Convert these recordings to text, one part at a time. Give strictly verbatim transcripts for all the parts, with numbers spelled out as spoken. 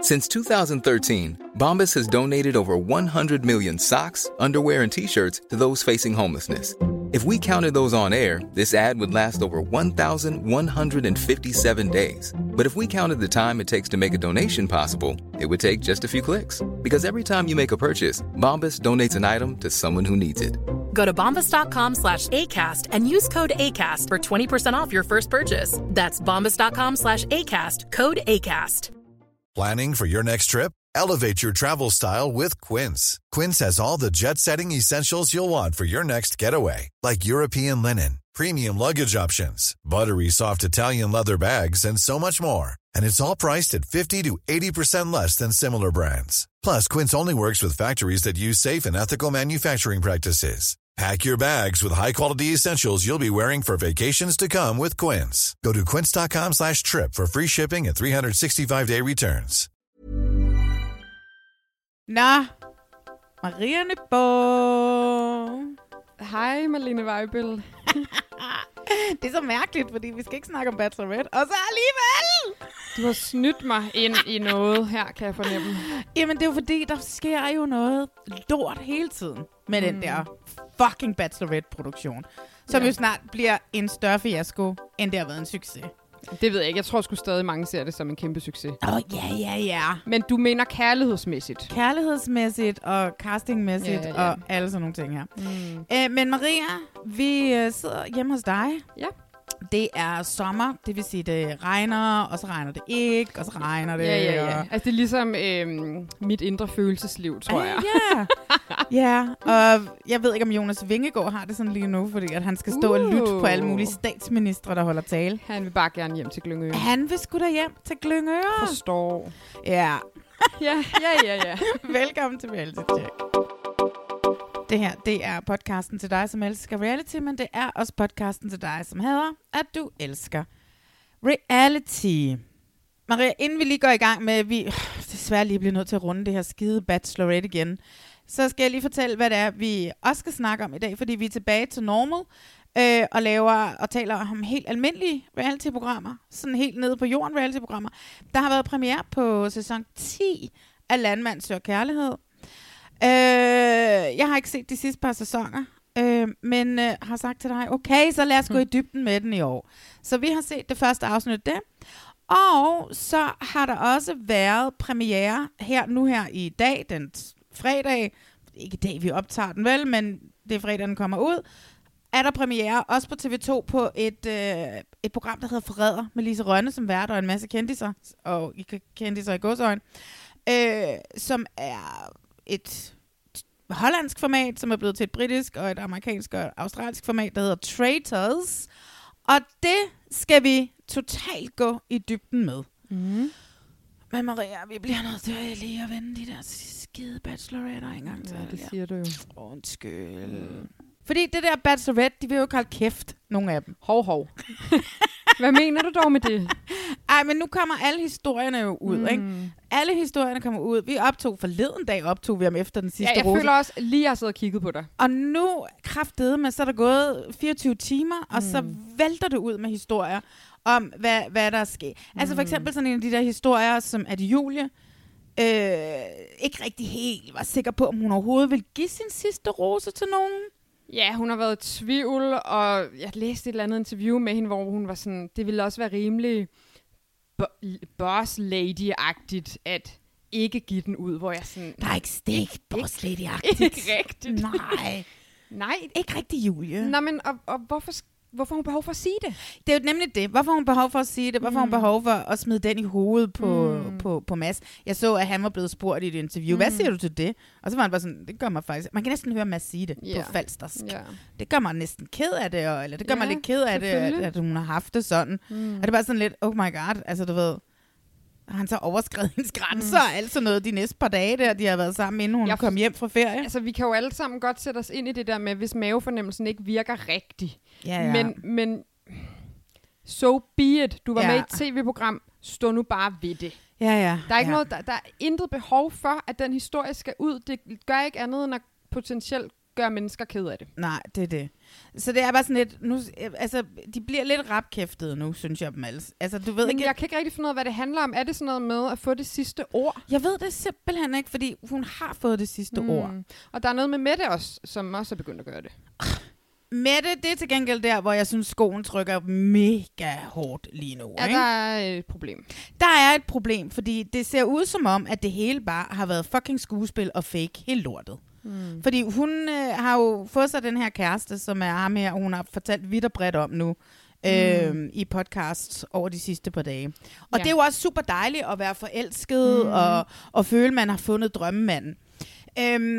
Since two thousand thirteen, Bombas has donated over one hundred million socks, underwear, and T-shirts to those facing homelessness. If we counted those on air, this ad would last over one thousand one hundred fifty-seven days. But if we counted the time it takes to make a donation possible, it would take just a few clicks. Because every time you make a purchase, Bombas donates an item to someone who needs it. Go to bombas.com slash ACAST and use code ACAST for twenty percent off your first purchase. That's bombas.com slash ACAST, code ACAST. Planning for your next trip? Elevate your travel style with Quince. Quince has all the jet-setting essentials you'll want for your next getaway, like European linen, premium luggage options, buttery soft Italian leather bags, and so much more. And it's all priced at fifty to eighty percent less than similar brands. Plus, Quince only works with factories that use safe and ethical manufacturing practices. Pack your bags with high-quality essentials you'll be wearing for vacations to come with Quince. Go to quince.com slash trip for free shipping and three sixty-five day returns. Nå, Maria Nyborg. Hej, Malene Weibel. Det er så mærkeligt, fordi vi skal ikke snakke om Bachelorette, og så alligevel! Du har snydt mig ind i noget her, kan jeg fornemme. Jamen, det er jo fordi, der sker jo noget lort hele tiden med mm. den der fucking Bachelorette-produktion, som ja. jo snart bliver en større fiasko, end det har været en succes. Det ved jeg ikke. Jeg tror sgu stadig, mange ser det som en kæmpe succes. Åh, oh, ja, ja, ja. Men du mener kærlighedsmæssigt? Kærlighedsmæssigt og castingmæssigt ja, ja, ja. og alle sådan nogle ting her. Mm. Æ, men Maria, vi øh, sidder hjemme hos dig. Ja. Det er sommer, det vil sige, det regner, og så regner det ikke, og så regner det. Ja, ja, ja. Og... Altså, det er ligesom øhm, mit indre følelsesliv, tror ah, jeg. Ja, ja. Og jeg ved ikke, om Jonas Vingegaard har det sådan lige nu, fordi at han skal stå uh. og lytte på alle mulige statsministre, der holder tale. Han vil bare gerne hjem til Glyngøre. Han vil sgu da hjem til Glyngøre. Forstår. Ja. ja, ja, ja, ja. Velkommen til Reality Check. Det her, det er podcasten til dig, som elsker reality, men det er også podcasten til dig, som hader, at du elsker reality. Maria, inden vi lige går i gang med, at vi øh, desværre lige bliver nødt til at runde det her skide Bachelorette igen, så skal jeg lige fortælle, hvad det er, vi også skal snakke om i dag, fordi vi er tilbage til normal øh, og laver og taler om helt almindelige reality-programmer, sådan helt nede på jorden reality-programmer. Der har været premiere på sæson ti af Landmand søger kærlighed. Øh, jeg har ikke set de sidste par sæsoner, øh, men øh, har sagt til dig, okay, så lad os gå i dybden med den i år. Så vi har set det første afsnit der, og så har der også været premiere her nu her i dag, den fredag, ikke i dag vi optager den vel, men det er fredag den kommer ud, er der premiere også på T V to på et, øh, et program, der hedder Forræder, med Lise Rønne som vært og en masse kendiser, og kendiser i godsøjne, øh, som er et hollandsk format, som er blevet til et britisk og et amerikansk og australsk format, der hedder Traitors. Og det skal vi totalt gå i dybden med. Mm. Men Maria, vi bliver nødt til lige at vende de der skide bacheloretter engang til. Ja, det siger du jo. Undskyld. Mm. Fordi det der bachelorette, de vil jo ikke holde kæft, nogle af dem. Hov, hov. Hvad mener du dog med det? Ej, men nu kommer alle historierne jo ud, mm. ikke? Alle historierne kommer ud. Vi optog forleden dag, optog vi om efter den sidste rose. Ja, jeg rose. føler også, lige jeg sidder og kigget på dig. Og nu, kraftedeme, så er der gået fireogtyve timer, mm. og så vælter det ud med historier om, hvad, hvad der er sket. Mm. Altså for eksempel sådan en af de der historier, som at Julie øh, ikke rigtig helt var sikker på, om hun overhovedet vil give sin sidste rose til nogen. Ja, hun har været i tvivl, og jeg læste et eller andet interview med hende, hvor hun var sådan, det ville også være rimelig bo- boss lady-agtigt, at ikke give den ud, hvor jeg sådan... Der er ikke stik boss lady-agtigt. Ikke rigtigt. Nej. Nej. Ikke rigtig, Julie. Nå, men og, og hvorfor... Hvorfor har hun behov for at sige det? Det er jo nemlig det. Hvorfor har hun behov for at sige det? Hvorfor har mm. hun behov for at smide den i hovedet på, mm. på, på Mads? Jeg så, at han var blevet spurgt i et interview. Mm. Hvad siger du til det? Og så var han bare sådan, det gør mig faktisk... Man kan næsten høre Mads sige det yeah. på falstersk. Yeah. Det gør mig næsten ked af det, eller det gør yeah, mig lidt ked af det, at, at hun har haft det sådan. Mm. Og det er bare sådan lidt, oh my god, altså du ved... Han så overskrevet hendes grænser mm. og alt sådan noget de næste par dage der, de har været sammen, inden hun jeg kom hjem fra ferie. Altså, vi kan jo alle sammen godt sætte os ind i det der med, hvis mavefornemmelsen ikke virker rigtig. Ja, ja. Men, men so be it. Du var ja. med i et tv-program. Stå nu bare ved det. Ja, ja. Der er ikke ja. noget, der, der er intet behov for, at den historie skal ud. Det gør ikke andet end at potentielt gøre mennesker ked af det. Nej, det er det. Så det er bare sådan lidt, nu, altså, de bliver lidt rapkæftede nu, synes jeg dem alle. Altså, du ved Men ikke... jeg kan ikke rigtig finde ud af, hvad det handler om. Er det sådan noget med at få det sidste ord? Jeg ved det simpelthen ikke, fordi hun har fået det sidste mm. ord. Og der er noget med Mette også, som også er begyndt at gøre det. Mette, det er til gengæld der, hvor jeg synes, skoen trykker mega hårdt lige nu. Ja, ikke? der er et problem. Der er et problem, fordi det ser ud som om, at det hele bare har været fucking skuespil og fake helt lortet. Mm. Fordi hun øh, har jo fået sig den her kæreste, som er ham her, hun har fortalt vidt og bredt om nu øh, mm. i podcast over de sidste par dage. Og ja. Det er jo også super dejligt at være forelsket mm. og, og føle, at man har fundet drømmemanden. Øhm,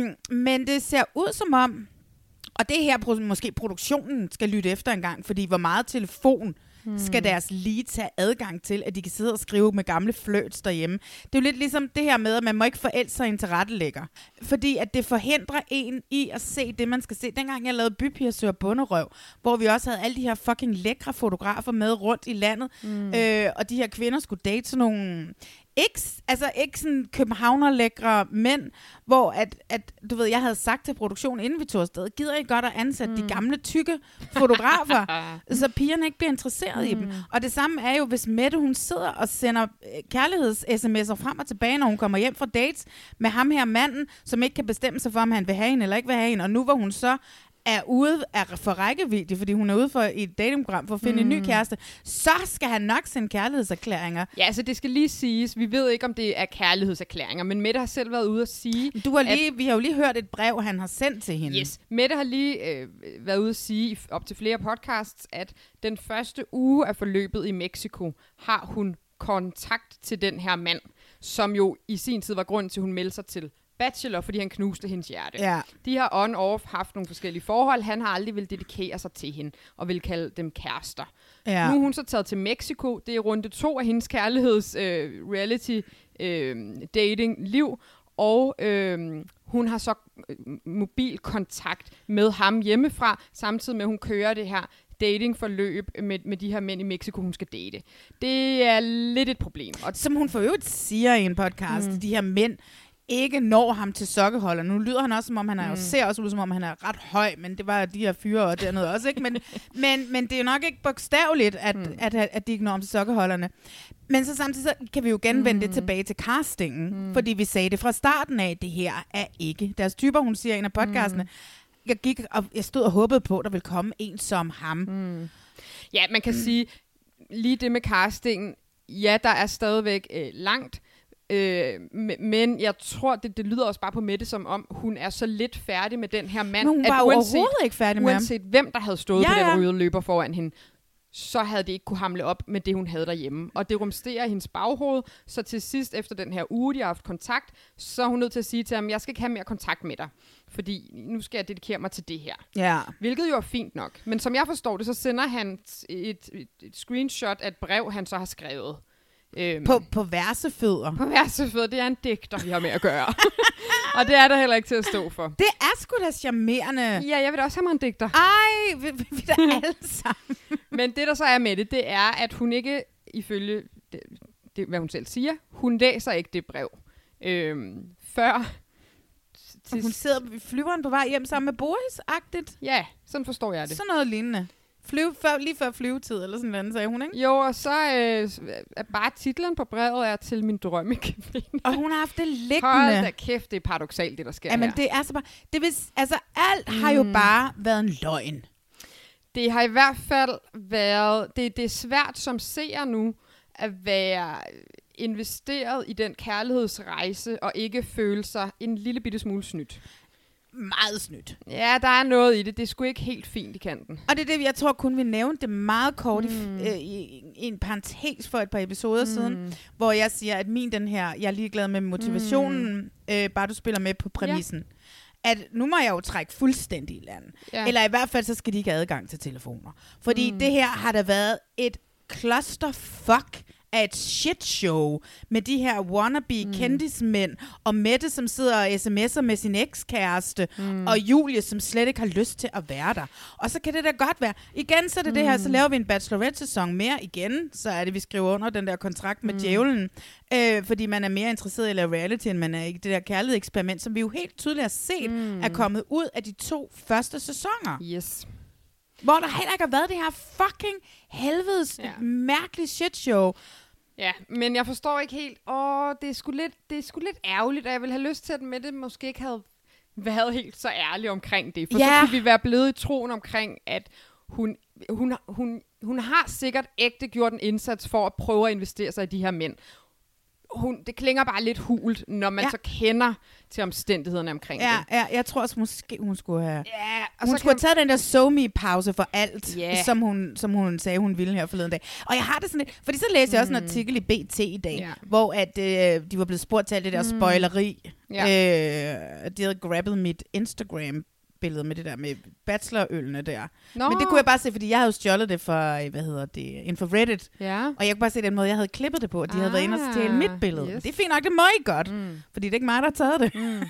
men det ser ud som om, og det her måske produktionen skal lytte efter en gang, fordi hvor meget telefon Hmm. skal deres lige tage adgang til, at de kan sidde og skrive med gamle flirts derhjemme. Det er jo lidt ligesom det her med, at man må ikke forælde sig i en tilrettelægger. Fordi at det forhindrer en i at se det, man skal se. Dengang jeg lavede Bypiger søger bunderøv, hvor vi også havde alle de her fucking lækre fotografer med rundt i landet, hmm. øh, og de her kvinder skulle date sådan nogle... Ikke, altså ikke sådan københavnerlækre mænd, hvor at, at, du ved, jeg havde sagt til produktionen, inden vi tog afsted, gider I godt at ansætte mm. de gamle, tykke fotografer, så pigerne ikke bliver interesseret mm. i dem. Og det samme er jo, hvis Mette, hun sidder og sender kærligheds-sms'er frem og tilbage, når hun kommer hjem fra dates med ham her manden, som ikke kan bestemme sig for, om han vil have hende eller ikke vil have hende. Og nu var hun så er ude er for rækkevidde, fordi hun er ude for et datingprogram for at finde mm. en ny kæreste, så skal han nok sende kærlighedserklæringer. Ja, altså det skal lige siges, vi ved ikke, om det er kærlighedserklæringer, men Mette har selv været ude at sige... Du har lige, at, vi har jo lige hørt et brev, han har sendt til hende. Yes, Mette har lige øh, været ude at sige op til flere podcasts, at den første uge af forløbet i Mexico har hun kontakt til den her mand, som jo i sin tid var grund til, at hun meldte sig til Bachelor, fordi han knuste hendes hjerte. Ja. De har on-off haft nogle forskellige forhold. Han har aldrig vil dedikere sig til hende, og vil kalde dem kærester. Ja. Nu er hun så taget til Mexico. Det er runde to af hendes kærligheds øh, reality øh, dating liv, og øh, hun har så mobilkontakt med ham hjemmefra, samtidig med, at hun kører det her datingforløb med, med de her mænd i Mexico, hun skal date. Det er lidt et problem. Og som hun for øvrigt siger i en podcast, mm. de her mænd ikke når ham til sokkeholder. Nu lyder han også, som om han er, mm. ser også ud, som om han er ret høj, men det var de her fyre og dernede også, ikke? Men, men, men det er nok ikke bogstaveligt, at, mm. at, at, at de ikke når ham til sokkeholderne. Men så samtidig så kan vi jo genvende mm. det tilbage til castingen, mm. fordi vi sagde det fra starten af, det her er ikke deres typer. Hun siger i en af podcastene, mm. jeg gik og jeg stod og håbede på, at der ville komme en som ham. Mm. Ja, man kan mm. sige, lige det med castingen, ja, der er stadigvæk øh, langt, Øh, men jeg tror, det, det lyder også bare på Mette, som om hun er så lidt færdig med den her mand. Men hun var at uanset, overhovedet ikke færdig med uanset ham. Hvem der havde stået ja, på ja. den røde løber foran hende, så havde det ikke kunne hamle op med det, hun havde derhjemme. Og det rumsterer hendes baghoved, så til sidst, efter den her uge, de har haft kontakt, så er hun nødt til at sige til ham, jeg skal ikke have mere kontakt med dig, fordi nu skal jeg dedikere mig til det her. Ja. Hvilket jo er fint nok. Men som jeg forstår det, så sender han et, et, et screenshot af et brev, han så har skrevet. Øhm, på, på versefødder. På versefødder. Det er en digter, vi har med at gøre. Og det er der heller ikke til at stå for. Det er sgu da charmerende. Ja, jeg vil da også have mig en digter. Ej, vi, vi, vi er alle sammen. Men det, der så er med det, det er, at hun ikke, ifølge det, det, hvad hun selv siger, hun læser ikke det brev. Øhm, før... Og hun sidder i flyveren på vej hjem sammen med Boris-agtigt. Ja, sådan forstår jeg det. Sådan noget lignende. Flyve før, lige før flyvetid, eller sådan noget, sagde hun, ikke? Jo, og så øh, er bare titlen på brevet er til min drømmekvinde. Og hun har haft det liggende. Hold da kæft, det er paradoksalt, det der sker. Jamen, her. det er så bare... Det vil, altså, alt mm. har jo bare været en løgn. Det har i hvert fald været... Det, det er svært som seer nu, at være investeret i den kærlighedsrejse, og ikke føle sig en lille bitte smule snydt. Meget snydt. Ja, der er noget i det. Det er sgu ikke helt fint i kanten. Og det er det, jeg tror kun, vi nævnte det meget kort mm. i, øh, i, i en parentes for et par episoder mm. siden, hvor jeg siger, at min den her, jeg er ligeglad med motivationen, mm. øh, bare du spiller med på præmissen. Ja. At nu må jeg jo trække fuldstændig i land. Ja. Eller i hvert fald, så skal de ikke have adgang til telefoner. Fordi mm. det her har da været et clusterfuck er et shit show med de her wannabe mm. kendismænd, og Mette, som sidder og sms'er med sin ekskæreste, mm. og Julie, som slet ikke har lyst til at være der. Og så kan det da godt være. Igen, så er det mm. det her, så laver vi en Bachelorette-sæson mere igen, så er det, vi skriver under den der kontrakt med mm. djævlen, øh, fordi man er mere interesseret i at lave reality, end man er i det der kærlighed eksperiment, som vi jo helt tydeligt har set, mm. er kommet ud af de to første sæsoner. Yes. Hvor der heller ikke har været det her fucking helvedes ja. mærkelige shit show. Ja, men jeg forstår ikke helt, åh, det er sgu lidt, det er sgu lidt ærgerligt, og jeg ville have lyst til, at Mette måske ikke havde været helt så ærlig omkring det. For ja. så kunne vi være blevet i troen omkring, at hun, hun, hun, hun har sikkert ægte gjort en indsats for at prøve at investere sig i de her mænd. Hun, det klinger bare lidt hult, når man ja. så kender til omstændighederne omkring ja, det. Ja, jeg tror også måske, hun skulle have... Ja, og hun så skulle have taget den der SoMe-pause for alt, yeah. som, hun, som hun sagde, hun ville her forleden dag. Og jeg har det sådan lidt... Fordi så læste jeg også mm. en artikel i B T i dag, yeah. hvor at, øh, de var blevet spurgt til alt det der mm. spoileri. Yeah. Øh, de havde grabbet mit Instagram billede med det der med bachelorølene der. Nå. Men det kunne jeg bare se, fordi jeg havde stjålet det for, hvad hedder det, inden for Reddit. Ja. Og jeg kunne bare se den måde, jeg havde klippet det på, og de ah, havde været inde og stjæle mit billede. Yes. Det er fint nok, det må I godt, mm. fordi det er ikke mig, der har taget det. Mm.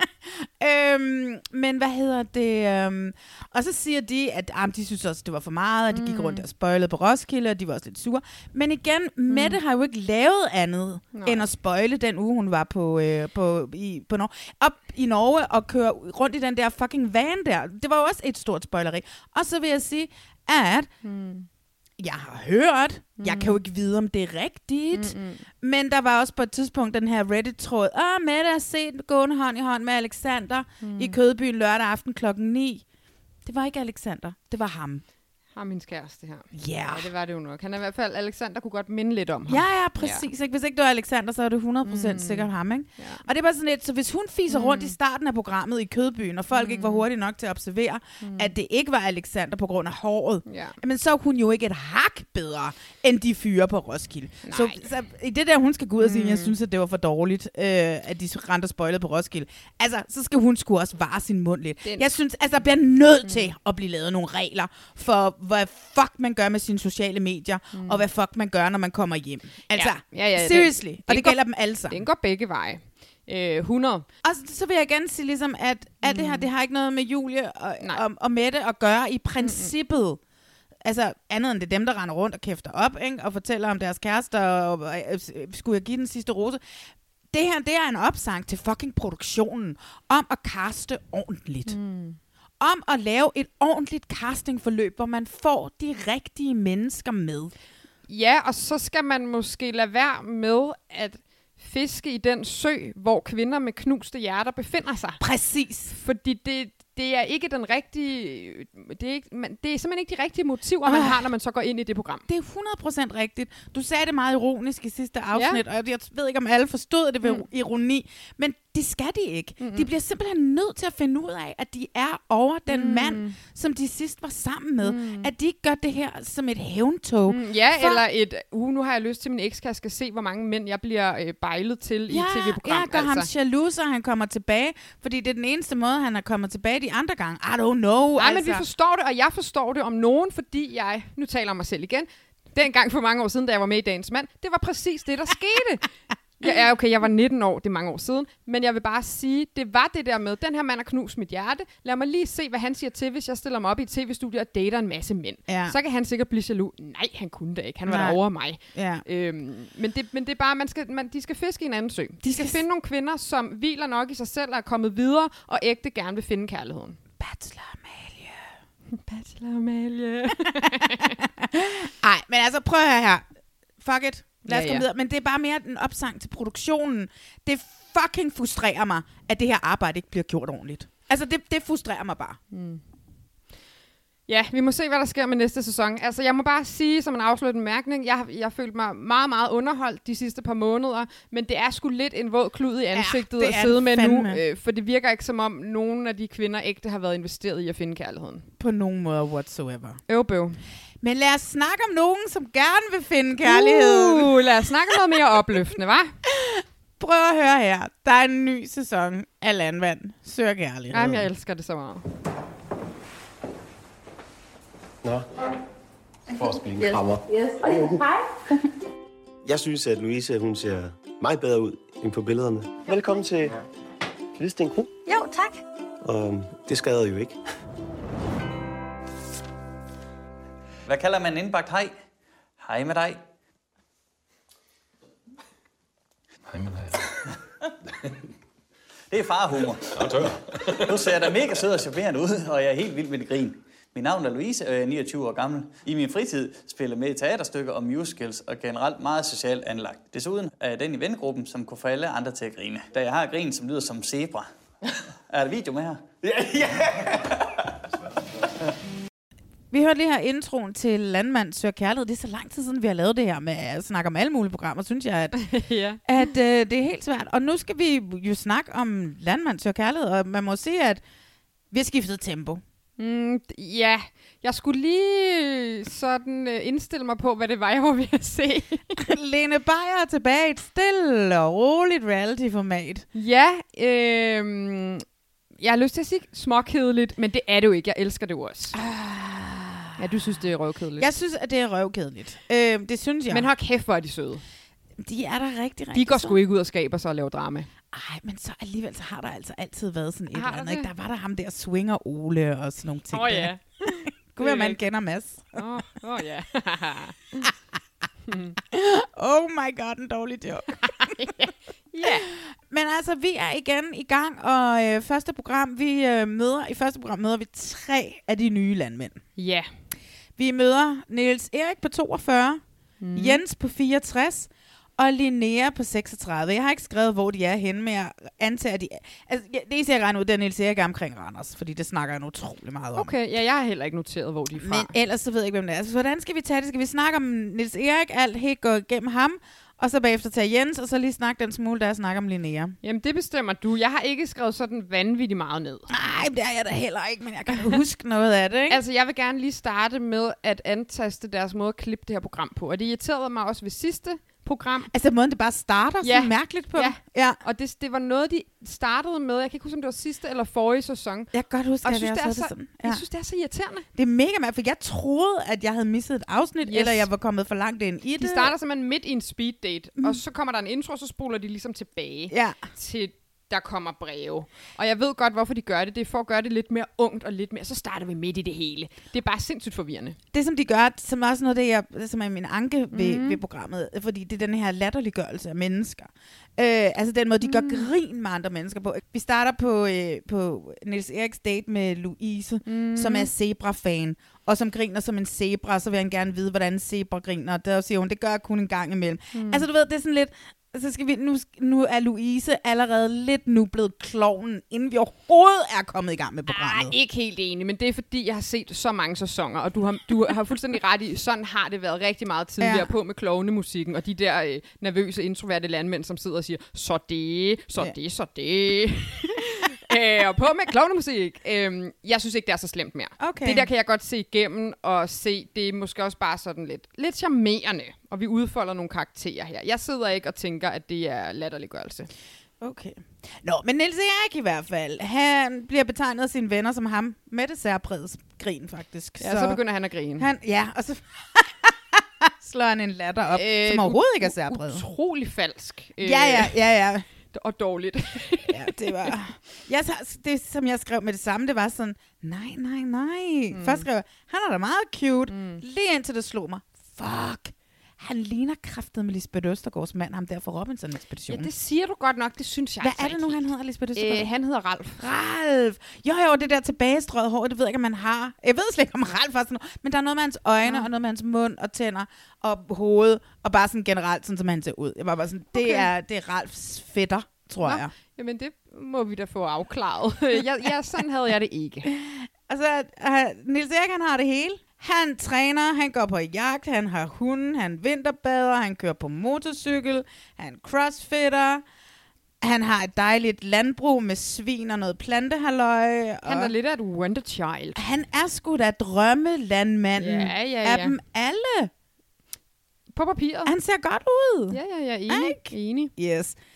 øhm, men hvad hedder det? Øhm, og så siger de, at ah, de synes også, det var for meget, at de mm. gik rundt og spoilede på Roskilde, og de var også lidt sure. Men igen, mm. Mette har jo ikke lavet andet, Nå. end at spoile den uge, hun var på, øh, på, i, på Norge. Op i Norge og køre rundt i den der fucking van der. Det var jo også et stort spoileri. Og så vil jeg sige, at mm. jeg har hørt, mm. jeg kan jo ikke vide, om det er rigtigt, Mm-mm. men der var også på et tidspunkt den her Reddit-tråd, åh, Mette har set gående hånd i hånd med Alexander mm. i Kødbyen lørdag aften klokken ni. Det var ikke Alexander, det var ham. Ham min kæreste her. Yeah. Ja, det var det jo nok. Han er i hvert fald, Alexander kunne godt minde lidt om ham. Ja, ja, præcis. Ja. Hvis ikke det var Alexander, så er det hundrede procent mm. sikkert ham, ikke? Ja. Og det var sådan lidt, så hvis hun fiser mm. rundt i starten af programmet i Kødbyen, og folk mm. ikke var hurtige nok til at observere, mm. at det ikke var Alexander på grund af håret, ja. jamen så er hun jo ikke et hak bedre, end de fyre på Roskilde. Så, så i det der, hun skal gå ud og sige, mm. jeg synes, at det var for dårligt, øh, at de rent og spoilede på Roskilde. Altså, så skal hun sgu også vare sin mund lidt. Den. Jeg synes, altså, der bliver nødt mm. til at blive lavet nogle regler for, hvad fuck man gør med sine sociale medier, mm. og hvad fuck man gør, når man kommer hjem. Altså, ja, ja, ja, seriously. Det, og det, det gælder går, dem alle sammen. Den går begge veje. Øh, hundrede. Og så, så vil jeg igen sige, ligesom, at, at mm. det her, det har ikke noget med Julie og, og, og Mette at gøre i princippet. Mm-hmm. Altså, andet end det dem, der render rundt og kæfter op, ikke? Og fortæller om deres kærester, og, og, og skulle jeg give den sidste rose. Det her, det er en opsang til fucking produktionen, om at kaste ordentligt. Mm. Om at lave et ordentligt castingforløb, hvor man får de rigtige mennesker med. Ja, og så skal man måske lade være med at fiske i den sø, hvor kvinder med knuste hjerter befinder sig. Præcis. Fordi det, det er ikke den rigtige, det er, ikke, man, det er simpelthen ikke de rigtige motiver, øh, man har, når man så går ind i det program. Det er hundrede procent rigtigt. Du sagde det meget ironisk i sidste afsnit, ja. og jeg ved ikke, om alle forstod det ved mm. ironi, men det skal de ikke. Mm-hmm. De bliver simpelthen nødt til at finde ud af, at de er over den mm. mand, som de sidst var sammen med. Mm. At de ikke gør det her som et hævntog. Mm, ja, for... eller et, uh, nu har jeg lyst til, at min ekskæreste skal se, hvor mange mænd jeg bliver øh, bejlet til ja, i et tv-program. Ja, gør altså. ham jaloux, så han kommer tilbage, fordi det er den eneste måde, han er kommet tilbage de andre gange. I don't know. Nej, altså. men vi forstår det, og jeg forstår det om nogen, fordi jeg, nu taler jeg om mig selv igen, dengang for mange år siden, da jeg var med i Dagens Mand, det var præcis det, der skete. Ja, okay, jeg var nitten år, det er mange år siden, men jeg vil bare sige, det var det der med, den her mand har knust mit hjerte, lad mig lige se, hvad han siger til, hvis jeg stiller mig op i et tv-studie og dater en masse mænd. Ja. Så kan han sikkert blive jaloux. Nej, han kunne da ikke, han var Nej. der over mig. Ja. Øhm, men, det, men det er bare, man skal, man, de skal fiske i en anden sø. De skal, skal finde nogle kvinder, som hviler nok i sig selv og er kommet videre, og ægte gerne vil finde kærligheden. Bachelor Amalie. Bachelor Amalie. Ej, men altså, prøv at høre her. Fuck it. Lad os ja, komme ja. videre. Men det er bare mere en opsang til produktionen. Det fucking frustrerer mig, at det her arbejde ikke bliver gjort ordentligt. Altså, det, det frustrerer mig bare. Mm. Ja, vi må se, hvad der sker med næste sæson. Altså, jeg må bare sige, som en afsluttende mærkning, jeg har jeg følt mig meget, meget underholdt de sidste par måneder, men det er sgu lidt en våd klud i ansigtet ja, at sidde med nu, øh, for det virker ikke som om, nogen af de kvinder ægte har været investeret i at finde kærligheden. På nogen måde whatsoever. Øv, bøv. Men lad os snakke om nogen, som gerne vil finde kærligheden. Uh, lad os snakke om noget mere opløftende, hva'? Prøv at høre her. Der er en ny sæson af Landmand søger kærlighed. Jamen, jeg elsker det så meget. Nå, for at spille en krammer. Yes. Hej. Jeg synes, at Louise, hun ser meget bedre ud end på billederne. Velkommen til Hvidsten Kro. Jo, tak. Og det skader jo ikke. Hvad kalder man en indbagt hej? Hej med dig. Hej med dig. Det er farhumor. Jeg tør. Nu ser jeg da mega sød og charmerende ud, og jeg er helt vild med det grin. Mit navn er Louise, og jeg er niogtyve år gammel. I min fritid spiller jeg med i teaterstykker og musicals, og generelt meget socialt anlagt. Desuden er jeg den i vennegruppen, som kunne få alle andre til at grine. Da jeg har et grin, som lyder som zebra. Er der video med her? Ja, ja. Vi hørte lige her introen til Landmand søger kærlighed. Det er så lang tid siden, vi har lavet det her med at snakke om alle mulige programmer, synes jeg, at, ja. at øh, det er helt svært. Og nu skal vi jo snakke om Landmand søger kærlighed, og man må sige, at vi har skiftet tempo. Mm, ja, jeg skulle lige sådan øh, indstille mig på, hvad det var, jeg var ved at se. Lene Beyer er tilbage i et stille og roligt reality-format. Ja, øh, jeg har lyst til at sige småkedeligt, men det er det jo ikke. Jeg elsker det jo også. Ah. Ja, du synes, det er røvkedeligt. Jeg synes, at det er røvkedeligt. Øh, det synes jeg. Men hold kæft, hvor er de søde. De er der rigtig, rigtig De går søde. sgu ikke ud og skaber sig og laver drama. Ej, men så alligevel, så har der altså altid været sådan et Har eller andet. det? Ikke? Der var der ham der Swinger Ole og sådan nogle ting. Åh oh, der. ja. Gud, hvad man kender Mads. Åh oh, oh, ja. Oh my god, en dårlig joke. Ja. Yeah. Men altså, vi er igen i gang, og øh, første program, vi øh, møder, i første program møder vi tre af de nye landmænd. Ja. Vi møder Niels Erik på toogfyrre, mm. Jens på fireogtres, og Linnea på seksogtredive. Jeg har ikke skrevet, hvor de er henne, men jeg antager, at de... Altså, det eneste, jeg regner ud, det er Niels Erik omkring Randers, fordi det snakker jeg nu utrolig meget om. Okay, ja, jeg har heller ikke noteret, hvor de er fra. Men ellers så ved jeg ikke, hvem det er. Altså, hvordan skal vi tage det? Skal vi snakke om Niels Erik, alt helt gå igennem ham, og så bagefter tage Jens, og så lige snakke den smule, der snakker om Linnea? Jamen, det bestemmer du. Jeg har ikke skrevet sådan vanvittigt meget ned. Nej, det er jeg da heller ikke, men jeg kan huske noget af det, ikke? Altså, jeg vil gerne lige starte med at antaste deres måde at klippe det her program på. Og det irriterede mig også ved sidste program. Altså, måden det bare starter Ja. så mærkeligt på. Ja. Ja. Og det, det var noget, de startede med. Jeg kan ikke huske, om det var sidste eller forrige sæson. Jeg kan godt huske, Og at jeg synes, jeg det er så så, sådan. Ja. jeg synes, det er så irriterende. Det er mega mærkeligt, for jeg troede, at jeg havde misset et afsnit, Yes. eller jeg var kommet for langt ind i det. De starter simpelthen midt i en speed date, mm. og så kommer der en intro, og så spoler de ligesom tilbage Ja. til der kommer breve. Og jeg ved godt, hvorfor de gør det. Det er for at gøre det lidt mere ungt og lidt mere. Så starter vi midt i det hele. Det er bare sindssygt forvirrende. Det, som de gør, som er også noget, det, jeg, som er min anke ved, mm. ved programmet, fordi det er den her latterliggørelse af mennesker. Øh, altså den måde, de gør mm. grin med andre mennesker på. Vi starter på, øh, på Niels Eriks date med Louise, mm. som er zebra-fan, og som griner som en zebra, så vil han gerne vide, hvordan en zebra griner. Der siger hun, det gør jeg kun en gang imellem. Mm. Altså du ved, det er sådan lidt... Så skal vi, nu, nu er Louise allerede lidt nu blevet klovnen, inden vi overhovedet er kommet i gang med programmet. Ej, ikke helt enig, men det er fordi, jeg har set så mange sæsoner, og du har, du har fuldstændig ret i, sådan har det været rigtig meget tidligere ja. på med klovnemusikken, og de der øh, nervøse, introverte landmænd, som sidder og siger, så det, så ja. det, så det. øh, og på med klovnemusik. Øh, jeg synes ikke, det er så slemt mere. Okay. Det der kan jeg godt se igennem, og se, det er måske også bare sådan lidt, lidt charmerende, og vi udfolder nogle karakterer her. Jeg sidder ikke og tænker, at det er latterliggørelse. Okay. Nå, men Niels Erik i hvert fald, han bliver betegnet af sine venner som ham med det særprægede grin, faktisk. Ja, så, så begynder han at grine. Han, ja, og så slår han en latter op, øh, som overhovedet ikke er særpræget. Utrolig falsk. Ja, ja, ja, ja. Og dårligt. Ja, det var... Jeg, det, som jeg skrev med det samme, det var sådan, nej, nej, nej. Mm. Først skrev jeg, han er da meget cute. Mm. Lige indtil det slog mig. Fuck. Han ligner kraftet med Lisbeth Østergaards mand, ham der fra Robinson-ekspeditionen. Ja, det siger du godt nok, det synes jeg. Hvad er det nu, han hedder, Lisbeth Østergaard? Øh, han hedder Ralf. Ralf! Jo, jo, det der tilbagestrøget hår, det ved jeg ikke, om man har. Jeg ved slet ikke, om Ralf har sådan noget. Men der er noget med hans øjne, ja. og noget med hans mund og tænder og hoved, og bare sådan generelt, sådan som han ser ud. Jeg var bare sådan, det, okay. er, det er Ralfs fætter, tror Nå, jeg. Jamen, det må vi da få afklaret. jeg, ja, sådan havde jeg det ikke. Altså, uh, Niels Erik, han har det hele. Han træner, han går på jagt, han har hunden, han vinterbader, han kører på motorcykel, han crossfitter, han har et dejligt landbrug med svin og noget plantehalløj. Han er lidt af et wonder child. Han er sgu da drømmelandmanden ja, ja, ja. af dem alle. På papiret. Han ser godt ud. Ja, ja, ja, enig. Ikke? enig. Yes.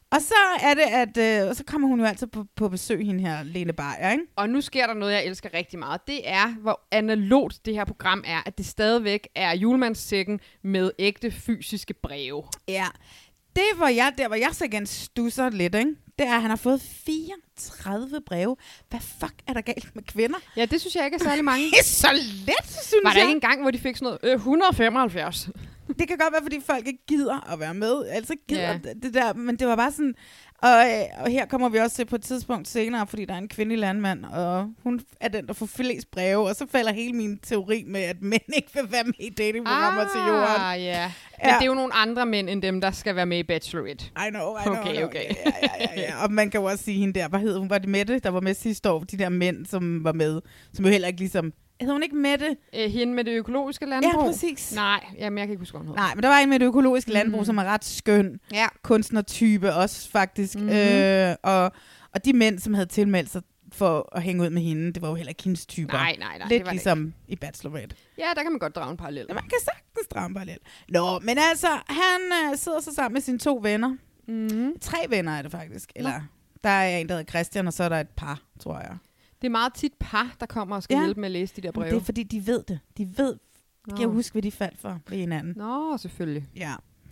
Og så er det, at øh, så kommer hun jo altid på, på besøg, hende her, Lene Beyer, ikke? Og nu sker der noget, jeg elsker rigtig meget. Det er, hvor analogt det her program er, at det stadigvæk er julemandssækken med ægte fysiske breve. Ja. Det, hvor jeg, der, hvor jeg så igen stusser lidt, ikke? Det er, at han har fået fireogtredive breve. Hvad fuck er der galt med kvinder? Ja, det synes jeg ikke er særlig mange. Det er så let, synes Var der jeg. ikke en gang, hvor de fik sådan noget øh, et hundrede og femoghalvfjerds? Det kan godt være, fordi folk ikke gider at være med. Altså gider Ja. det, det der, men det var bare sådan... Og, øh, og her kommer vi også til på et tidspunkt senere, fordi der er en kvindelig landmand, og hun er den, der får flest breve, og så falder hele min teori med, at mænd ikke vil være med i datingprogrammer ah, til jorden. ja. Men Ja. det er jo nogle andre mænd, end dem, der skal være med i Bachelorette. I know, I know. Okay, I know. okay. Ja, ja, ja, ja. Og man kan jo også sige hende der, hvad hed hun? Var det Mette, der var med sidste år? De der mænd, som var med, som jo heller ikke ligesom... Hed hun ikke Mette? Æ, hende med det økologiske landbrug? Ja, præcis. Nej, jamen, jeg kan ikke huske, hvad hun hed. Nej, men der var en med det økologiske landbrug, Mhm. som er ret skøn. Ja. Kunstnertype også, faktisk. Mhm. Øh, og, og de mænd, som havde tilmeldt sig for at hænge ud med hende, det var jo heller ikke hendes typer. Nej, nej, nej. Lidt det var ligesom det i Bachelorette. ikke. Ja, der kan man godt drage en parallel. Ja, man kan sagtens drage en parallel. Nå, men altså, han øh, sidder så sammen med sine to venner. Mm-hmm. Tre venner er det faktisk. Eller, der er en, der hedder Christian, og så er der et par, tror jeg. Det er meget tit par, der kommer og skal Ja. hjælpe med at læse de der breve. Men det er fordi, de ved det. De ved, Nå. kan jeg huske, hvad de faldt for ved hinanden. Nå, selvfølgelig. Ja.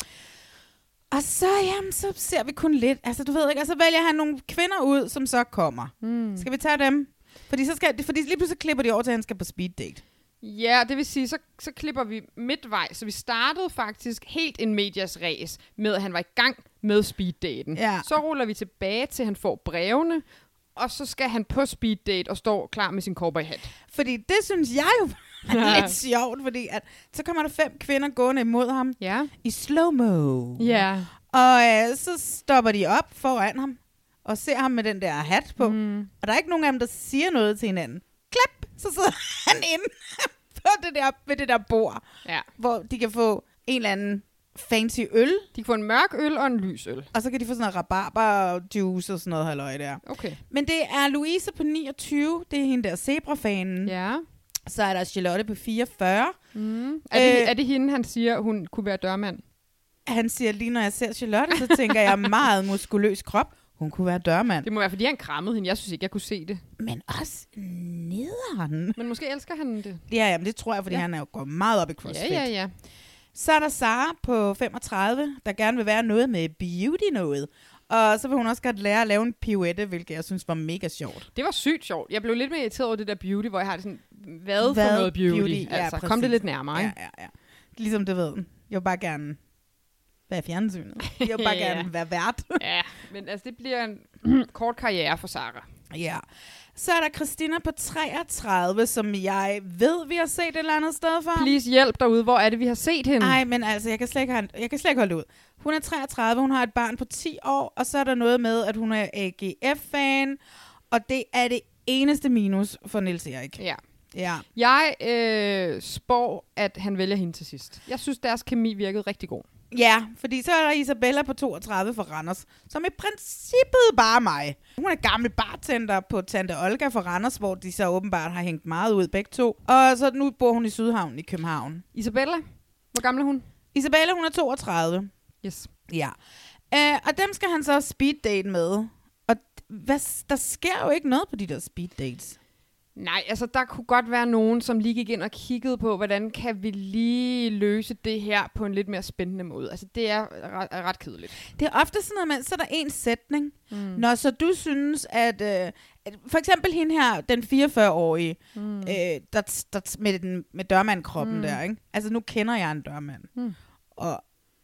Og så, jamen, så ser vi kun lidt. Altså, du ved ikke, og så vælger han nogle kvinder ud, som så kommer. Mm. Skal vi tage dem? Fordi, så skal, fordi lige pludselig klipper de over til, at han skal på speed date. Ja, det vil sige, så, så klipper vi midtvej. Så vi startede faktisk helt en medias ræs med, at han var i gang med speeddaten. Ja. Så ruller vi tilbage til, at han får brevene, og så skal han på speeddate og står klar med sin cowboyhat. Fordi det synes jeg jo er lidt sjovt, fordi at, så kommer der fem kvinder gående imod ham Ja. i slow-mo. Ja. Og øh, så stopper de op foran ham og ser ham med den der hat på. Mm. Og der er ikke nogen af dem, der siger noget til hinanden. Klap! Så sidder han inde på det der, ved det der bord, Ja. hvor de kan få en eller anden fancy øl, De kan få en mørk øl og en lys øl. og så kan de få sådan noget rabarber-juice og sådan noget halløj der. Okay. Men det er Louise på niogtyve, det er hende der zebrafanen. Ja. Så er der Charlotte på fireogfyrre. Mm. Er, det, Øh. er det hende, han siger, hun kunne være dørmand? Han siger lige, når jeg ser Charlotte, så tænker jeg meget muskuløs krop. Hun kunne være dørmand. Det må være, fordi han krammede hende. Jeg synes ikke, jeg kunne se det. Men også nederen. Men måske elsker han det. Ja, jamen, det tror jeg, fordi Ja. ja. han er jo gået meget op i CrossFit. Ja, ja, ja. Så er der Sara på femogtredive, der gerne vil være noget med beauty noget. Og så vil hun også godt lære at lave en pirouette, hvilket jeg synes var mega sjovt. Det var sygt sjovt. Jeg blev lidt mere irriteret over det der beauty, hvor jeg har det sådan, hvad, Hvad for noget beauty? beauty? Ja, Altså, kom præcis. det lidt nærmere, Ja, ikke? ja, ja. Ligesom du ved, jeg vil bare gerne være i fjernsynet. Jeg vil bare Ja. gerne være vært. Ja, men altså, det bliver en kort karriere for Sara. Ja. Så er der Christina på treogtredive, som jeg ved, vi har set et eller andet sted for. Please hjælp derude. Hvor er det, vi har set hende? Nej, men altså, jeg kan, slet ikke have, jeg kan slet ikke holde det ud. Hun er treogtredive, hun har et barn på ti år, og så er der noget med, at hun er A G F-fan, og det er det eneste minus for Niels Erik. Ja. Ja. Jeg øh, spår, at han vælger hende til sidst. Jeg synes, deres kemi virkede rigtig god. Ja, fordi så er der Isabella på toogtredive fra Randers, som i princippet bare er mig. Hun er gammel bartender på Tante Olga fra Randers, hvor de så åbenbart har hængt meget ud begge to. Og så nu bor hun i Sydhavn i København. Isabella, hvor gammel er hun? Isabella, hun er toogtredive. Yes. Ja. Øh, og dem skal han så speeddate med. Og hvad, der sker jo ikke noget på de der speeddates. Nej, altså der kunne godt være nogen, som lige gik ind og kiggede på, hvordan kan vi lige løse det her på en lidt mere spændende måde. Altså det er ret, er ret kedeligt. Det er ofte sådan noget med, så er der en sætning. Mm. Når så du synes, at, øh, at for eksempel hende her, den fireogfyrre-årige, mm. øh, der, der, med, den, med dørmandkroppen mm. der, ikke? Altså nu kender jeg en dørmand, mm. og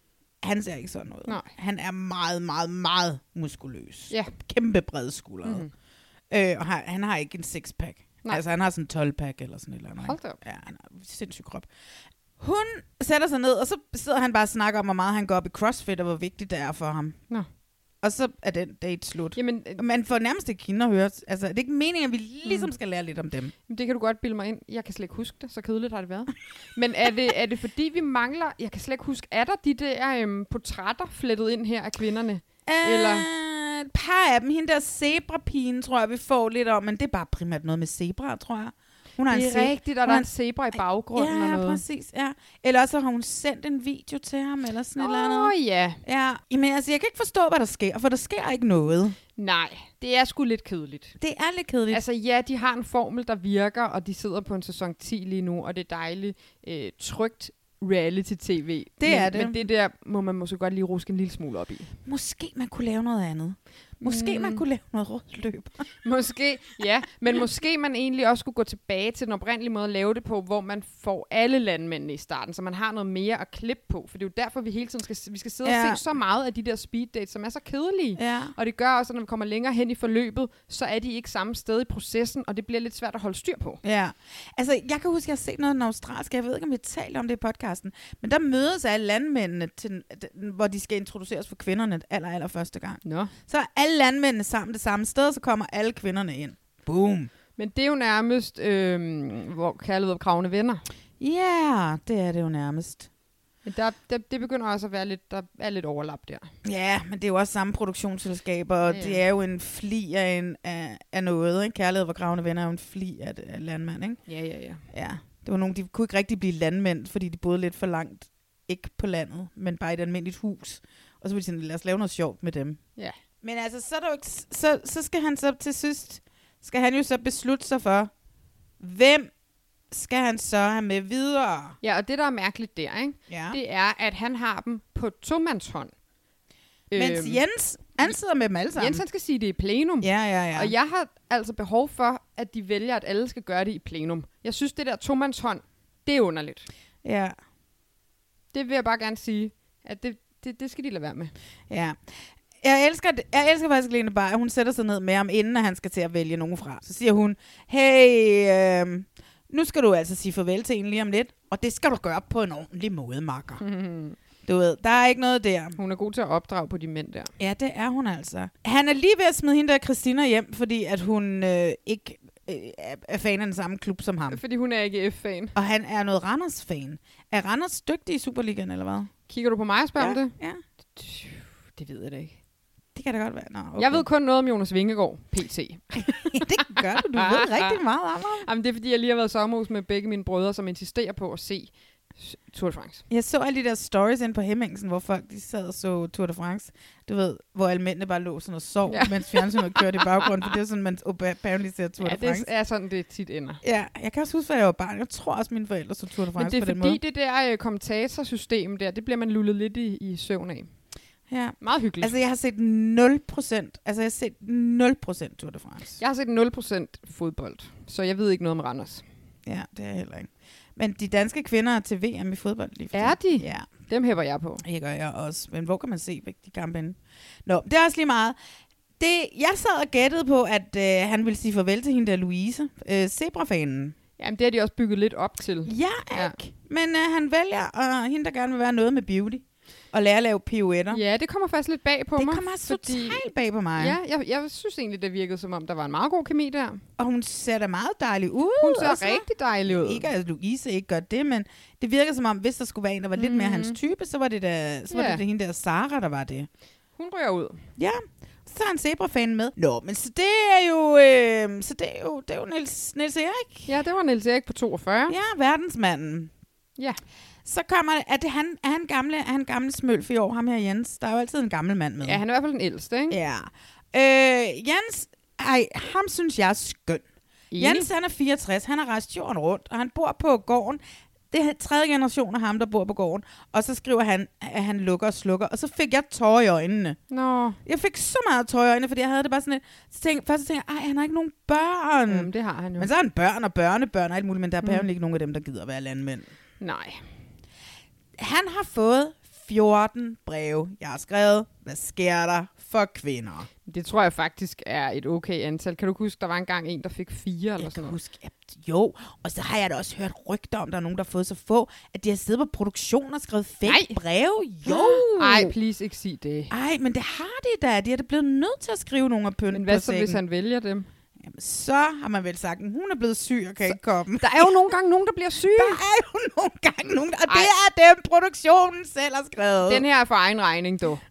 han ser ikke sådan ud. Nej. Han er meget, meget, meget muskuløs. Ja. Kæmpe bred skuldret. Mm. Øh, og har, han har ikke en sixpack. Nej. Altså han har sådan en tolv-pack eller sådan et eller andet. Hold da op. Ja, han har en sindssyg krop. Hun sætter sig ned, og så sidder han bare og snakker om, hvor meget han går op i CrossFit, og hvor vigtigt det er for ham. Nå. Og så er den date slut. Jamen, øh, Man får nærmest ikke hende at høre. Altså, det er ikke meningen, at vi ligesom skal lære lidt om dem. det kan du godt bilde mig ind. Jeg kan slet ikke huske det, så kedeligt har det været. Men er det, er det fordi, vi mangler... Jeg kan slet ikke huske, er der de der øhm, portrætter flettet ind her af kvinderne? Øh, Eller? Et par af dem. Hende der zebra-pigen, tror jeg, vi får lidt om. Men det er bare primært noget med zebra, tror jeg. Hun har Det en er se- rigtigt, og hun der er har en zebra i baggrunden ja, og noget. præcis, ja. Eller også har hun sendt en video til ham, eller sådan Åh, et eller andet. ja. Ja, men altså, jeg kan ikke forstå, hvad der sker, for der sker ikke noget. Nej, det er sgu lidt kedeligt. Det er lidt kedeligt. Altså ja, de har en formel, der virker, og de sidder på en sæson ti lige nu, og det er dejligt øh, trygt reality-tv. Det men, er det. Men det der må man måske godt lige ruske en lille smule op i. Måske man kunne lave noget andet. Måske mm. man kunne lave noget rødløb. Måske, ja. Men måske man egentlig også skulle gå tilbage til den oprindelige måde at lave det på, hvor man får alle landmændene i starten, så man har noget mere at klippe på. For det er jo derfor, vi hele tiden skal, vi skal sidde ja. og se så meget af de der speed dates, som er så kedelige. Ja. Og det gør også, at når vi kommer længere hen i forløbet, så er de ikke samme sted i processen, og det bliver lidt svært at holde styr på. Ja. Altså, jeg kan huske, at jeg har set noget af den australske. Jeg ved ikke, om vi taler om det i podcasten. Men der mødes alle landmændene, til, hvor de skal introduceres for kvinderne aller, aller første gang. Nå. Så er alle landmændene sammen det samme sted, og så kommer alle kvinderne ind. Boom. Men det er jo nærmest, øh, hvor kærlighed og kravende venner. Ja, yeah, det er det jo nærmest. Men der, der, det begynder også at være lidt, der er lidt overlap der. Ja, men det er jo også samme produktionsselskaber, og Ja. det er jo en fli af, en, af, af noget. Ikke? Kærlighed og kravende venner er jo en fli af, af landmand, ikke? Ja, ja, ja. Ja, det var nogen, de kunne ikke rigtig blive landmænd, fordi de boede lidt for langt, ikke på landet, men bare i et almindeligt hus. Og så ville de sådan, lad os lave noget sjovt med dem. Ja. Men altså, så, er der jo ikke, så, så skal han så til sidst, skal han jo så beslutte sig for, hvem skal han så have med videre? Ja, og det, der er mærkeligt der, ikke? Ja. Det er, at han har dem på tomandshånd. Mens Øhm, Jens, han sidder med dem alle sammen. Jens, han skal sige det i plenum. Ja, ja, ja. Og jeg har altså behov for, at de vælger, at alle skal gøre det i plenum. Jeg synes, det der tomandshånd, det er underligt. Ja, Det vil jeg bare gerne sige, at det, det, det skal de lade være med. ja. Jeg elsker, det- jeg elsker faktisk Lene Beyer. Hun sætter sig ned med ham, inden at han skal til at vælge nogen fra. Så siger hun, hey, øh, nu skal du altså sige farvel til en lige om lidt, og det skal du gøre på en ordentlig måde, makker. Mm. Du ved, der er ikke noget der. Hun er god til at opdrage på de mænd der. Ja, det er hun altså. Han er lige ved at smide hende der Christina hjem, fordi at hun øh, ikke øh, er- er fan af den samme klub som ham. Fordi hun er ikke F-fan. Og han er noget Randers-fan. Er Randers dygtig i Superligaen, eller hvad? Kigger du på mig og spørger om det? Ja, Det ved jeg da ikke. det kan da godt være. Nå, okay. Jeg ved kun noget om Jonas Vingegaard, P T. det gør du. Du ved rigtig meget om ham. Jamen, det er fordi, jeg lige har været i sommerhus med begge mine brødre, som insisterer på at se Tour de France. Jeg så alle de der stories inde på Hemmingsen, hvor folk de sad og så Tour de France. Du ved, hvor alle mændene bare lå sådan og sov, Ja. ja. mens fjernsynet kørte i baggrunden. For det er sådan, man apparently ser Tour Ja, de France. det er sådan, det tit ender. Ja, jeg kan også huske, at jeg var barn. Jeg tror også, mine forældre så Tour de France Men det er på den fordi, måde. det der øh, kommentatorsystem der, det bliver man lullet lidt i, i søvn af. Ja. Meget hyggeligt. Altså, jeg har set nul procent. Altså, jeg har set nul procent Tour de France. Jeg har set nul procent fodbold, så jeg ved ikke noget om Randers. Ja, det er jeg heller ikke. Men de danske kvinder er til V M i fodbold lige for Er tiden. de? Ja, Dem hæpper jeg på. det gør jeg også. Men hvor kan man se væk de kampe inde? Nå, det er også lige meget. Det, jeg sad og gættede på, at øh, han ville sige farvel til hende der Louise, øh, zebrafanen. Jamen, det har de også bygget lidt op til. Ja, Ja. ikke. Men øh, han vælger, og hende der gerne vil være noget med beauty, og lære at lave pirouetter. Ja, det kommer faktisk lidt bag på det mig. kommer totalt bag på mig. Ja, jeg, jeg synes egentlig, det virkede som om, der var en meget god kemi der. Og hun ser da meget dejlig ud. Hun og ser så- rigtig dejlig ud. Ikke at Louise ikke gør det, men det virker som om, hvis der skulle være en, der var lidt mere Mhm. hans type, så var det da, så var Ja. det, det hende der Sara, der var det. Hun ryger ud. Ja, så er han zebrafan med. Nå, men så det er jo, øh, så det er jo, det er jo Niels, Niels Erik. Ja, det var Niels Erik på toogfyrre. Ja, verdensmanden. Ja. Så kommer det, er, det han, er han gamle, er han gamle smølf i år, ham her Jens? Der er jo altid en gammel mand med. Ja, han er i hvert fald den ældste, ikke? Ja. Øh, Jens, ej, ham synes jeg er skøn. Enig. Jens, han er fireogtres, han har rejst jorden rundt, og han bor på gården. Det er tredje generation af ham, der bor på gården. Og så skriver han, at han lukker og slukker. Og så fik jeg tårer i øjnene. Nå, Jeg fik så meget tårer i øjnene, fordi jeg havde det bare sådan lidt. Så tænkte, først så tænkte jeg, ej, han har ikke nogen børn. Jamen, det har han jo. Men så har han børn og børnebørn og alt muligt, men der er Mm. apparently ikke nogen af dem, der gider at være landmænd. Nej. Han har fået fjorten breve. Jeg har skrevet, hvad sker der for kvinder? Det tror jeg faktisk er et okay antal. Kan du huske, der var engang en, der fik fire eller Jeg sådan kan noget? huske, at jo, og så har jeg da også hørt rygter om, der er nogen, der har fået så få, at de har siddet på produktion og skrevet fake Nej. breve. Jo! Ej, please ikke sig det. Ej, men det har de da. De er da blevet nødt til at skrive nogle af pynten Men hvad på så, sækken. hvis han vælger dem? Jamen, så har man vel sagt, at hun er blevet syg og kan ikke komme. Der er jo nogle gange nogen, der bliver syge. Der er jo nogle gange nogen, og Ej. det er dem, produktionen selv har skrevet. Den her er for egen regning, du.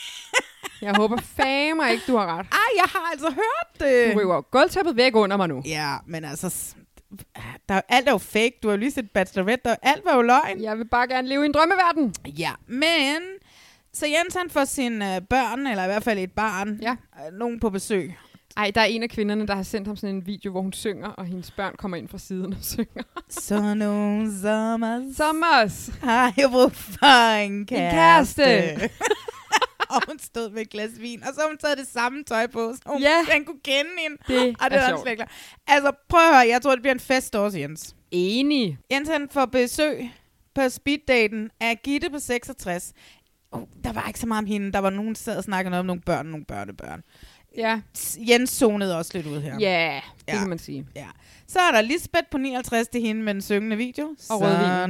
Jeg håber fandme ikke, du har ret. Ej, jeg har altså hørt det. Du river gulvtæppet væk under mig nu. Ja, men altså, s- der, alt er jo fake. Du har jo lige set Bachelorette, der, alt var jo løgn. Jeg vil bare gerne leve i en drømmeverden. Ja, men så Jens han får sine øh, børn, eller i hvert fald et barn, ja. øh, nogen på besøg. Ej, der er en af kvinderne, der har sendt ham sådan en video, hvor hun synger, og hendes børn kommer ind fra siden og synger. Så nogle sommer. Sommers. Har jeg brug for en kæreste. En kæreste. Og hun stod med et glas vin, og så har hun taget det samme tøj på, så hun ja. den kunne kende hende. Det og det er er sjovt. Altså, prøv at høre, jeg tror, det bliver en fest også, Jens. Enig. Jens han får besøg på speeddaten af Gitte på seksogtres. Oh, der var ikke så meget om hende. Der var nogen, der sad og snakkede noget om nogle børn og nogle børnebørn. Ja. Jens zonede også lidt ud her. Ja, det ja. kan man sige. Ja. Så er der Lisbeth på nioghalvtreds, det er hende med den syngende video. Og rødvin.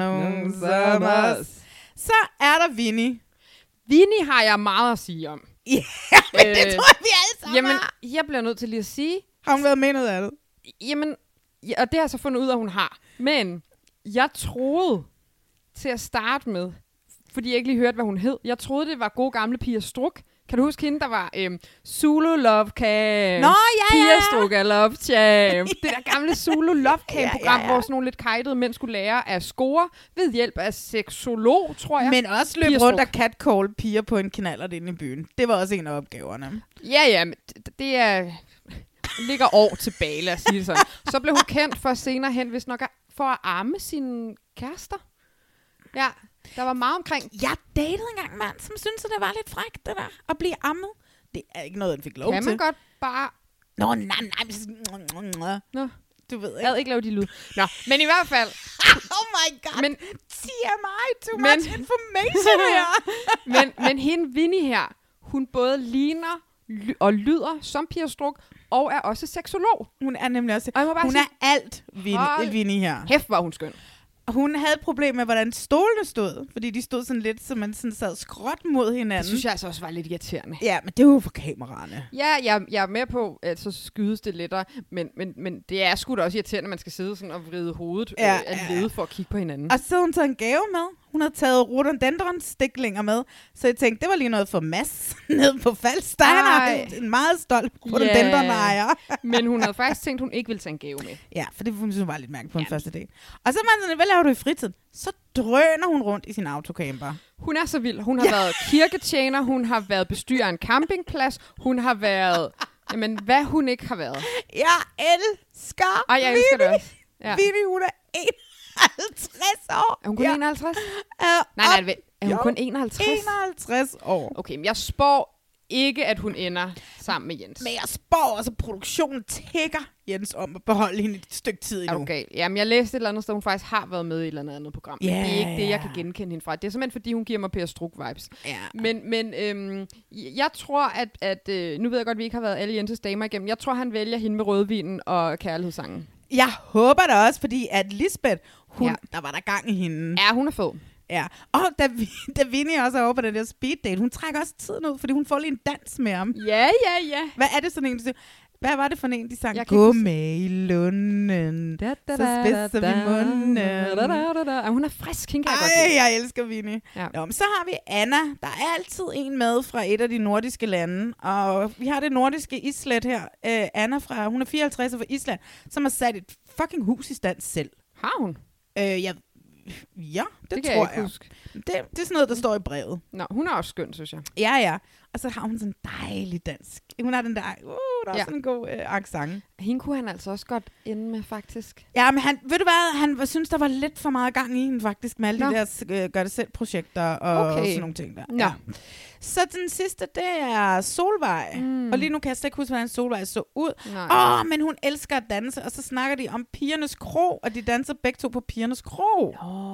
No, så er der Vinnie. Vinnie har jeg meget at sige om. Ja, men øh, det tror jeg, vi alle sammen jamen, har. jeg bliver nødt til lige at sige... Har hun været med noget af det? Jamen, ja, og det har jeg så fundet ud af, at hun har. Men jeg troede til at starte med, fordi jeg ikke lige hørte, hvad hun hed. Jeg troede, det var gode gamle Pia Struk. Kan du huske hende, der var øhm, Zulu Love Camp? Nå, ja, ja, Pia ja. Struk er Love Champ. Det der gamle Zulu Love Camp-program, ja, ja, ja. hvor sådan nogle lidt kajtede mænd skulle lære at score ved hjælp af seksolog, tror jeg. Men også løb rundt og catcall piger på en knallert inde i byen. Det var også en af opgaverne. Ja, ja, men det, det er... ligger år tilbage, lad os sige det sådan. Så blev hun kendt for senere hen, hvis nok for at arme sine kærester. Ja, der var meget omkring. Jeg datede engang en mand, som syntes, at det var lidt frækt, det der, at blive ammet. Det er ikke noget, han fik lov kan til. Kan man godt bare... Nå, nej, nej. Nå. Du ved ikke. Jeg havde ikke lavet de lyd. Nå, men i hvert fald... Oh my god. Men, T M I, too men, much information her. men, men hende, Vinnie her, hun både ligner ly- og lyder som Pia Struk, og er også seksolog. Hun er nemlig også... Hun sige, er alt, Vinnie, Vinnie her. Hæft, var hun skøn. Hun havde et problem med, hvordan stolene stod, fordi de stod sådan lidt, så man sådan sad skråt mod hinanden. Det synes jeg altså også var lidt irriterende. Ja, men det var jo for kameraerne. Ja, jeg, jeg er med på, at så skydes det lettere, men, men, men det er sgu da også irriterende, at man skal sidde sådan og vride hovedet ja, øh, af lede for at kigge på hinanden. Og så havde hun taget en gave med. Hun havde taget rhododendron-stiklinger med, så jeg tænkte, det var lige noget for Mads nede på Falster. Han er en meget stolt rhododendron-ejer. Yeah. Men hun havde faktisk tænkt, hun ikke ville tage en gave med. Ja, for det synes hun var lidt mærkeligt på ja. en første dag. Og så var man sådan, hvad laver du i fritiden? Så drøner hun rundt i sin autocamper. Hun er så vild. Hun har ja. været kirketjener, hun har været bestyrer af en campingplads, hun har været... Jamen, hvad hun ikke har været. Jeg elsker Ej, jeg elsker det også. Ja. Vinnie, hun er enoghalvtreds år. Er hun kun ja. enoghalvtreds? Uh, nej, nej, er hun jo, kun enoghalvtreds? enoghalvtreds år. Okay, men jeg spår ikke, at hun ender sammen med Jens. Men jeg spår også, at produktionen tækker Jens om at beholde hende et stykke tid endnu. Okay, jamen jeg læste et eller andet sted, hun faktisk har været med i et eller andet, andet program. Yeah, det er ikke det, jeg kan genkende hende fra. Det er simpelthen, fordi hun giver mig Pia Struk-vibes. Yeah. Men, men øhm, jeg tror, at, at øh, nu ved jeg godt, at vi ikke har været alle Jens' damer igennem. Jeg tror, han vælger hende med rødvinen og kærlighedssangen. Jeg håber det også, fordi at Lisbeth, hun, ja. der var der gang i hende. Ja, hun er fed. Ja, og da, da Vinnie også er over på den der speed date, hun trækker også tiden ud, fordi hun får lige en dans med ham. Ja, ja, ja. Hvad er det sådan en, hvad var det for en, de sang? Gå med i lunden, da, da, da, så spidser vi munden. Da, da, da, da. Hun er frisk, hende kan jeg Ej, godt lide. jeg elsker Vinnie. Ja. Nå, men så har vi Anna. Der er altid en med fra et af de nordiske lande, og vi har det nordiske Island her. Uh, Anna, fra, hun er fireoghalvtreds fra Island, som har sat et fucking hus i stand selv. Har hun? Uh, jeg Ja, det, det tror jeg. jeg. Huske. Det, det er sådan noget, der står i brevet. Nå, hun er også skøn, synes jeg. Ja, ja. Og så har hun sådan en dejlig dansk. Hun har den der, uh, der er ja. sådan en god øh, accent. Hende kunne han altså også godt ende med, faktisk. Ja, men han, ved du hvad, han synes, der var lidt for meget gang i hende, faktisk, med alle Nå. de der øh, gør-det-selv-projekter og, okay. og sådan nogle ting der. Nå. Ja. Så den sidste, det er Solvej. Mm. Og lige nu kan jeg slet ikke huske, hvordan Solvej så ud. Åh, oh, men hun elsker at danse, og så snakker de om Pigernes Krog, og de danser begge to på Pigernes Krog.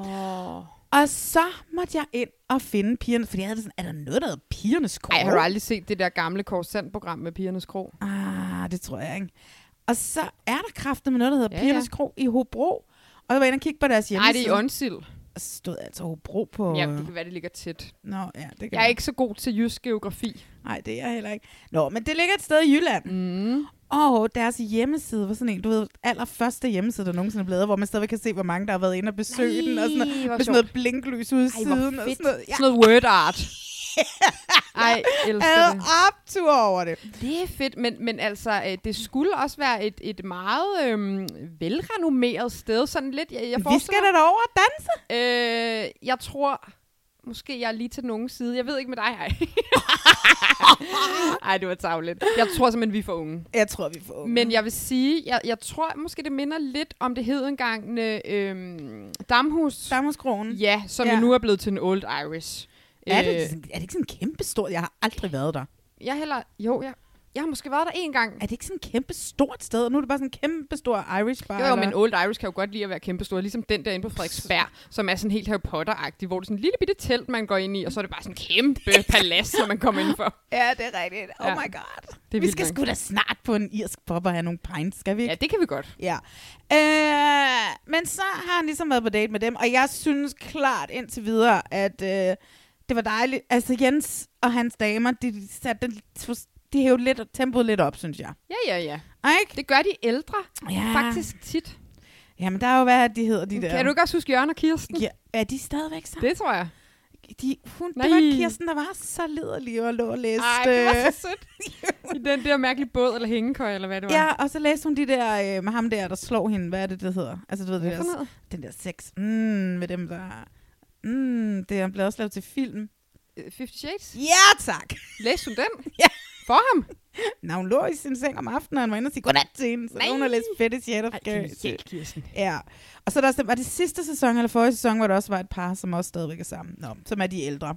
Oh. Og så måtte jeg ind og finde Pigerne, fordi jeg havde sådan, er der noget, der hedder Pigernes Krog? Ej, har du aldrig set det der gamle Korsand-program med Pigernes Krog? Ah, det tror jeg ikke. Og så er der kraftet med noget, der hedder ja, Pigernes ja. Krog i Hobro. Og jeg var inde og kigge på deres hjemmeside. Nej, det er i Åndsild. Og så stod altså Hobro på... Ja, det kan være, det ligger tæt. Nå, ja, det kan jeg er ikke så god til jysk geografi. Nej, det er jeg heller ikke. Nå, men det ligger et sted i Jylland. Mm. Og deres hjemmeside var sådan en, du ved, allerførste hjemmeside, der nogensinde er blevet, hvor man stadig kan se, hvor mange der har været inde og besøge den, og sådan noget, med sådan noget blinklys ude i siden. Og sådan noget, ja. sådan noget word art. Ej, elsker havde det. optur over det. Det er fedt, men, men altså, øh, det skulle også være et, et meget øhm, velrenommeret sted. Sådan lidt, jeg, jeg Vi skal da derover og danse. Øh, jeg tror, måske jeg er lige til nogen side. Jeg ved ikke med dig, hej. Ej, det var tarveligt. Jeg tror simpelthen, vi er for unge. Jeg tror, vi får unge. Men jeg vil sige, jeg, jeg tror måske, det minder lidt om det hedengangne øhm, Damhus. Damhuskronen. Ja, som Ja. ja. nu er blevet til en Old Irish. Er det, Øh, er det ikke sådan en kæmpe stor? Jeg har aldrig været der. jeg heller, jo, jeg, jeg har måske været der en gang. Er det ikke sådan et kæmpe stort sted? Og nu er det bare sådan en kæmpe stor Irish bar. Jo, jo, eller? men Old Irish kan jo godt lide at være kæmpestor. Ligesom den der inde på Frederiksberg, som er sådan helt Harry Potter-agtig, hvor det er sådan en lille bitte telt, man går ind i, og så er det bare sådan en kæmpe palads, som man kommer ind for. Ja, det er rigtigt. Oh Ja. my god. Det er Vi vildt skal nok. sgu da snart på en irsk pop og have nogle pints, skal vi ikke? Ja, det kan vi godt. Ja. Øh, men så har han ligesom været på date med dem, og jeg synes klart indtil videre, at øh, det var dejligt. Altså Jens og hans damer, de satte den, de hævde lidt tempoet lidt op, synes jeg. Ja, ja, ja. Ikke? Det gør de ældre Ja. faktisk tit. Jamen, der er jo, hvad de hedder, de der. Kan du ikke også huske Jørgen og Kirsten? Ja, er de stadigvæk sammen? Det tror jeg. De, hun, Nej. det var Kirsten, der var så liderlig og lå og læste. Ej, det var så sødt. I den der mærkelige båd eller hængekøj, eller hvad det var. Ja, og så læste hun de der øh, med ham der, der slår hende. Hvad er det, det hedder? Altså, du ved, Hvad det for der, noget? den der sex. Mm, med dem, der... Mm, det er blevet også lavet til film. Øh, Fifty Shades? Ja, tak! Læste hun den? Ja. For ham? Når hun lå i sin seng om aftenen, og han var inde og sige godnat til hende. Så Nej. hun har læst Fifty Shades of Ej, Grey. genialt, Kirsten. Ja. Og så er der også, var det sidste sæson, eller forrige sæson, hvor der også var et par, som også stadigvæk er sammen. Nå, som er de ældre.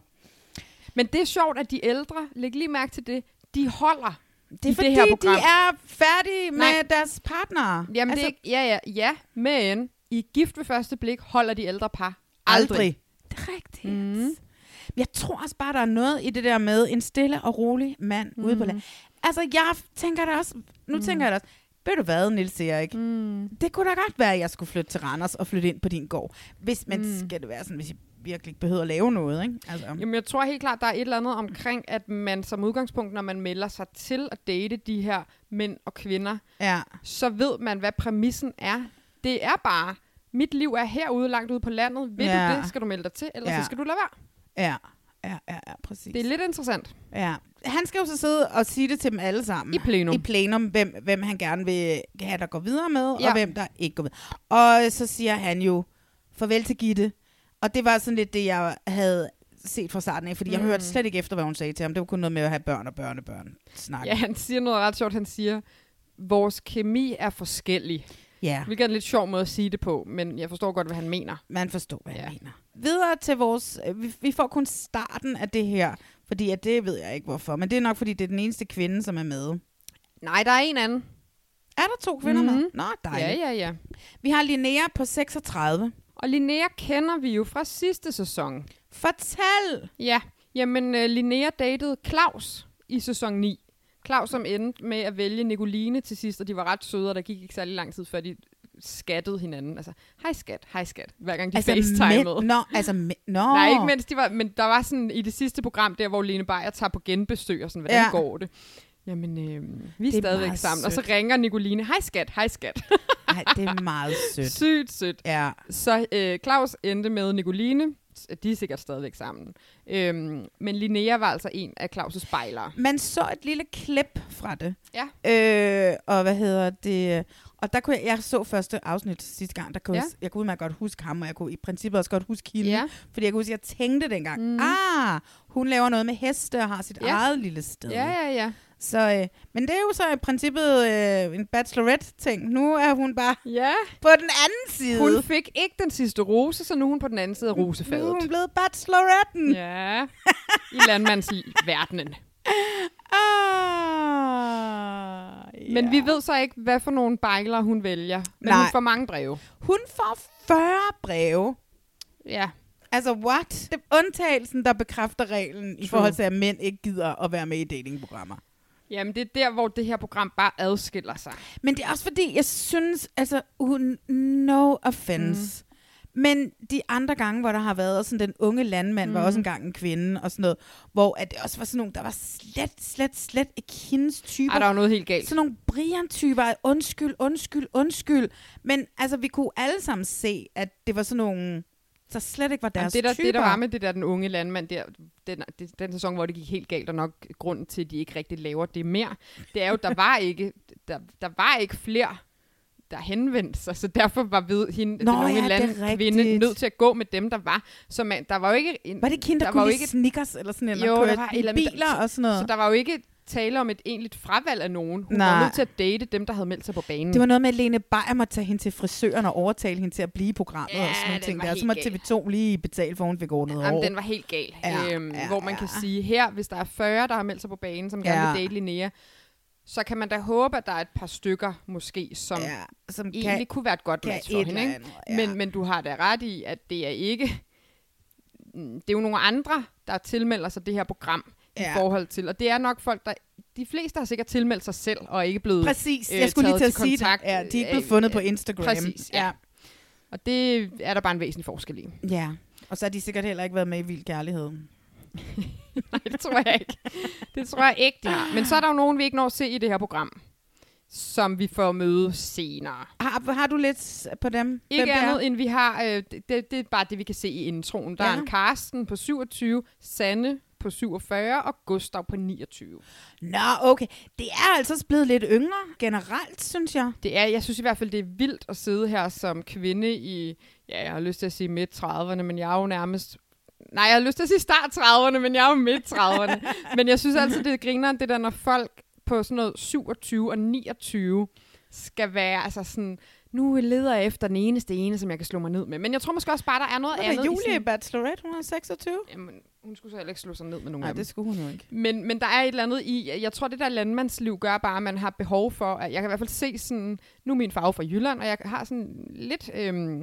Men det er sjovt, at de ældre, læg lige mærke til det, de holder Det er i fordi, det her program. de er færdige med Nej. deres partnere. Jamen, altså, det er ikke, ja, ja, ja, men i Gift ved første blik holder de ældre par aldrig. aldrig. Det er rigtigt. Mm. Jeg tror også bare, der er noget i det der med en stille og rolig mand mm. ude på land. Altså, jeg tænker da også, nu mm. tænker jeg da også, ved du hvad, Niels Erik? Mm. Det kunne da godt være, at jeg skulle flytte til Randers og flytte ind på din gård. Hvis man Mm. skal det være sådan, hvis jeg virkelig ikke behøver at lave noget, ikke? Altså. Jamen, jeg tror helt klart, der er et eller andet omkring, at man som udgangspunkt, når man melder sig til at date de her mænd og kvinder, Ja. så ved man, hvad præmissen er. Det er bare, mit liv er herude, langt ude på landet. Vil Ja. du det, skal du melde dig til, ellers Ja. så skal du lade være. Ja, ja, ja, ja, præcis. Det er lidt interessant. Ja. Han skal jo så sidde og sige det til dem alle sammen. I plenum. I plenum, hvem, hvem han gerne vil have, der går videre med, Ja. og hvem der ikke går videre. Og så siger han jo, farvel til Gitte. Og det var sådan lidt det, jeg havde set fra starten af, fordi mm. jeg hørte slet ikke efter, hvad hun sagde til ham. Det var kun noget med at have børn og børnebørn snakke. Ja, han siger noget ret sjovt. Han siger, vores kemi er forskellig. Ja. Hvilket er en lidt sjov måde at sige det på, men jeg forstår godt, hvad han mener. Man forstår, hvad ja. Ja. jeg mener. Videre til vores... øh, Vi, vi får kun starten af det her, fordi at det ved jeg ikke hvorfor. Men det er nok, fordi det er den eneste kvinde, som er med. Nej, der er en anden. Er der to kvinder Mhm. med? Nå, dejligt. Ja, ja, ja. Vi har Linnea på seksogtredive. Og Linnea kender vi jo fra sidste sæson. Fortæl! Ja, jamen uh, Linnea datede Claus i sæson ni. Claus, som endte med at vælge Nicoline til sidst, og de var ret søde, og der gik ikke særlig lang tid, før de skattede hinanden. Altså, hej skat, hej skat, hver gang de altså, facetimede. Nå, altså... Me- nå. Nej, ikke mens de var, men der var sådan i det sidste program der, hvor Lene Beyer tager på genbesøg og sådan, hvordan Ja. ja. går det? Jamen, øh, vi er, Det er stadigvæk meget sammen. Og så sødt. ringer Nicoline, hej skat, hej skat. Ej, det er meget sødt. Sygt sødt. Ja. Så øh, Claus endte med Nicoline. De er sikkert stadigvæk sammen. Øhm, men Linnea var altså en af Claus' spejlere. Man så et lille klip fra det. Ja. Øh, og hvad hedder det? Og der kunne jeg, jeg så første afsnit sidste gang, der kunne Ja. jeg, jeg kunne udmærket godt huske ham, og jeg kunne i princippet også godt huske hende. Ja. Fordi jeg kunne huske, at jeg tænkte dengang, Mm. mm. ah, hun laver noget med heste og har sit Ja. eget lille sted. Ja, ja, ja. Så, øh, men det er jo så i princippet øh, en bachelorette-ting. Nu er hun bare Ja. på den anden side. Hun fik ikke den sidste rose, så nu er hun på den anden side af Nu er rosefadet. hun blevet bacheloretten. Ja. I landmandsverdenen. Ah, Men ja. vi ved så ikke, hvad for nogle bejlere hun vælger. Men Nej. hun får mange breve. Hun får fyrre breve. Ja. Altså, what? Det er undtagelsen, der bekræfter reglen i True. forhold til, at mænd ikke gider at være med i datingprogrammer. Jamen, det er der, hvor det her program bare adskiller sig. Men det er også fordi, jeg synes, altså, hun, no offense. Mm. Men de andre gange, hvor der har været sådan den unge landmand, mm. var også engang en kvinde og sådan noget, hvor at det også var sådan nogle, der var slet, slet, slet ikke hendes typer. Ej, der var noget helt galt. Sådan nogle Brian-typer, undskyld, undskyld, undskyld. Men altså, vi kunne alle sammen se, at det var sådan nogle så slet ikke var deres Jamen, det, der, typer. det, der var med det der, den unge landmand, der, den, den, den sæson, hvor det gik helt galt, og nok grunden til, at de ikke rigtig laver det mere, det er jo, der var ikke, der, der var ikke flere, der henvendte sig, så derfor var ved hende, Nå, den unge ja, landkvinde, nødt til at gå med dem, der var. Så man, der var jo ikke... En, var det ikke hende, der, der kunne lide Snickers, eller sådan noget, jo, og der var kørte biler der, og sådan noget? Så der var jo ikke tale om et egentligt fravalg af nogen. Hun Nej. var nødt til at date dem, der havde meldt sig på banen. Det var noget med, at Lene Beyer måtte tage hende til frisøren og overtale hende til at blive i programmet. Ja, og sådan nogle ting der. Så måtte gal. T V to lige betale for, hun fik ordnet over. Jamen, den var helt gal. Ja, øhm, ja, hvor man ja. kan sige, her, hvis der er fyrre, der har meldt sig på banen, som gerne Ja. vil date Linnea, så kan man da håbe, at der er et par stykker, måske, som, Ja, som egentlig kan, kunne være et godt kan match for et hende. eller Ikke? andet, ja. Men, men du har da ret i, at det er ikke... Det er jo nogle andre, der tilmelder sig det her program Ja. i forhold til. Og det er nok folk, der... De fleste har sikkert tilmeldt sig selv, og er ikke blevet Præcis, øh, jeg skulle lige taget til at sige kontakt, det. Ja, de er ikke blevet øh, fundet på øh, Instagram. Præcis, ja. ja. Og det er der bare en væsentlig forskel i. Ja, og så har de sikkert heller ikke været med i Vild Kærlighed. Nej, det tror jeg ikke. Det tror jeg ikke, de har. Men så er der jo nogen, vi ikke når at se i det her program, som vi får møde senere. Har, har du lidt på dem? Ikke Hvem det er? andet, end vi har... Øh, det, det er bare det, vi kan se i introen. Der Ja. er en Karsten på syvogtyve, Sanne på syvogfyrre og Gustav på niogtyve. Nå, okay. Det er altså blevet lidt yngre generelt, synes jeg. Det er, jeg synes i hvert fald, det er vildt at sidde her som kvinde i... Ja, jeg har lyst til at sige midt trediverne, men jeg er jo nærmest... Nej, jeg har lyst til at sige start trediverne, men jeg er jo midt trediverne. Men jeg synes altså, det er grineren, det der, når folk på sådan noget syvogtyve og niogtyve skal være altså sådan... Nu leder jeg efter den eneste ene, som jeg kan slå mig ned med. Men jeg tror måske også bare, der er noget Hvad andet. er Julie i sådan, Bachelorette? Hun er seksogtyve. Jamen, hun skulle så heller ikke slå sig ned med nogen Nej, af dem. det skulle hun jo ikke. Men, men der er et eller andet i, jeg tror, det der landmandsliv gør bare, at man har behov for, at jeg kan i hvert fald se sådan, nu er min farve fra Jylland, og jeg har sådan lidt, øhm,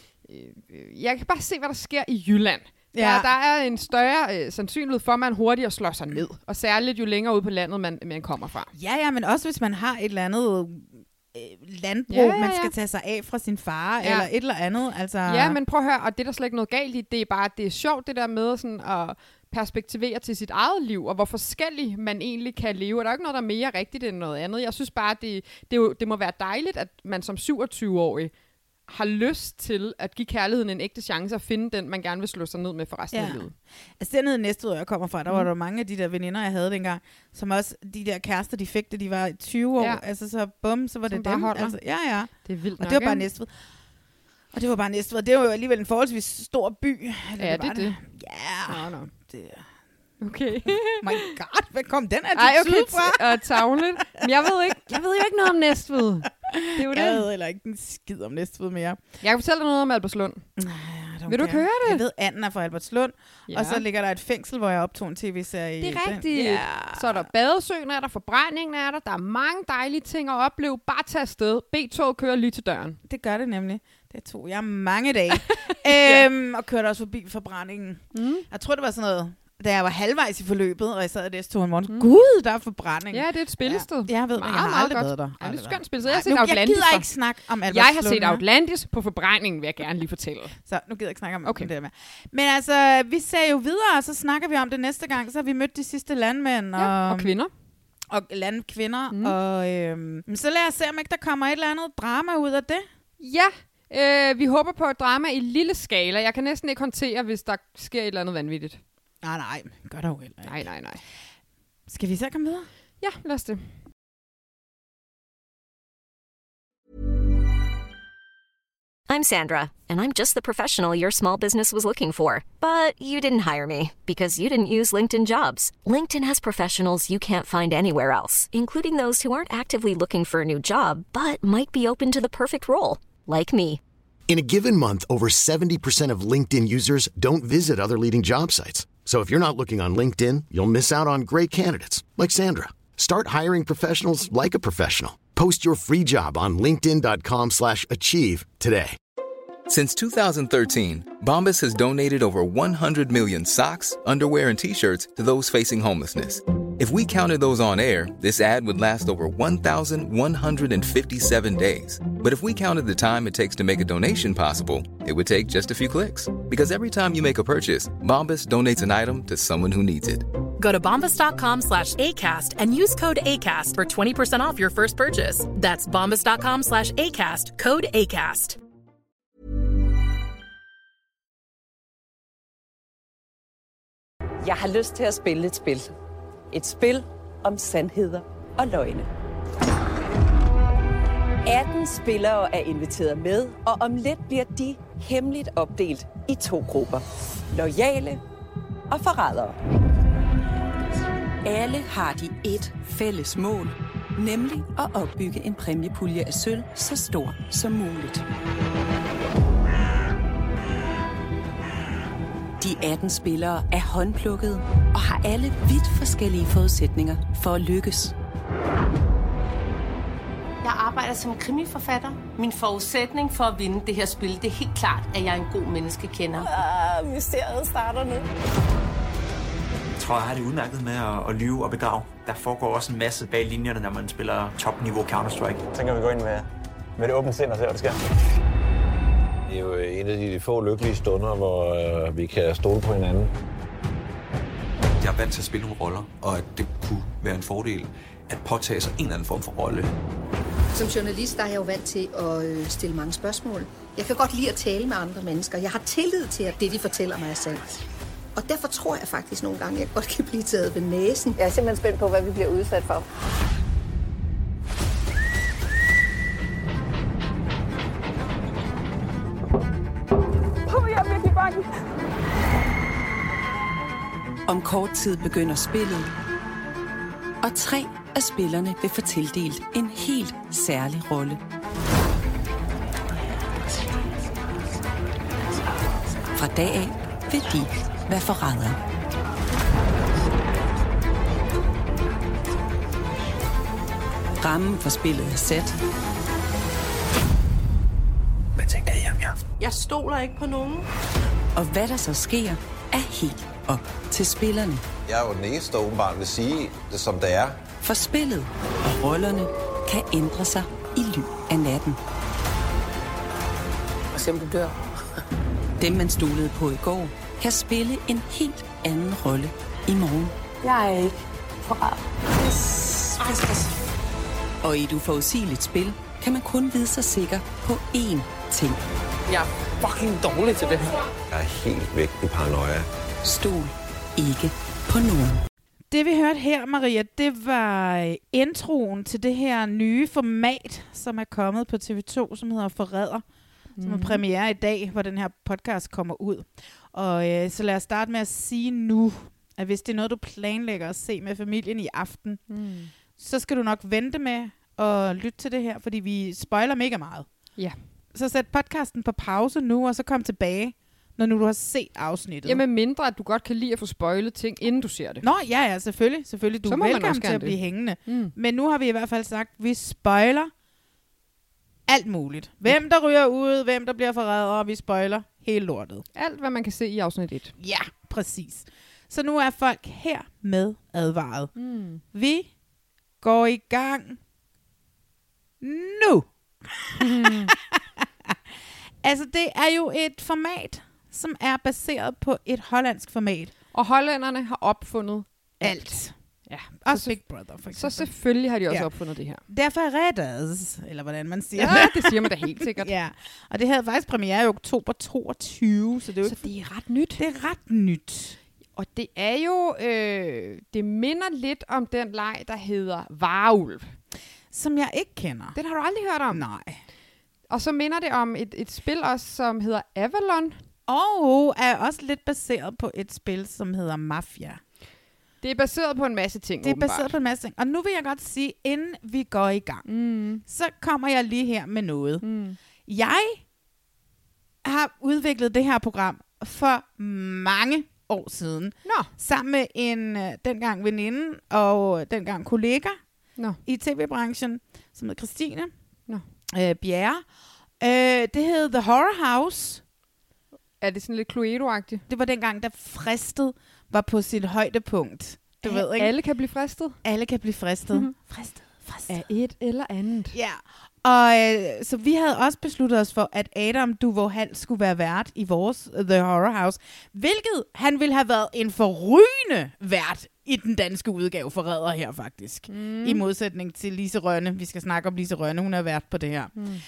øh, jeg kan bare se, hvad der sker i Jylland. Ja. Der, der er en større øh, sandsynlighed for, at man hurtigere slår sig ned. Og særligt jo længere ude på landet, man, man kommer fra. Ja, ja, men også hvis man har et eller andet øh, landbrug, Ja, ja, ja, ja, man skal ja. tage sig af fra sin far, Ja. eller et eller andet. Altså... Ja, men prøv at høre, og det er der slet ikke noget galt i, det er bare, det er sjovt det der med sådan at perspektivere til sit eget liv, og hvor forskellig man egentlig kan leve. Og der er ikke noget, der er mere rigtigt end noget andet. Jeg synes bare, det, det, er jo, det må være dejligt, at man som syvogtyve-årig har lyst til at give kærligheden en ægte chance og finde den, man gerne vil slå sig ned med for resten Ja. af livet. Altså dernede i Næstved, hvor jeg kommer fra, der Mm. var der mange af de der veninder, jeg havde dengang, som også, de der kærester, de fik, da de var tyve år. Ja. Altså så bum, så var Som det bare dem. holder. Altså, ja, ja. Det er vildt Og nok, det var bare ikke? Næstved. Og det var bare Næstved. Det var jo alligevel en forholdsvis stor by. Eller Ja, var det er det. Ja. Nå, nå. Det. Okay. My god, hvad kom den Ej, attitude okay, fra? og tavlet. Men jeg ved, ikke, jeg ved jo ikke noget om Næstved. Det er jo Jeg det. ved heller ikke en skid om Næstved mere. Jeg kan fortælle dig noget om Albertslund. Nej, I don't Vil du care. høre det? Jeg ved, Anden er fra Albertslund, Ja. og så ligger der et fængsel, hvor jeg optog en tv-serie i. Det er den. rigtigt. Ja. Så er der badesøen, er der forbrændingen, er der. Der er mange dejlige ting at opleve. Bare tag afsted. B-toget kører lige til døren. Det gør det nemlig. Det tog jeg mange dage. øhm, og kørte også forbi forbrændingen. Mm. Jeg tror, det var sådan noget, da jeg var halvvejs i forløbet, og jeg sad i det tog en morgen. Mm. Gud, der er forbrænding. Ja, det er et spillested. Ja, jeg ved, men jeg har Meget, aldrig meget været der. Ja, det er Aldrig et været skønt spil. Så jeg har Nej, set nu, Outlandis. Jeg gider for- ikke snakke om Jeg Albertslund. har set mere. Outlandis på forbrændingen, vil jeg gerne lige fortælle. Så nu gider jeg ikke snakke om Okay. det der med. Men altså, vi ser jo videre, og så snakker vi om det næste gang. Så har vi mødt de sidste landmænd. Og, Ja, og kvinder. Og landkvinder. Mm. Mm. Og øhm, så lad os se, om ikke der kommer et eller andet drama ud af det. Ja, øh, vi håber på et drama i lille skala. Jeg kan næsten ikke håndtere, hvis der sker et eller andet vanvittigt. Nej, nej. Gør der jo heller ikke. Nej, nej, nej. Skal vi så komme videre? Ja, lad os det. I'm Sandra, and I'm just the professional your small business was looking for. But you didn't hire me because you didn't use LinkedIn Jobs. LinkedIn has professionals you can't find anywhere else, including those who aren't actively looking for a new job, but might be open to the perfect role, like me. In a given month, over seventy percent of LinkedIn users don't visit other leading job sites. So if you're not looking on LinkedIn, you'll miss out on great candidates like Sandra. Start hiring professionals like a professional. Post your free job on linkedin dot com slash achieve today. Since two thousand thirteen, Bombas has donated over one hundred million socks, underwear, and T-shirts to those facing homelessness. If we counted those on air, this ad would last over one thousand one hundred fifty-seven days. But if we counted the time it takes to make a donation possible, it would take just a few clicks. Because every time you make a purchase, Bombas donates an item to someone who needs it. Go to bombas.com slash ACAST and use code ACAST for twenty percent off your first purchase. That's bombas.com slash ACAST, code ACAST. Jeg har lyst til at spille et spil. Et spil om sandheder og løgne. atten spillere er inviteret med, og om lidt bliver de hemmeligt opdelt i to grupper. Loyale og forrædere. Alle har de et fælles mål, nemlig at opbygge en præmiepulje af sølv så stor som muligt. De atten spillere er håndplukkede og har alle vidt forskellige forudsætninger for at lykkes. Jeg arbejder som krimiforfatter. Min forudsætning for at vinde det her spil, det er helt klart, at jeg er en god menneskekender. Ah, mysteriet starter nu. Jeg tror, jeg har det udmærket med at, at lyve og bedrage. Der foregår også en masse bag linjerne, når man spiller top-niveau Counter-Strike. Jeg tænker, vi går ind med, med det åbne sind og ser, hvad der sker. Det er jo en af de få lykkelige stunder, hvor øh, vi kan stole på hinanden. Jeg er vant til at spille nogle roller, og at det kunne være en fordel at påtage sig en eller anden form for rolle. Som journalist der er jeg jo vant til at stille mange spørgsmål. Jeg kan godt lide at tale med andre mennesker. Jeg har tillid til, at det, de fortæller mig, er sandt. Og derfor tror jeg faktisk nogle gange, at jeg godt kan blive taget ved næsen. Jeg er simpelthen spændt på, hvad vi bliver udsat for. Puh, jeg er virkelig bange. Om kort tid begynder spillet, og tre af spillerne vil få tildelt en helt særlig rolle. Fra dag af vil de være forrædere. Rammen for spillet er sat. Hvad tænker I om jer? Jeg stoler ikke på nogen. Og hvad der så sker, er helt op til spillerne. Jeg er jo den eneste, der åbenbart vil sige det, som det er. For spillet og rollerne kan ændre sig i ly af natten. Og se om du dør. Dem, man stolede på i går, kan spille en helt anden rolle i morgen. Jeg er ikke forræder. Og i et uforudsigeligt spil kan man kun vide sig sikker på én ting. Jeg er fucking dårlig til det her. Jeg er helt væk i paranoia. Stol ikke på nogen. Det vi hørte her, Maria, det var introen til det her nye format, som er kommet på T V to, som hedder Forræder, mm. som er premiere i dag, hvor den her podcast kommer ud. Og øh, så lad os starte med at sige nu, at hvis det er noget, du planlægger at se med familien i aften, mm. så skal du nok vente med at lytte til det her, fordi vi spoiler mega meget. Ja. Så sæt podcasten på pause nu, og så kom tilbage, når nu du har set afsnittet. Jamen mindre, at du godt kan lide at få spoilet ting, inden du ser det. Nå, ja, ja, selvfølgelig. selvfølgelig. Du er velkommen til at blive hængende. Mm. Men nu har vi i hvert fald sagt, at vi spoiler alt muligt. Hvem der ryger ud, hvem der bliver forrædere, vi spoiler hele lortet. Alt, hvad man kan se i afsnit et. Ja, præcis. Så nu er folk her med advaret. Mm. Vi går i gang nu. Mm. Altså, det er jo et format, som er baseret på et hollandsk format. Og hollænderne har opfundet alt. alt. Ja. Også Big Brother, for eksempel. Så selvfølgelig har de også ja. opfundet det her. Derfor redders, eller hvordan man siger. Ja, det siger man da helt sikkert. Ja, og det havde faktisk premiere i oktober toogtyve, så det er jo så ikke... det er ret nyt. Det er ret nyt. Og det er jo, øh, det minder lidt om den leg, der hedder Varulv. Som jeg ikke kender. Den har du aldrig hørt om? Nej. Og så minder det om et, et spil også, som hedder Avalon. Og er også lidt baseret på et spil, som hedder Mafia. Det er baseret på en masse ting, Det er åbenbart. baseret på en masse ting. Og nu vil jeg godt sige, inden vi går i gang, mm. så kommer jeg lige her med noget. Mm. Jeg har udviklet det her program for mange år siden. Nå. Sammen med en uh, dengang veninde og dengang kollega Nå. i tv-branchen, som hed Christine Nå. Øh, Bjerre. Øh, det hed The Horror House. Er det sådan lidt Cluedo-agtigt? Det var dengang, da Fristet var på sit højdepunkt. Du A- ved, ikke? Alle kan blive fristet? Alle kan blive fristet. Mm-hmm. Fristet, fristet. Af et eller andet. Ja. Og øh, så vi havde også besluttet os for, at Adam Duvå Hall skulle være vært i vores The Horror House. Hvilket han ville have været en forrygende vært i den danske udgave for Redder her faktisk. Mm. I modsætning til Lise Rønne. Vi skal snakke om Lise Rønne. Hun er vært på det her. Mm.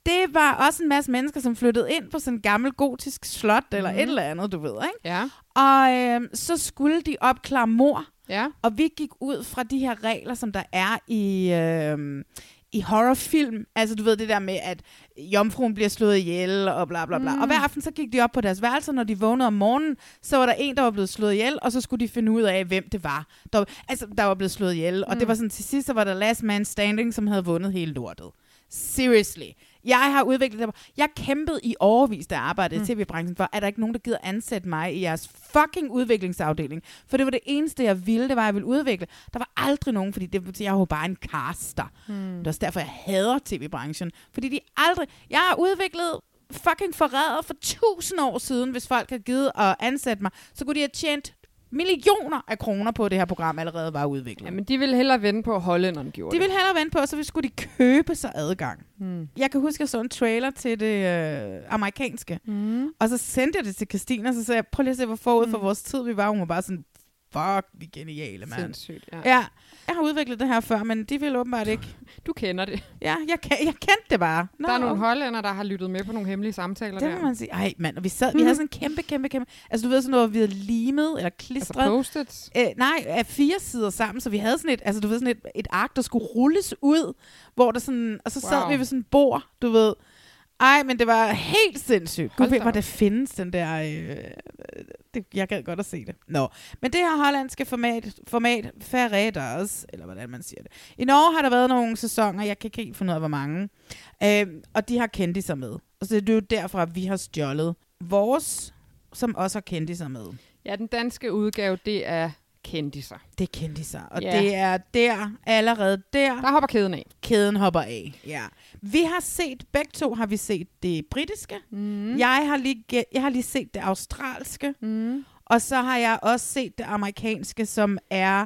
Det var også en masse mennesker, som flyttede ind på sådan en gammel gotisk slot, mm. eller et eller andet, du ved, ikke? Ja. Og øh, så skulle de opklare mord. Ja. Og vi gik ud fra de her regler, som der er i, øh, i horrorfilm. Altså du ved det der med, at jomfruen bliver slået ihjel og bla bla bla. Mm. Og hver aften så gik de op på deres værelser, når de vågnede om morgenen, så var der en, der var blevet slået ihjel, og så skulle de finde ud af, hvem det var. Der var altså, der var blevet slået ihjel. Mm. Og det var sådan, til sidst, så var der last man standing, som havde vundet hele lortet. Seriously. Jeg har udviklet det. Jeg kæmpede i årevis, da jeg arbejdede mm. i tv-branchen, for at der ikke nogen, der gider ansætte mig i jeres fucking udviklingsafdeling. For det var det eneste, jeg ville, det var, at jeg ville udvikle. Der var aldrig nogen, fordi det, jeg var bare en caster. Mm. Det er også derfor, jeg hader tv-branchen. Fordi de aldrig... Jeg har udviklet fucking forræder for tusind år siden, hvis folk havde givet at ansætte mig. Så kunne de have tjent millioner af kroner på, det her program allerede var udviklet. Ja, men de ville hellere vente på, at hollænderne gjorde de det. De ville hellere vente på, og så skulle de købe sig adgang. Hmm. Jeg kan huske, at jeg så en trailer til det øh, amerikanske, hmm. og så sendte jeg det til Christina, og så sagde jeg, prøv lige at se, hvor forud for hmm. vores tid vi var. Hun var bare sådan, fuck, vi er geniale, mand. Sindssygt, ja. Ja. Jeg har udviklet det her før, men de vil åbenbart ikke. Du kender det. Ja, jeg, jeg kendte det bare. Nå, der er nogle hollænder, der har lyttet med på nogle hemmelige samtaler det der. Det må man sige. Ej, mand, og vi, sad, vi havde sådan en kæmpe, kæmpe, kæmpe... Altså, du ved sådan noget, vi havde limet eller klistret. Altså post-its? Æ, nej, af fire sider sammen, så vi havde sådan et, altså du ved, sådan et, et ark, der skulle rulles ud, hvor der sådan... Og så sad wow. vi ved sådan et bord, du ved... Ej, men det var helt sindssygt. Gud ved, hvor det findes, den der... Øh, det, jeg gad godt at se det. Nå. Men det her hollandske format, format Verräters, eller hvordan man siger det. I Norge har der været nogle sæsoner, jeg kan ikke helt finde ud af, hvor mange. Øh, og de har kendiser med. Og så det er jo derfra, vi har stjålet vores, som også har kendiser med. Ja, den danske udgave, det er kendiser. Det er kendiser, og ja. Det er der, allerede der. Der hopper kæden af. Kæden hopper af, ja. Vi har set, begge to har vi set det britiske. Mm. Jeg, har lige, jeg har lige set det australske. Mm. Og så har jeg også set det amerikanske, som er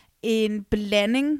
en blanding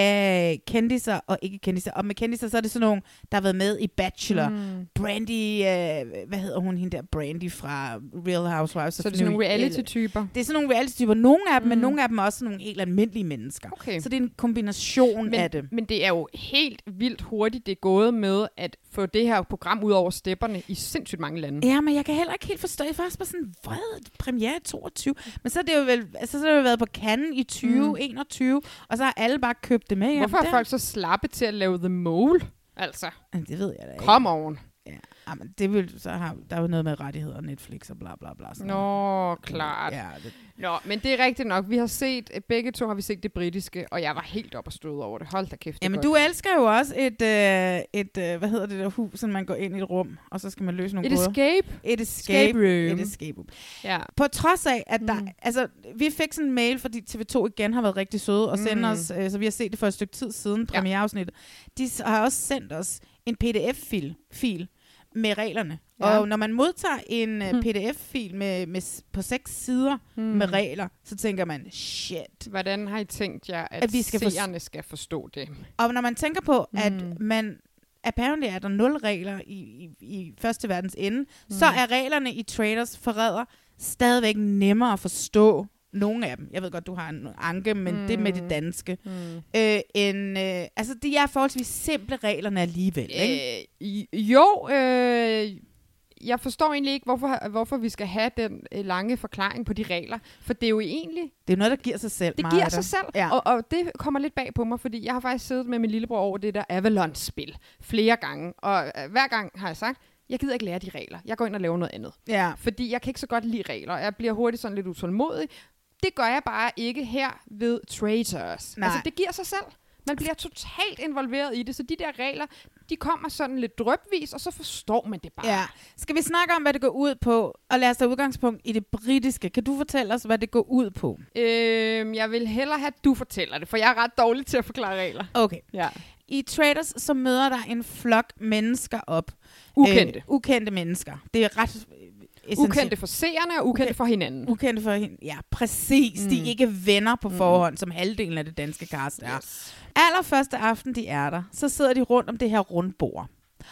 af kendiser og ikke kendiser. Og med kendiser, så er det sådan nogle, der har været med i Bachelor. Mm. Brandy, øh, hvad hedder hun, hende der? Brandy fra Real Housewives. Så det er sådan nogle reality-typer? Det er sådan nogle reality-typer. Nogle af dem, mm. men nogle af dem er også sådan nogle helt almindelige mennesker. Okay. Så det er en kombination men, af det. Men det er jo helt vildt hurtigt, det er gået med at få det her program ud over stepperne i sindssygt mange lande. Ja, men jeg kan heller ikke helt forstå. Jeg er faktisk bare sådan, hvad? Premiere toogtyve? Men så er det jo vel, altså, så har det jo været på Cannes i tyve enogtyve, og så har alle bare købt det med. Hvorfor er folk så slappe til at lave The Mole? Altså. Det ved jeg da ikke. Come on. Ja, men det vil så har der er jo noget med rettigheder, Netflix og bla bla bla. Nå, noget. Klart. Ja, det. Nå, men det er rigtigt nok. Vi har set, begge to har vi set det britiske, og jeg var helt op og stød over det. Hold da kæft. Jamen, du elsker jo også et, øh, et øh, hvad hedder det der hus, så man går ind i et rum, og så skal man løse nogle et gåder. Escape? Et escape. escape room. Et escape room. Ja. På trods af, at der, mm. altså, vi fik sådan en mail, fordi T V to igen har været rigtig søde, og sende mm. os, øh, så vi har set det for et stykke tid siden, premiereafsnittet. Ja. De har også sendt os en P D F-fil, fil, med reglerne. Ja. Og når man modtager en uh, P D F-fil med, med, på seks sider hmm. med regler, så tænker man, shit. Hvordan har I tænkt jer, at, at vi skal seerne skal forstå det? Og når man tænker på, hmm. at man apparently er der nul regler i, i, i første verdens ende, hmm. så er reglerne i Traitors Forræder stadigvæk nemmere at forstå. Nogle af dem. Jeg ved godt, du har en anke, men mm. det med det danske. Mm. Øh, en, øh, altså, de er forholdsvis simple reglerne alligevel, ikke? Øh, jo, øh, jeg forstår egentlig ikke, hvorfor, hvorfor vi skal have den øh, lange forklaring på de regler. For det er jo egentlig... Det er jo noget, der giver sig selv. Det giver sig selv, ja. og, og det kommer lidt bag på mig, fordi jeg har faktisk siddet med min lillebror over det der Avalon-spil flere gange. Og øh, hver gang har jeg sagt, jeg gider ikke lære de regler. Jeg går ind og laver noget andet. Ja. Fordi jeg kan ikke så godt lide regler. Jeg bliver hurtigt sådan lidt utålmodig. Det gør jeg bare ikke her ved Traitors. Nej. Altså, det giver sig selv. Man bliver totalt involveret i det, så de der regler, de kommer sådan lidt drypvis, og så forstår man det bare. Ja. Skal vi snakke om, hvad det går ud på? Og lad os tage udgangspunkt i det britiske. Kan du fortælle os, hvad det går ud på? Øhm, jeg vil hellere have, at du fortæller det, for jeg er ret dårlig til at forklare regler. Okay. Ja. I Traitors, så møder der en flok mennesker op. Ukendte. Øh, ukendte mennesker. Det er ret... Ukendte for seerne og ukendte for hinanden. Ukendte for hinanden, ja, præcis. Mm. De er ikke venner på forhånd, mm. som halvdelen af det danske cast er. Yes. Allerførste aften, de er der, så sidder de rundt om det her rundbord.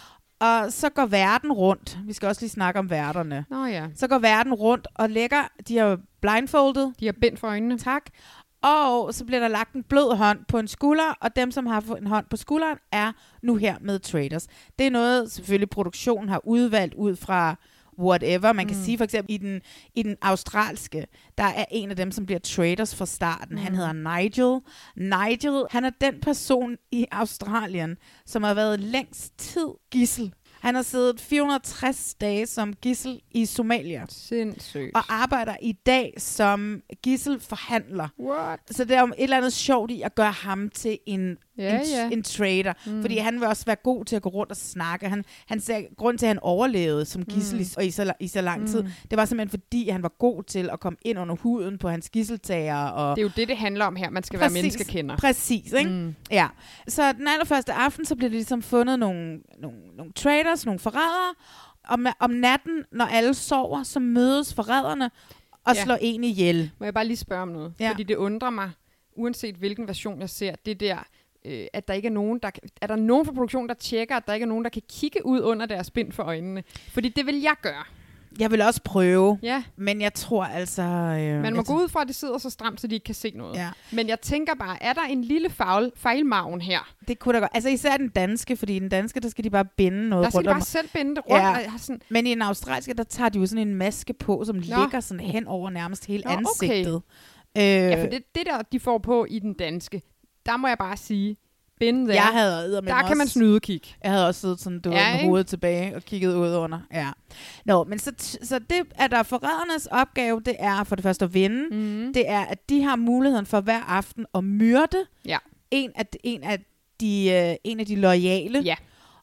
Og så går verden rundt. Vi skal også lige snakke om værterne. Nå ja. Så går verden rundt og lægger, de er blindfoldet. De har bind for øjnene. Tak. Og så bliver der lagt en blød hånd på en skulder, og dem, som har fået en hånd på skulderen, er nu her med traders. Det er noget, selvfølgelig produktionen har udvalgt ud fra whatever. Man kan mm. sige for eksempel, i den, i den australske, der er en af dem, som bliver traders fra starten. Mm. Han hedder Nigel. Nigel, han er den person i Australien, som har været længst tid gidsel. Han har siddet fire hundrede og tres dage som gidsel i Somalia. Sindssygt. Og arbejder i dag som gisselforhandler. What? Så det er jo et eller andet sjovt i at gøre ham til en, ja, en, ja. en trader. Mm. Fordi han vil også være god til at gå rundt og snakke. Han, han sagde, grund til, at han overlevede som gidsel mm. i, i, så, i så lang mm. tid, det var simpelthen fordi, han var god til at komme ind under huden på hans gisseltager. Og det er jo det, det handler om her. Man skal præcis, være menneskekender. Præcis, ikke? Mm. Ja. Så den allerførste aften, så bliver det ligesom fundet nogle, nogle, nogle traders, nogle forrædere. Om, om natten, når alle sover, så mødes forræderne og ja. slår en ihjel. Må jeg bare lige spørge om noget? Ja. Fordi det undrer mig, uanset hvilken version jeg ser, det der, øh, at der ikke er nogen, der er der nogen fra produktionen, der tjekker, at der ikke er nogen, der kan kigge ud under deres bind for øjnene. Fordi det vil jeg gøre. Jeg vil også prøve, ja. men jeg tror altså... Øh, Man må gå ud fra, at det sidder så stramt, så de ikke kan se noget. Ja. Men jeg tænker bare, er der en lille fejl, fejlmargen her? Det kunne da godt. Altså især den danske, fordi i den danske, der skal de bare binde noget rundt. Der skal de bare selv binde det rundt. Ja. Og sådan... Men i den australske, der tager de jo sådan en maske på, som Nå. ligger sådan hen over nærmest hele Nå, ansigtet. Okay. Øh, ja, for det, det der, de får på i den danske, der må jeg bare sige... Binde der. Jeg havde der kan også, man snyde kig. Jeg havde også siddet sådan, du ja, ved, med hovedet tilbage og kigget ud under. Ja. Nå, men så, så det er der forrædernes opgave, det er for det første at vinde. Mm. Det er, at de har muligheden for hver aften at myrde ja. en, af, en, af de, øh, en af de loyale. Ja.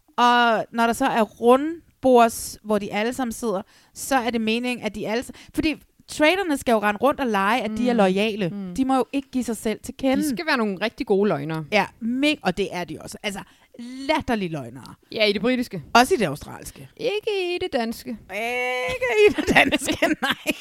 Og når der så er rundbords, hvor de alle sammen sidder, så er det meningen, at de alle fordi traderne skal jo rende rundt og lege, at mm. de er loyale. Mm. De må jo ikke give sig selv til kende. De skal være nogle rigtig gode løgnere. Ja, meg- og det er de også. Altså, latterlige løgnere. Ja, i det britiske. Også i det australske. Ikke i det danske. Ikke i det danske, nej.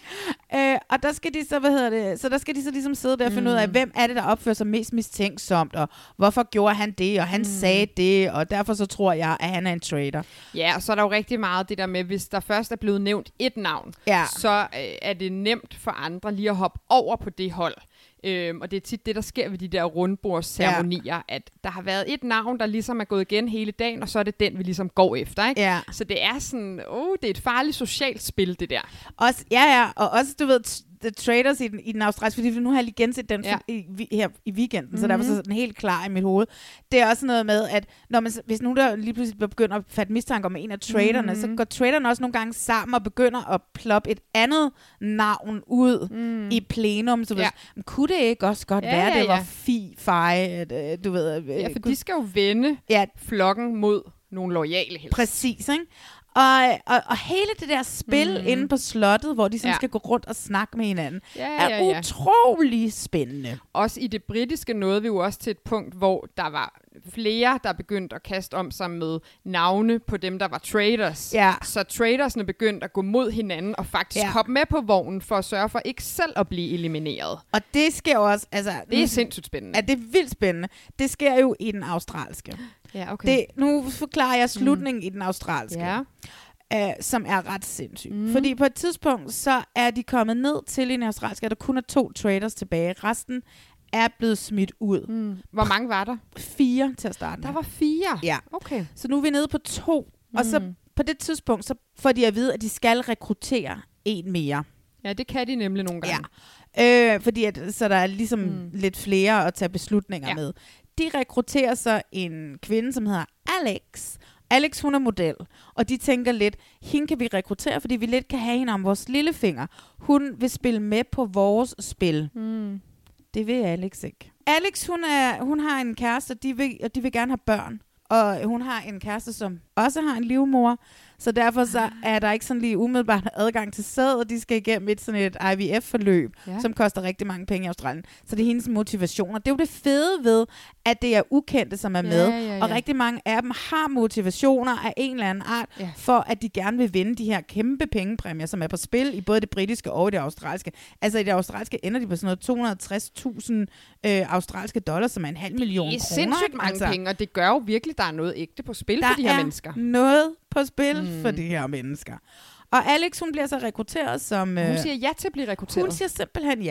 øh, og der skal de så, hvad hedder det, så der skal de så ligesom sidde der og finde mm. ud af, hvem er det, der opfører sig mest mistænksomt, og hvorfor gjorde han det, og han mm. sagde det, og derfor så tror jeg, at han er en trader. Ja, og så er der jo rigtig meget det der med, hvis der først er blevet nævnt et navn, ja. så øh, er det nemt for andre lige at hoppe over på det hold. Øhm, og det er tit det, der sker ved de der rundbordsceremonier, ja. at der har været et navn, der ligesom er gået igen hele dagen, og så er det den, vi ligesom går efter, ikke? Ja. Så det er sådan, åh, det er et farligt socialt spil, det der. Også, ja, ja, og også, du ved, The Traders i den, i den australske, fordi nu har jeg lige genset den ja. i, i, her i weekenden, mm-hmm. så derfor så er den helt klar i mit hoved. Det er også noget med, at når man, hvis nu der lige pludselig begynder at fatte mistanke om en af traderne, mm-hmm. så går traderne også nogle gange sammen og begynder at ploppe et andet navn ud mm. i plenum. Så ja. hvis, kunne det ikke også godt ja, være, ja, det var ja. fi, fej, du ved. Ja, for de skal jo vende ja. flokken mod nogle loyale helst. Præcis, ikke? Og, og, og hele det der spil mm-hmm. inde på slottet, hvor de sådan ja. skal gå rundt og snakke med hinanden, ja, er ja, ja. utrolig spændende. Også i det britiske nåede vi jo også til et punkt, hvor der var flere, der begyndte at kaste om sig med navne på dem, der var traders. Ja. Så tradersne begyndte at gå mod hinanden og faktisk ja. hoppe med på vognen for at sørge for ikke selv at blive elimineret. Og det sker jo også... Altså, det er sindssygt spændende. Ja, det er vildt spændende. Det sker jo i den australske. Ja, okay. Det, nu forklarer jeg slutningen mm. i den australske. Ja. Uh, som er ret sindssygt. Mm. Fordi på et tidspunkt, så er de kommet ned til i den australske, at der kun er to traders tilbage. Resten er blevet smidt ud. Mm. Hvor mange var der? Fire til at starte. Der var fire? Ja. Okay. Så nu er vi nede på to. Mm. Og så på det tidspunkt, så får de at vide, at de skal rekruttere en mere. Ja, det kan de nemlig nogle gange. Ja. Øh, fordi at, så der er ligesom mm. lidt flere at tage beslutninger ja. med. De rekrutterer så en kvinde, som hedder Alex. Alex, hun er model, og de tænker lidt, hende kan vi rekruttere, fordi vi lidt kan have hende om vores lillefinger. Hun vil spille med på vores spil. Mm. Det vil Alex ikke. Alex, hun, er, hun har en kæreste, og de vil, og de vil gerne have børn. Og hun har en kæreste, som også har en livmor. Så derfor så er der ikke sådan lige umiddelbart adgang til sæd, og de skal igennem et sådan et I V F-forløb, ja. som koster rigtig mange penge i Australien. Så det er hendes motivationer. Det er jo det fede ved, at det er ukendte, som er med. Ja, ja, ja. Og rigtig mange af dem har motivationer af en eller anden art, ja. for at de gerne vil vinde de her kæmpe pengepræmier, som er på spil i både det britiske og det australske. Altså i det australske ender de på sådan noget to hundrede og tres tusind øh, australske dollars, som er en halv million kroner. Det er sindssygt mange altså, penge, og det gør jo virkelig, der er noget ægte på spil der for de her mennesker. noget på spil mm. for de her mennesker. Og Alex, hun bliver så rekrutteret som... Hun siger ja til at blive rekrutteret? Hun siger simpelthen ja.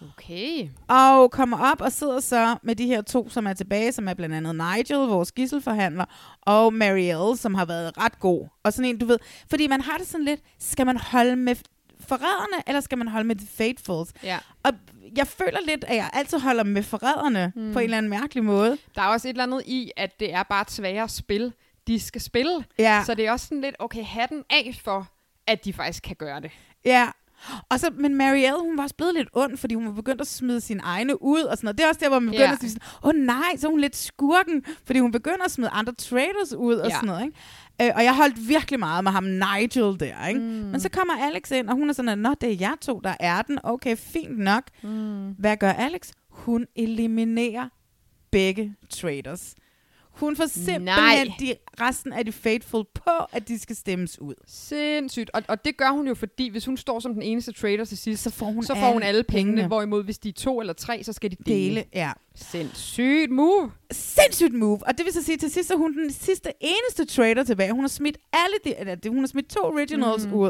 Okay. Og kommer op og sidder så med de her to, som er tilbage, som er blandt andet Nigel, vores gisselforhandler, og Marielle, som har været ret god. Og sådan en, du ved, fordi man har det sådan lidt, skal man holde med forræderne, eller skal man holde med The Fatefuls? Ja. Og jeg føler lidt, at jeg altid holder med forræderne mm. på en eller anden mærkelig måde. Der er også et eller andet i, at det er bare et sværere spil, de skal spille. Ja. Så det er også sådan lidt, okay, hatten af for, at de faktisk kan gøre det. Ja. Og så, men Marielle, hun var også blevet lidt ond, fordi hun var begyndt at smide sine egne ud og sådan noget. Det er også der, hvor man begynder yeah. at sige sådan, åh oh, nej, så er hun lidt skurken, fordi hun begynder at smide andre traders ud og yeah. sådan noget, ikke? Øh, og jeg holdt virkelig meget med ham Nigel der, ikke? Mm. Men så kommer Alex ind, og hun er sådan, at nå, det er jer to, der er den. Okay, fint nok. Mm. Hvad gør Alex? Hun eliminerer begge traders. Hun får simpelthen de, resten af de Fateful på, at de skal stemmes ud. Sindssygt. Og, og det gør hun jo, fordi hvis hun står som den eneste trader til sidst, så får hun, så får hun alle pengene. pengene. Hvorimod hvis de er to eller tre, så skal de dele. dele ja. Sindssygt move. Sindssygt move. Og det vil så sige, til sidst er hun den sidste eneste trader tilbage. Hun har smidt alle de, eller hun har smidt to originals mm. ud.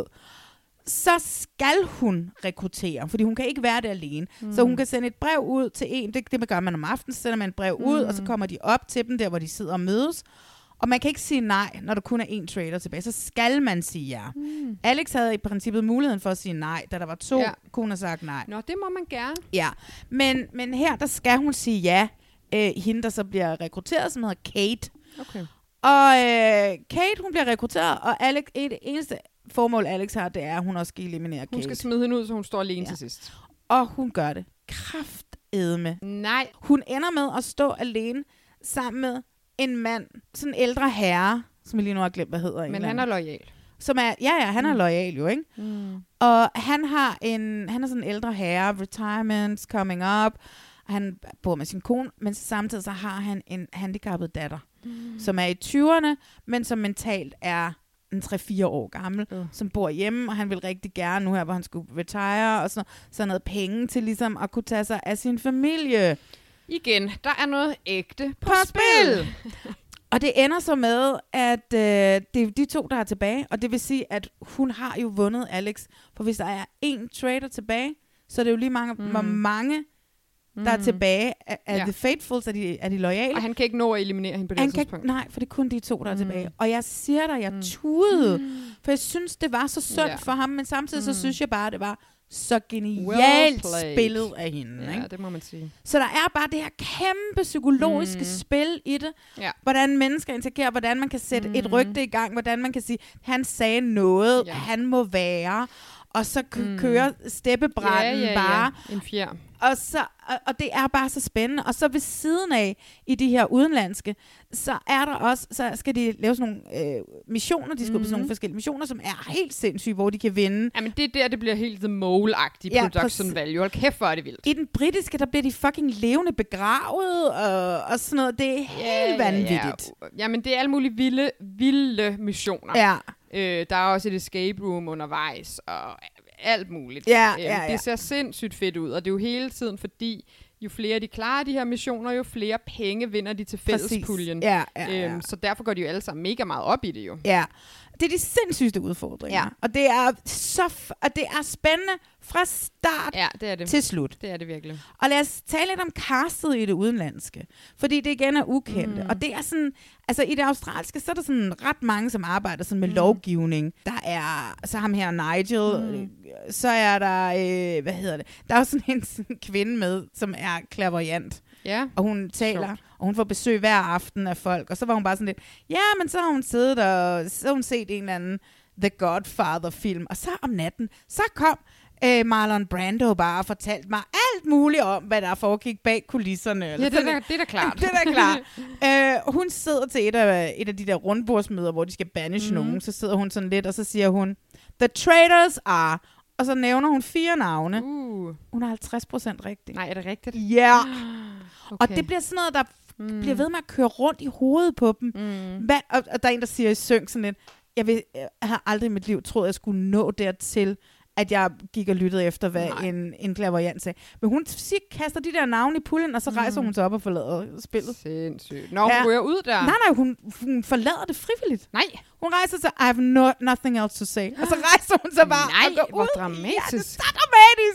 Så skal hun rekruttere, fordi hun kan ikke være det alene. Mm. Så hun kan sende et brev ud til en, det, det gør man om aftenen, så sender man et brev mm. ud, og så kommer de op til dem, der hvor de sidder og mødes. Og man kan ikke sige nej, når der kun er én trader tilbage. Så skal man sige ja. Mm. Alex havde i princippet muligheden for at sige nej, da der var to, ja. kunne hun have sagt nej. Nå, det må man gerne. Ja, men, men her, der skal hun sige ja. Øh, hende, der så bliver rekrutteret, som hedder Kate. Okay. Og øh, Kate, hun bliver rekrutteret, og Alex, det eneste formål, Alex har, det er, at hun også skal eliminere Kate. Hun skal smide hende ud, så hun står alene ja. til sidst. Og hun gør det kraftedme. Nej. Hun ender med at stå alene sammen med en mand, sådan en ældre herre, som jeg lige nu har glemt, hvad hedder. Men han er loyal. Som er, ja, ja, han er mm. loyal jo, ikke? Mm. Og han har en, han er sådan en ældre herre, retirement, coming up. Han bor med sin kone, men samtidig så har han en handicappet datter, mm. som er i tyverne, men som mentalt er en tre fire år gammel, mm. som bor hjemme, og han vil rigtig gerne, nu her, hvor han skulle retire, og sådan, sådan noget penge til ligesom at kunne tage sig af sin familie. Igen, der er noget ægte på, på spil! Og det ender så med, at øh, det er de to, der er tilbage, og det vil sige, at hun har jo vundet Alex, for hvis der er én trader tilbage, så er det jo lige mange, mm. hvor mange der er tilbage af, af ja. The Fatefuls, af de, af de loyale. Og han kan ikke nå at eliminere hende på det han tidspunkt. Kan, nej, for det er kun de to, der er mm. tilbage. Og jeg siger dig, jeg mm. tudede, mm. for jeg synes, det var så synd yeah. for ham, men samtidig mm. så synes jeg bare, det var så genialt well spillet af hende. Ja, ikke? det må man sige. Så der er bare det her kæmpe psykologiske mm. spil i det. Ja. Hvordan mennesker interagerer, hvordan man kan sætte mm. et rygte i gang, hvordan man kan sige, han sagde noget, ja. han må være, og så k- mm. kører steppebranden ja, ja, bare. Ja. En fjer. Og, så, og, og det er bare så spændende. Og så ved siden af, i de her udenlandske, så er der også, så skal de lave sådan nogle øh, missioner, de skal mm-hmm. på sådan nogle forskellige missioner, som er helt sindssyge, hvor de kan vinde. Jamen det er der, det bliver helt The Mole-agtig ja, production præcis. value. Hold kæft, hvor er det vildt. I den britiske, der bliver de fucking levende begravet, og, og sådan noget. Det er helt ja, vanvittigt. Ja, ja. Jamen det er alle mulige vilde, vilde missioner. Ja. Øh, der er også et escape room undervejs, og alt muligt. Ja, øhm, ja, ja. Det ser sindssygt fedt ud, og det er jo hele tiden, fordi jo flere de klarer de her missioner, jo flere penge vinder de til fællespuljen. Ja, ja, ja. Øhm, så derfor går de jo alle sammen mega meget op i det jo. Ja, det er de sindssygste udfordringer. Ja. Og det er så f- og det er spændende fra start ja, det er det. til slut. Det er det virkelig. Og lad os tale lidt om castet i det udenlandske. Fordi det igen er ukendte. Mm. Og det er sådan, altså i det australske, så er der sådan ret mange, som arbejder sådan med mm. lovgivning. Der er, så ham her Nigel, mm. øh, så er der, øh, hvad hedder det, der er også sådan en sådan kvinde med, som er clairvoyant. Ja. Og hun taler, Sjovt. og hun får besøg hver aften af folk. Og så var hun bare sådan lidt, ja, men så har hun siddet og så har hun set en eller anden The Godfather-film. Og så om natten, så kom øh, Marlon Brando bare og fortalte mig alt muligt om, hvad der foregik bag kulisserne. Ja, det er, da, det er da klart. det er da klart. øh, hun sidder til et af, et af de der rundbordsmøder, hvor de skal banish mm. nogen. Så sidder hun sådan lidt, og så siger hun, The traitors are... Og så nævner hun fire navne. Uh. Hun er halvtreds procent rigtig. Nej, er det rigtigt? Ja. Yeah. Okay. Og det bliver sådan noget, der mm. bliver ved med at køre rundt i hovedet på dem. Mm. Hvad, og, og der er en, der siger i synk sådan lidt, jeg, vil, jeg har aldrig i mit liv troet, at jeg skulle nå dertil, at jeg gik og lyttede efter, hvad en, en clairvoyant sagde. Men hun siger, kaster de der navne i puljen, og så rejser mm. hun sig op og forlader spillet. Sindssygt. Nå, hun ja. ryger ud der. Nej, nej, hun, hun forlader det frivilligt. Nej. Hun rejser sig, I have no, nothing else to say. Og så rejser hun sig bare nej, og går hvor ud. dramatisk. Ja, det er så dramatisk.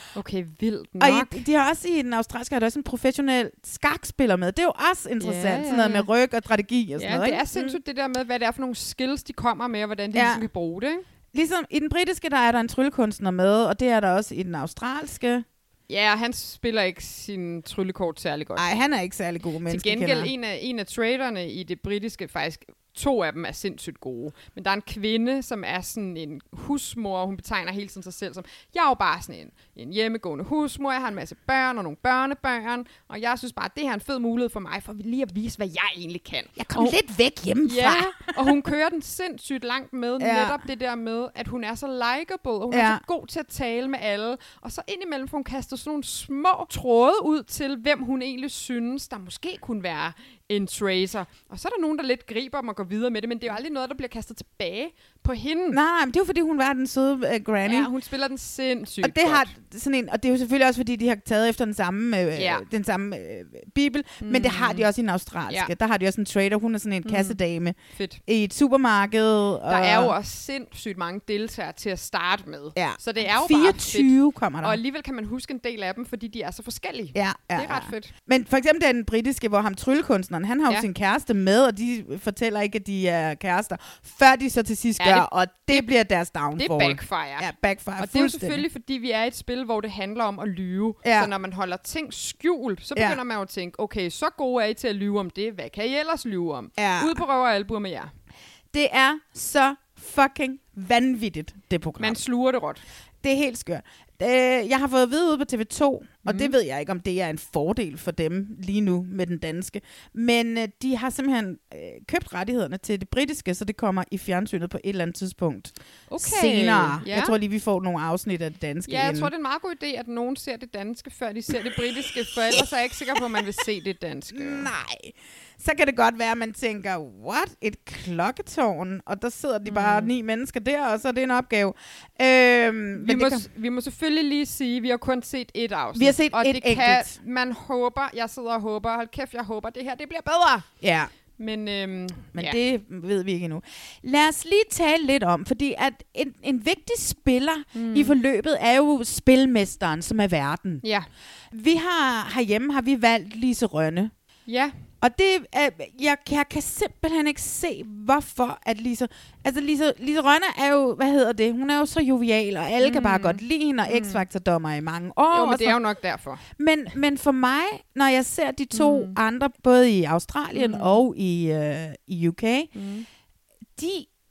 Okay, vildt nok. Og i, de har også i den australske, har der også en professionel skakspiller med. Det er jo også interessant, ja, ja, ja. Sådan noget med ryg og strategi og sådan ja, noget. det ikke? er sindssygt det der med, hvad det er for nogle skills, de kommer med, og hvordan de Ja. ligesom kan bruge det, ikke? Ligesom i den britiske, der er der en tryllekunstner med, og det er der også i den australske. Ja, han spiller ikke sin tryllekort særlig godt. Nej, han er ikke særlig god Til menneskekender. gengæld, en af, en af traderne i det britiske, faktisk to af dem er sindssygt gode. Men der er en kvinde, som er sådan en husmor, og hun betegner hele tiden sig selv som, jeg er jo bare sådan en, en hjemmegående husmor, jeg har en masse børn og nogle børnebørn, og jeg synes bare, at det her er en fed mulighed for mig, for lige at vise, hvad jeg egentlig kan. Jeg kom og, lidt væk hjemmefra. Ja, og hun kører den sindssygt langt med, Ja. netop det der med, at hun er så likeable, og hun Ja. er så god til at tale med alle, og så indimellem får hun kastet sådan nogle små tråde ud til, hvem hun egentlig synes, der måske kunne være en tracer. Og så er der nogen, der lidt griber dem og går videre med det, men det er jo aldrig noget, der bliver kastet tilbage på hende. Nej, nej, men det er jo fordi, hun var den søde uh, granny. Ja, hun spiller den sindssygt og det godt. har sådan en, og det er jo selvfølgelig også fordi, de har taget efter den samme, øh, Ja. den samme øh, bibel, mm. men det har de også i den australske. Ja. Der har de også en trader, hun er sådan en Mm. kassedame Fedt. i et supermarked. Og Der er jo også sindssygt mange deltagere til at starte med. Ja. Så det er jo fireogtyve bare fedt. kommer der. Og alligevel kan man huske en del af dem, fordi de er så forskellige. Ja, ja, det er ret ja. fedt. Men for eksempel den britiske, hvor ham tryllekunstneren, han har jo Ja. sin kæreste med, og de fortæller ikke, at de er kærester, før de så til sidst Ja, gør, det- og det bliver deres downfall. Det er backfire. Ja, backfire. Og det er jo fuldstændig. selvfølgelig, fordi vi er i et spil, hvor det handler om at lyve. Ja. Så når man holder ting skjult, så Ja. begynder man jo at tænke, okay, så gode er I til at lyve om det. Hvad kan I ellers lyve om? Ja. Ud på røv og albuer med jer. Det er så fucking vanvittigt, det program. Man sluger det råt. Det er helt skørt. Øh, jeg har fået at vide ude på T V to, og Mhm. det ved jeg ikke, om det er en fordel for dem lige nu med den danske. Men øh, de har simpelthen øh, købt rettighederne til det britiske, så det kommer i fjernsynet på et eller andet tidspunkt Okay, senere. ja. Jeg tror lige, vi får nogle afsnit af det danske. Ja, jeg inden. tror, det er en meget god idé, at nogen ser det danske, før de ser det britiske, for ellers er jeg ikke sikker på, at man vil se det danske. Nej. Så kan det godt være, at man tænker, what? Et klokketårn? Og der sidder de bare mm. ni mennesker der, og så er det en opgave. Øhm, Vi men må, det kan... vi må selvfølgelig lige sige, at vi har kun set et afsnit. Vi har set og et det kan, enkelt. man håber, jeg sidder og håber, hold kæft, jeg håber, det her det bliver bedre. Ja. Men, øhm, Men ja. det ved vi ikke endnu. Lad os lige tale lidt om, fordi at en, en vigtig spiller mm. i forløbet er jo spilmesteren, som er verden. Ja. Vi har herhjemme har vi valgt Lise Rønne. Ja. Og det, er, jeg, jeg kan simpelthen ikke se, hvorfor at Lise... Altså, Lise, Lise Rønne er jo, hvad hedder det? Hun er jo så jovial, og alle mm. kan bare godt lide hende, og mm. X-Factor-dommer i mange år. Jo, men og det så. er jo nok derfor. Men, men for mig, når jeg ser de to mm. andre, både i Australien mm. og i, øh, i U K, mm. de...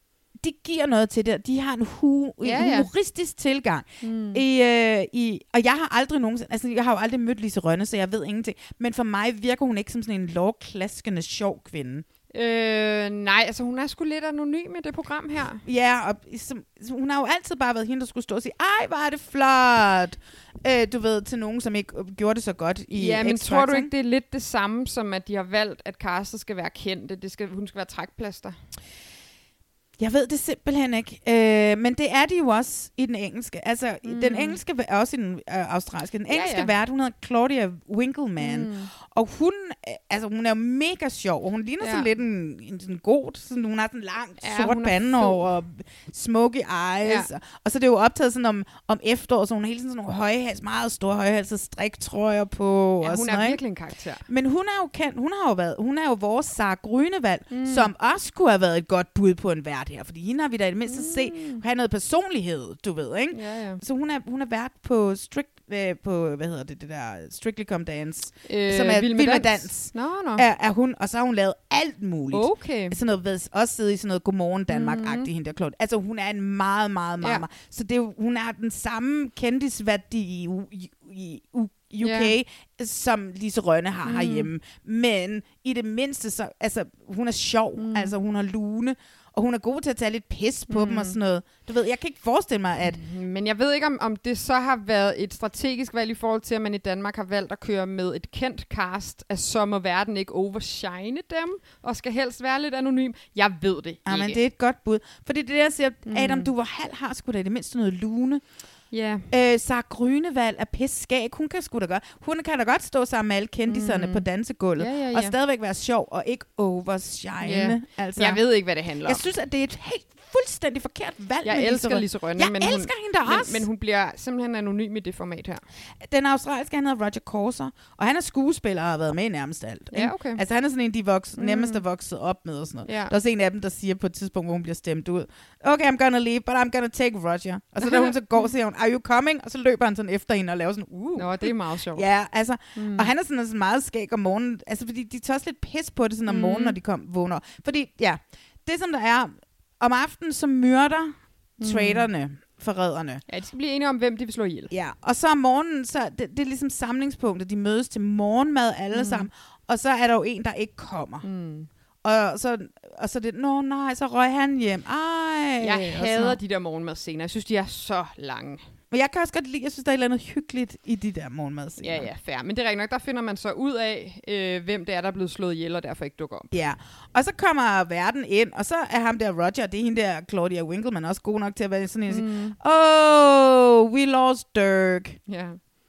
de giver noget til det. De har en, hu- Ja, en ja. humoristisk tilgang. Mm. I, øh, i, og jeg har aldrig nogensinde... Altså, jeg har jo aldrig mødt Lise Rønne, så jeg ved ingenting. Men for mig virker hun ikke som sådan en lovklaskende sjov kvinde. Øh, nej, altså hun er sgu lidt anonym i det program her. Ja, og som, hun har jo altid bare været hende, der skulle stå og sige, ej, hvor er det flot. Øh, du ved, til nogen, som ikke gjorde det så godt i Ja, men X-Factor, tror du ikke, det er lidt det samme, som at de har valgt, at castet skal være kendte? Det skal, hun skal være trækplaster. Jeg ved det simpelthen ikke. Øh, men det er de jo også i den engelske. Altså, mm. den engelske er også i den øh, australske. Den Ja, engelske ja. vært, hun hedder Claudia Winkleman. Mm. Og hun, øh, altså, hun er jo mega sjov, og hun ligner Ja. sådan lidt en, en sådan god. Sådan, hun har sådan langt Ja, sort hun er pande fed. og smoky eyes. Ja. Og, og så er det jo optaget sådan om, om efterår, så hun har hele tiden sådan nogle højhals, meget store højhalsede striktrøjer på. Ja, og hun sådan er noget, virkelig ikke? en karakter. Men hun er jo kendt, hun har jo været, hun er jo vores Sara Grønevald, Mm. mm. som også kunne have været et godt bud på en vært her, fordi hende har vi da i det mindste mm. se have noget personlighed, du ved, ikke? Ja, ja. Så hun er hun er vært på strict øh, på hvad hedder det det der Strictly Come Dance, Øh, som er Vild med Vild med Dans. Dans. Nå, nå. Er, er hun, og så har hun lavet alt muligt. Okay. Sådan noget, ved, også siddet i sådan noget Godmorgen Danmark-agtigt, Mhm. hende der Claude. Altså hun er en meget, meget, meget, Ja. ja. meget. Så det er jo, hun har den samme kendisværdi i, U- i, i U- U K, Ja. som Lise Rønne har Mm. mm. herhjemme. Men i det mindste, så, altså, hun er sjov, mm. altså hun har lune, og hun er god til at tage lidt pis på mm. dem og sådan noget. Du ved, jeg kan ikke forestille mig, at... Men jeg ved ikke, om, om det så har været et strategisk valg i forhold til, at man i Danmark har valgt at køre med et kendt cast, at så må verden ikke overshine dem, og skal helst være lidt anonym. Jeg ved det ikke. Ja, men det er et godt bud. Fordi det der, jeg siger, Mm. Adam, du var halv har sgu da i det mindste noget lune. Ja. Øh, Sara Grønevald er pissskæg. Hun kan sgu da godt. Hun kan da godt stå sammen med alle kendiserne Mm. på dansegulvet. Ja, ja, ja. Og stadigvæk være sjov og ikke overshine. Ja. Altså, Jeg ved ikke, hvad det handler Jeg om. synes, at det er et helt fuldstændig forkert valg. Jeg med elsker Lise Rønne. Jeg men elsker hun, hende der men, også. Men hun bliver simpelthen anonym i det format her. Den australske, han hedder Roger Corser, og han er skuespiller og har været med i nærmest alt. Ja, okay. Altså han er sådan en, de voks, Mm. nemmest er vokset op med og sådan noget. Ja. Der er også en af dem, der siger på et tidspunkt, hvor hun bliver stemt ud. Okay, I'm gonna leave, but I'm gonna take Roger. Og så da hun så går, siger hun, are you coming? Og så løber han sådan efter hende og laver sådan, uh. Nå, det er meget sjovt. Ja, altså, Mm. og han er sådan, sådan meget skæg om morgenen. Altså, fordi de tager også lidt pis på det sådan om Mm. morgenen, når de kom, vågner. Fordi, ja, det som der er, om aftenen, så myrder Mm. traderne, forræderne. Ja, de skal blive enige om, hvem de vil slå ihjel. Ja, og så om morgenen, så det, det er ligesom samlingspunktet. De mødes til morgenmad alle Mm. sammen, og så er der jo en, der ikke kommer. Mm. Og så, og så det, nå nej, så røg han hjem. Ej. Jeg og sådan hader noget. de der morgenmadscener. Jeg synes, de er så lange. Men jeg kan også godt lide, jeg synes, der er et eller andet hyggeligt i de der morgenmadscener. Ja, ja, fair. Men det er rigtigt nok, der finder man så ud af, øh, hvem det er, der er blevet slået ihjel, og derfor ikke dukker op. Ja, og så kommer verden ind, og så er ham der Roger, det er hende der Claudia Winkleman, også god nok til at være sådan en, mm. sige, oh, we lost Dirk. Ja.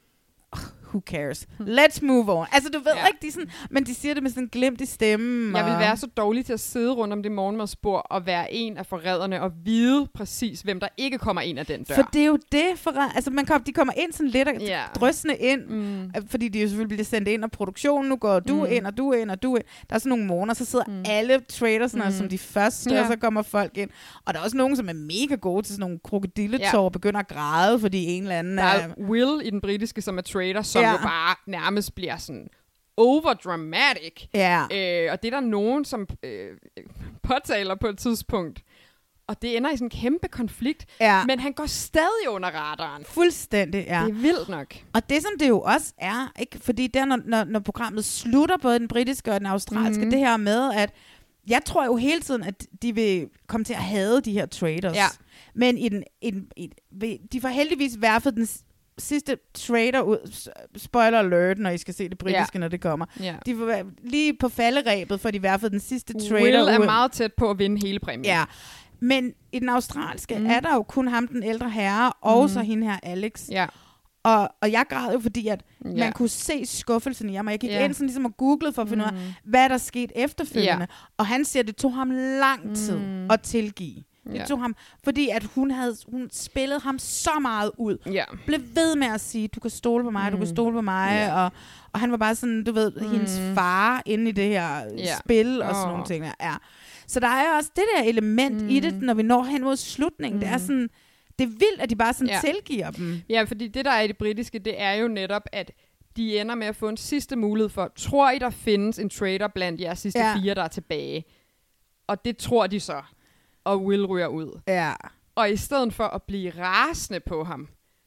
Who cares? Let's move on. Altså, du ved Ja. ikke, de sådan, men de siger det med sådan en glimt i stemmen. Jeg vil og- være så dårlig til at sidde rundt om det morgenmadsbord og være en af forræderne og vide præcis, hvem der ikke kommer ind af den dør. For det er jo det, for, altså man kom, de kommer ind sådan lidt og Ja. drøsende ind, mm. fordi de jo selvfølgelig bliver sendt ind af produktionen. Nu går du Mm. ind, og du ind, og du ind. Der er sådan nogle morgener, så sidder mm. alle tradersne Mm. som de første, Ja. og så kommer folk ind. Og der er også nogen, som er mega gode til sådan nogle krokodilletår, Ja. og begynder at græde, fordi en eller anden Der er... er Will i den britiske, som er trader, som Ja. jo bare nærmest bliver sådan overdramatic. Ja. Øh, og det er der nogen, som øh, påtaler på et tidspunkt. Og det ender i sådan en kæmpe konflikt. Ja. Men han går stadig under radaren. Fuldstændig, ja. Det er vildt nok. Og det, som det jo også er, ikke? Fordi der, når, når, når programmet slutter, både den britiske og den australske, Mhm. mm. det her med, at jeg tror jo hele tiden, at de vil komme til at hade de her traders. Ja. Men i den, i den, i, de får heldigvis værfet den s- sidste trader ud. S- Spoiler alert, når I skal se det britiske, Ja. når det kommer. Ja. De får være, lige på falderæbet, for de værfet den sidste trader Will ud. er meget tæt på at vinde hele præmien. Ja. Men i den australske Mm. mm. er der jo kun ham, den ældre herre, og Mm. så hende her, Alex. Ja. Og, og jeg græd jo, fordi at Ja. man kunne se skuffelsen i ham, og jeg gik Ja. ind sådan ligesom og googlede for at finde Mm. ud af, hvad der skete efterfølgende. Ja. Og han siger, at det tog ham lang tid Mm. at tilgive. Det Ja. tog ham, fordi at hun havde hun spillede ham så meget ud. Ja. Blev ved med at sige, du kan stole på mig, mm. du kan stole på mig. Ja. Og, og han var bare sådan, du ved, mm. hendes far inde i det her Ja. spil og sådan Åh. nogle ting. Der. Ja. Så der er også det der element mm. i det, når vi når hen mod slutningen. Mm. Det er sådan, det er vildt, at de bare sådan Ja. tilgiver dem. Ja, fordi det, der er i det britiske, det er jo netop, at de ender med at få en sidste mulighed for, tror I, der findes en trader blandt jer sidste Ja. fire, der er tilbage? Og det tror de så. Og Will ryger ud. Ja. Og i stedet for at blive rasende på ham,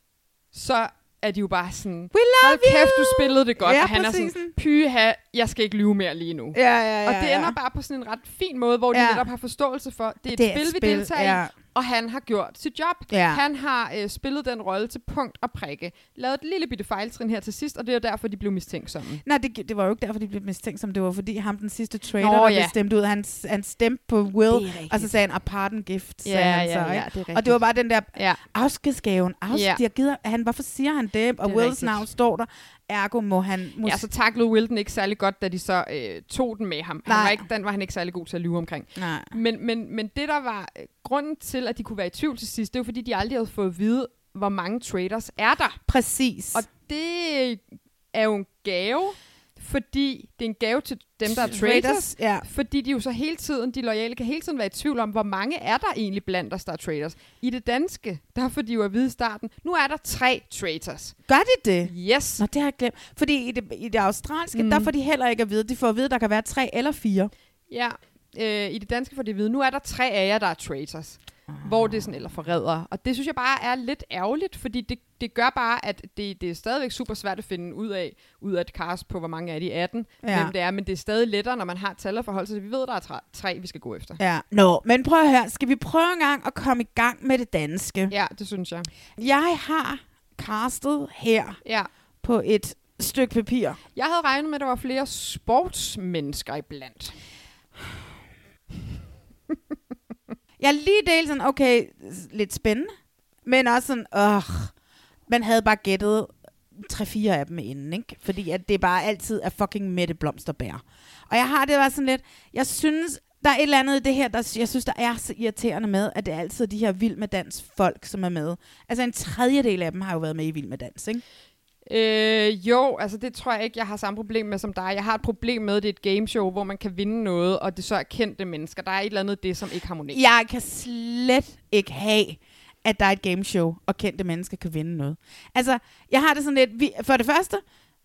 så er de jo bare sådan, We love hold kæft, du spillede det godt. Ja, og han præcis. er sådan, pyha, jeg skal ikke lyve mere lige nu. Ja, ja, ja, og det ja. ender bare på sådan en ret fin måde, hvor de Ja. netop har forståelse for, det er et Det er et spil, vi spil, deltager ja. i, og han har gjort sit job. Ja. Han har øh, spillet den rolle til punkt og prikke. Lavet et lille bitte fejltrin her til sidst, og det er jo derfor, de blev mistænksomme. Nej, det, det var jo ikke derfor, de blev mistænksomme. Det var fordi ham, den sidste trader, Nå, der ja. blev stemt ud, han, han stemte på Will, rigtigt. og så sagde han, a pardon gift, sagde Ja, han så. ja, ja, ikke? det er rigtigt. Og det var bare den der Ja. afskedsgaven. Afsked, Ja. de har givet, han, hvorfor siger han det? Og Det er Wills rigtigt. navn står der. Ergo må han... Må Ja, så taklede Will den ikke særlig godt, da de så øh, tog den med ham. Han Nej. var ikke, den var han ikke særlig god til at lyve omkring. Nej. Men, men, men det, der var øh, grunden til, at de kunne være i tvivl til sidst, det var fordi, de aldrig havde fået at vide, hvor mange traders er der. Præcis. Og det er jo en gave, fordi det er en gave til dem, der er traders, Traders, ja. fordi de jo så hele tiden, de loyale kan hele tiden være i tvivl om, hvor mange er der egentlig blandt os, der er traders. I det danske, der får de jo at vide i starten, nu er der tre traders. Gør de det? Yes. Nå, det har jeg glemt. Fordi i det, i det australske, Mm. mm. der får de heller ikke at vide. De får at vide, at der kan være tre eller fire. Ja, øh, i det danske får de at vide, nu er der tre af jer, der er traders. Ah. Hvor det er sådan, eller forrædere. Og det synes jeg bare er lidt ærgerligt, fordi det, det gør bare, at det, det er stadigvæk super svært at finde ud af, ud af et cast på, hvor mange er de atten, Ja. hvem det er, men det er stadig lettere, når man har tal at forholde sig til. Vi ved, der er tre, tre vi skal gå efter. Ja. Nå, men prøv at høre. Skal vi prøve en gang at komme i gang med det danske? Ja, det synes jeg. Jeg har castet her Ja. på et stykke papir. Jeg havde regnet med, at der var flere sportsmennesker iblandt. Jeg er lige delt sådan, okay, lidt spændende, men også sådan, åh, man havde bare gættet tre-fire af dem inden, ikke? Fordi at det bare altid er fucking Mette Blomsterberg. Og jeg har det bare sådan lidt, jeg synes, Der er et eller andet i det her, der jeg synes, der er så irriterende med, at det er altid de her Vild med Dans folk, som er med. Altså en tredjedel af dem har jo været med i Vild med Dans, ikke? Øh, jo, altså det tror jeg ikke, jeg har samme problem med som dig. Jeg har et problem med, at det er et gameshow, hvor man kan vinde noget, og det så er kendte mennesker. Der er et eller andet det, som ikke harmonerer. Jeg kan slet ikke have, at der er et gameshow, og kendte mennesker kan vinde noget. Altså, jeg har det sådan lidt... Vi, for det første,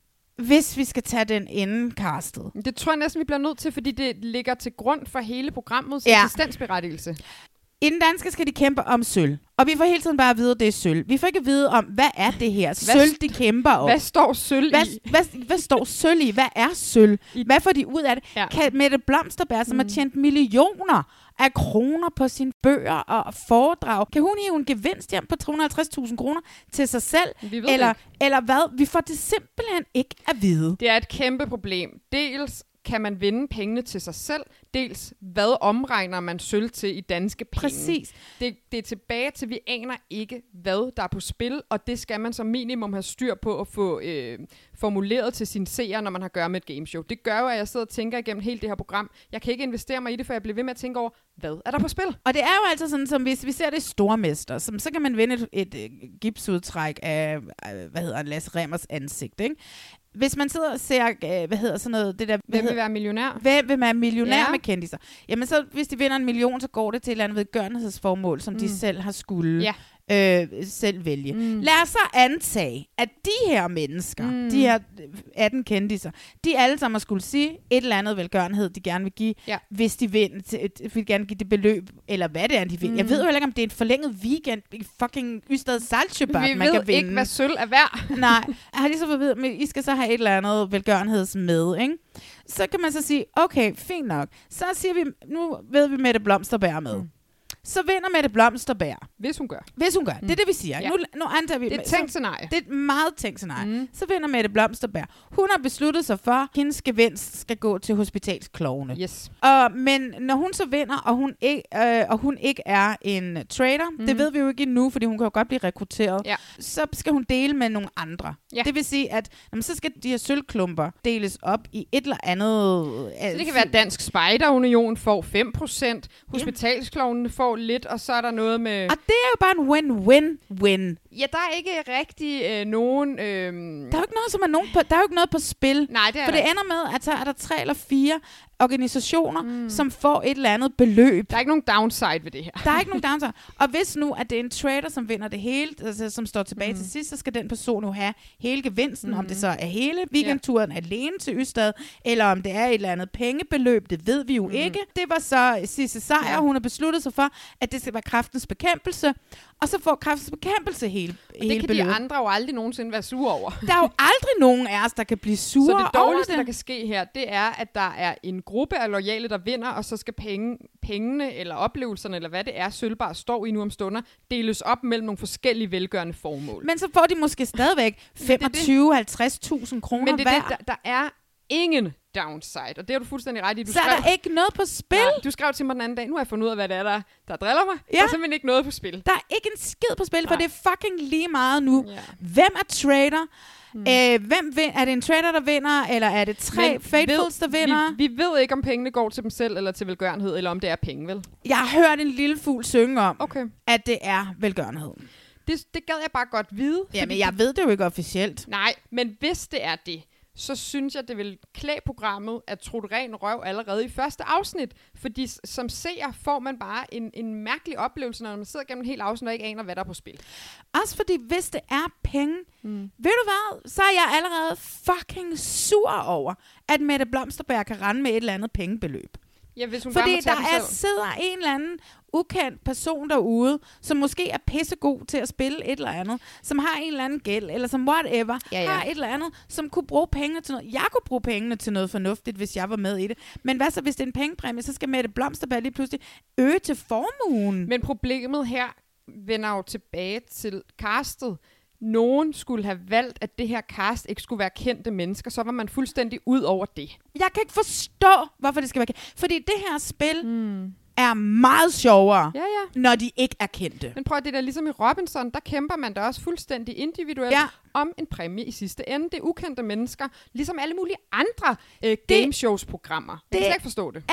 hvis vi skal tage den inden castet. Det tror jeg næsten, vi bliver nødt til, fordi det ligger til grund for hele programmets ja. eksistensberettigelse. I den danske skal de kæmpe om sølv. Og vi får hele tiden bare at vide, at det er sølv. Vi får ikke at vide om, hvad er det her sølv, de kæmper om. Hvad står sølv hvad, i? Hvad, hvad, hvad står sølv i? Hvad er sølv? Hvad får de ud af det? Ja. Kan Mette Blomsterberg, som mm. har tjent millioner af kroner på sine bøger og foredrag, kan hun hive en gevinst hjem på tre hundrede og halvtreds tusind kroner til sig selv? Eller, eller hvad? Vi får det simpelthen ikke at vide. Det er et kæmpe problem. Dels kan man vinde pengene til sig selv, dels hvad omregner man sølv til i danske penge. Præcis. Det, det er tilbage til, vi aner ikke, hvad der er på spil, og det skal man som minimum have styr på at få øh, formuleret til sine seere, når man har at gøre med et gameshow. Det gør jo, at jeg sidder og tænker igennem hele det her program. Jeg kan ikke investere mig i det, for jeg bliver ved med at tænke over, hvad er der på spil? Og det er jo altså sådan, som hvis vi ser det stormester, som, så kan man vinde et, et, et gipsudtræk af, hvad hedder Lasse Remmers ansigt, ikke? Hvis man sidder og ser, hvad hedder sådan noget, det der... Hvem vil være millionær? Hvem vil være millionær ja. med kendiser? Jamen så, hvis de vinder en million, så går det til et eller andet vedgørenhedsformål, som mm. de selv har skulle ja. øh, selv vælge. Mm. Lad os så antage, at de her mennesker, mm. de her atten kendiser, de alle sammen skulle sige et eller andet velgørenhed, de gerne vil give, ja. hvis de vil, vil gerne give det beløb, eller hvad det er, de vil. Mm. Jeg ved jo ikke, om det er en forlænget weekend i fucking Ystad Saltsjöbaden, man kan vinde. Vi ved ikke, hvad sølv er værd. Nej, har de så fået at vide, I skal så have et eller andet velgørenheds med, ikke? Så kan man så sige, okay, fint nok. Så siger vi, nu ved vi Mette Blomsterberg med. Mm. Så vinder Mette Blomsterberg. Hvis hun gør. Hvis hun gør. Mm. Det er det, vi siger. Ja. Nu, nu antager vi... Det er et tænkt scenarie. Det er et meget tænkt scenarie. Mm. Så vinder Mette Blomsterberg. Hun har besluttet sig for, at hendes gevinst skal gå til hospitalsklovne. Yes. Og, men når hun så vinder, og hun ikke, øh, og hun ikke er en trader, mm. det ved vi jo ikke endnu, fordi hun kan jo godt blive rekrutteret, ja. så skal hun dele med nogle andre. Ja. Det vil sige, at jamen, så skal de her sølvklumper deles op i et eller andet... Så det kan være, at Dansk Spejderunion får fem procent, hospitalsklovnene får lidt, og så er der noget med... Og det er jo bare en win-win-win. Ja, der er ikke rigtig øh, nogen... Øh... Der er jo ikke noget, som er nogen på, der er jo ikke noget på spil. Nej, det er For det ender med, at så er der tre eller fire organisationer, mm. som får et eller andet beløb. Der er ikke nogen downside ved det her. Der er ikke nogen downside. Og hvis nu, at det er en trader, som vinder det hele, altså, som står tilbage mm. til sidst, så skal den person jo have hele gevinsten, mm. om det så er hele weekendturen yeah. alene til Ystad, eller om det er et eller andet pengebeløb, det ved vi jo mm. ikke. Det var så Sisse Sejer, ja. Hun har besluttet sig for, at det skal være Kræftens Bekæmpelse, og så får Kræftens Bekæmpelse hele beløbet. Og det kan beløb. De andre jo aldrig nogensinde være sure over. Der er jo aldrig nogen af os, der kan blive sure over det. Så det dårligste, der kan ske her, det er, at der er en gruppe af loyale, der vinder, og så skal penge, pengene eller oplevelserne, eller hvad det er, Sølvbar står i nu om stunder, deles op mellem nogle forskellige velgørende formål. Men så får de måske stadigvæk femogtyve til halvtreds tusind kroner hver. Men det er det, der, der er ingen downside, og det har du fuldstændig ret i. Du så skrev, er der ikke noget på spil? Nej, du skrev til mig den anden dag, nu har jeg fundet ud af, hvad det er, der, der driller mig. Ja. Der er simpelthen ikke noget på spil. Der er ikke en skid på spil, nej. For det er fucking lige meget nu. Ja. Hvem er trader? Hmm. Æh, hvem vin- er det en trader, der vinder, eller er det tre Men faithfuls, der vinder? Vi, vi ved ikke, om pengene går til dem selv, eller til velgørenhed, eller om det er penge, vel? Jeg har hørt en lille fugl synge om, okay. at det er velgørenhed. Det, det gad jeg bare godt vide. Ja, men jeg ved det jo ikke officielt. Nej, men hvis det er det, så synes jeg, det vil klæde programmet at trutte ren røv allerede i første afsnit. Fordi som seer får man bare en, en mærkelig oplevelse, når man sidder gennem en hel afsnit og ikke aner, hvad der er på spil. Også fordi, hvis det er penge, mm. ved du hvad, så er jeg allerede fucking sur over, at Mette Blomsterberg kan rende med et eller andet pengebeløb. Ja, hvis hun fordi der er, sidder en eller anden ukendt person derude, som måske er pissegod til at spille et eller andet, som har en eller anden gæld, eller som whatever, ja, ja. har et eller andet, som kunne bruge pengene til noget. Jeg kunne bruge pengene til noget fornuftigt, hvis jeg var med i det. Men hvad så, hvis det er en pengepræmie, så skal Mette Blomsterberg lige pludselig øge til formuen. Men problemet her vender jo tilbage til castet. Nogen skulle have valgt, at det her cast ikke skulle være kendte mennesker, så var man fuldstændig ud over det. Jeg kan ikke forstå, hvorfor det skal være kendte. Fordi det her spil mm. er meget sjovere, ja, ja. når de ikke er kendte. Men prøv at det der, ligesom i Robinson, der kæmper man da også fuldstændig individuelt ja. om en præmie i sidste ende. Det er ukendte mennesker, ligesom alle mulige andre øh, gameshows-programmer. Jeg kan slet ikke forstå det. er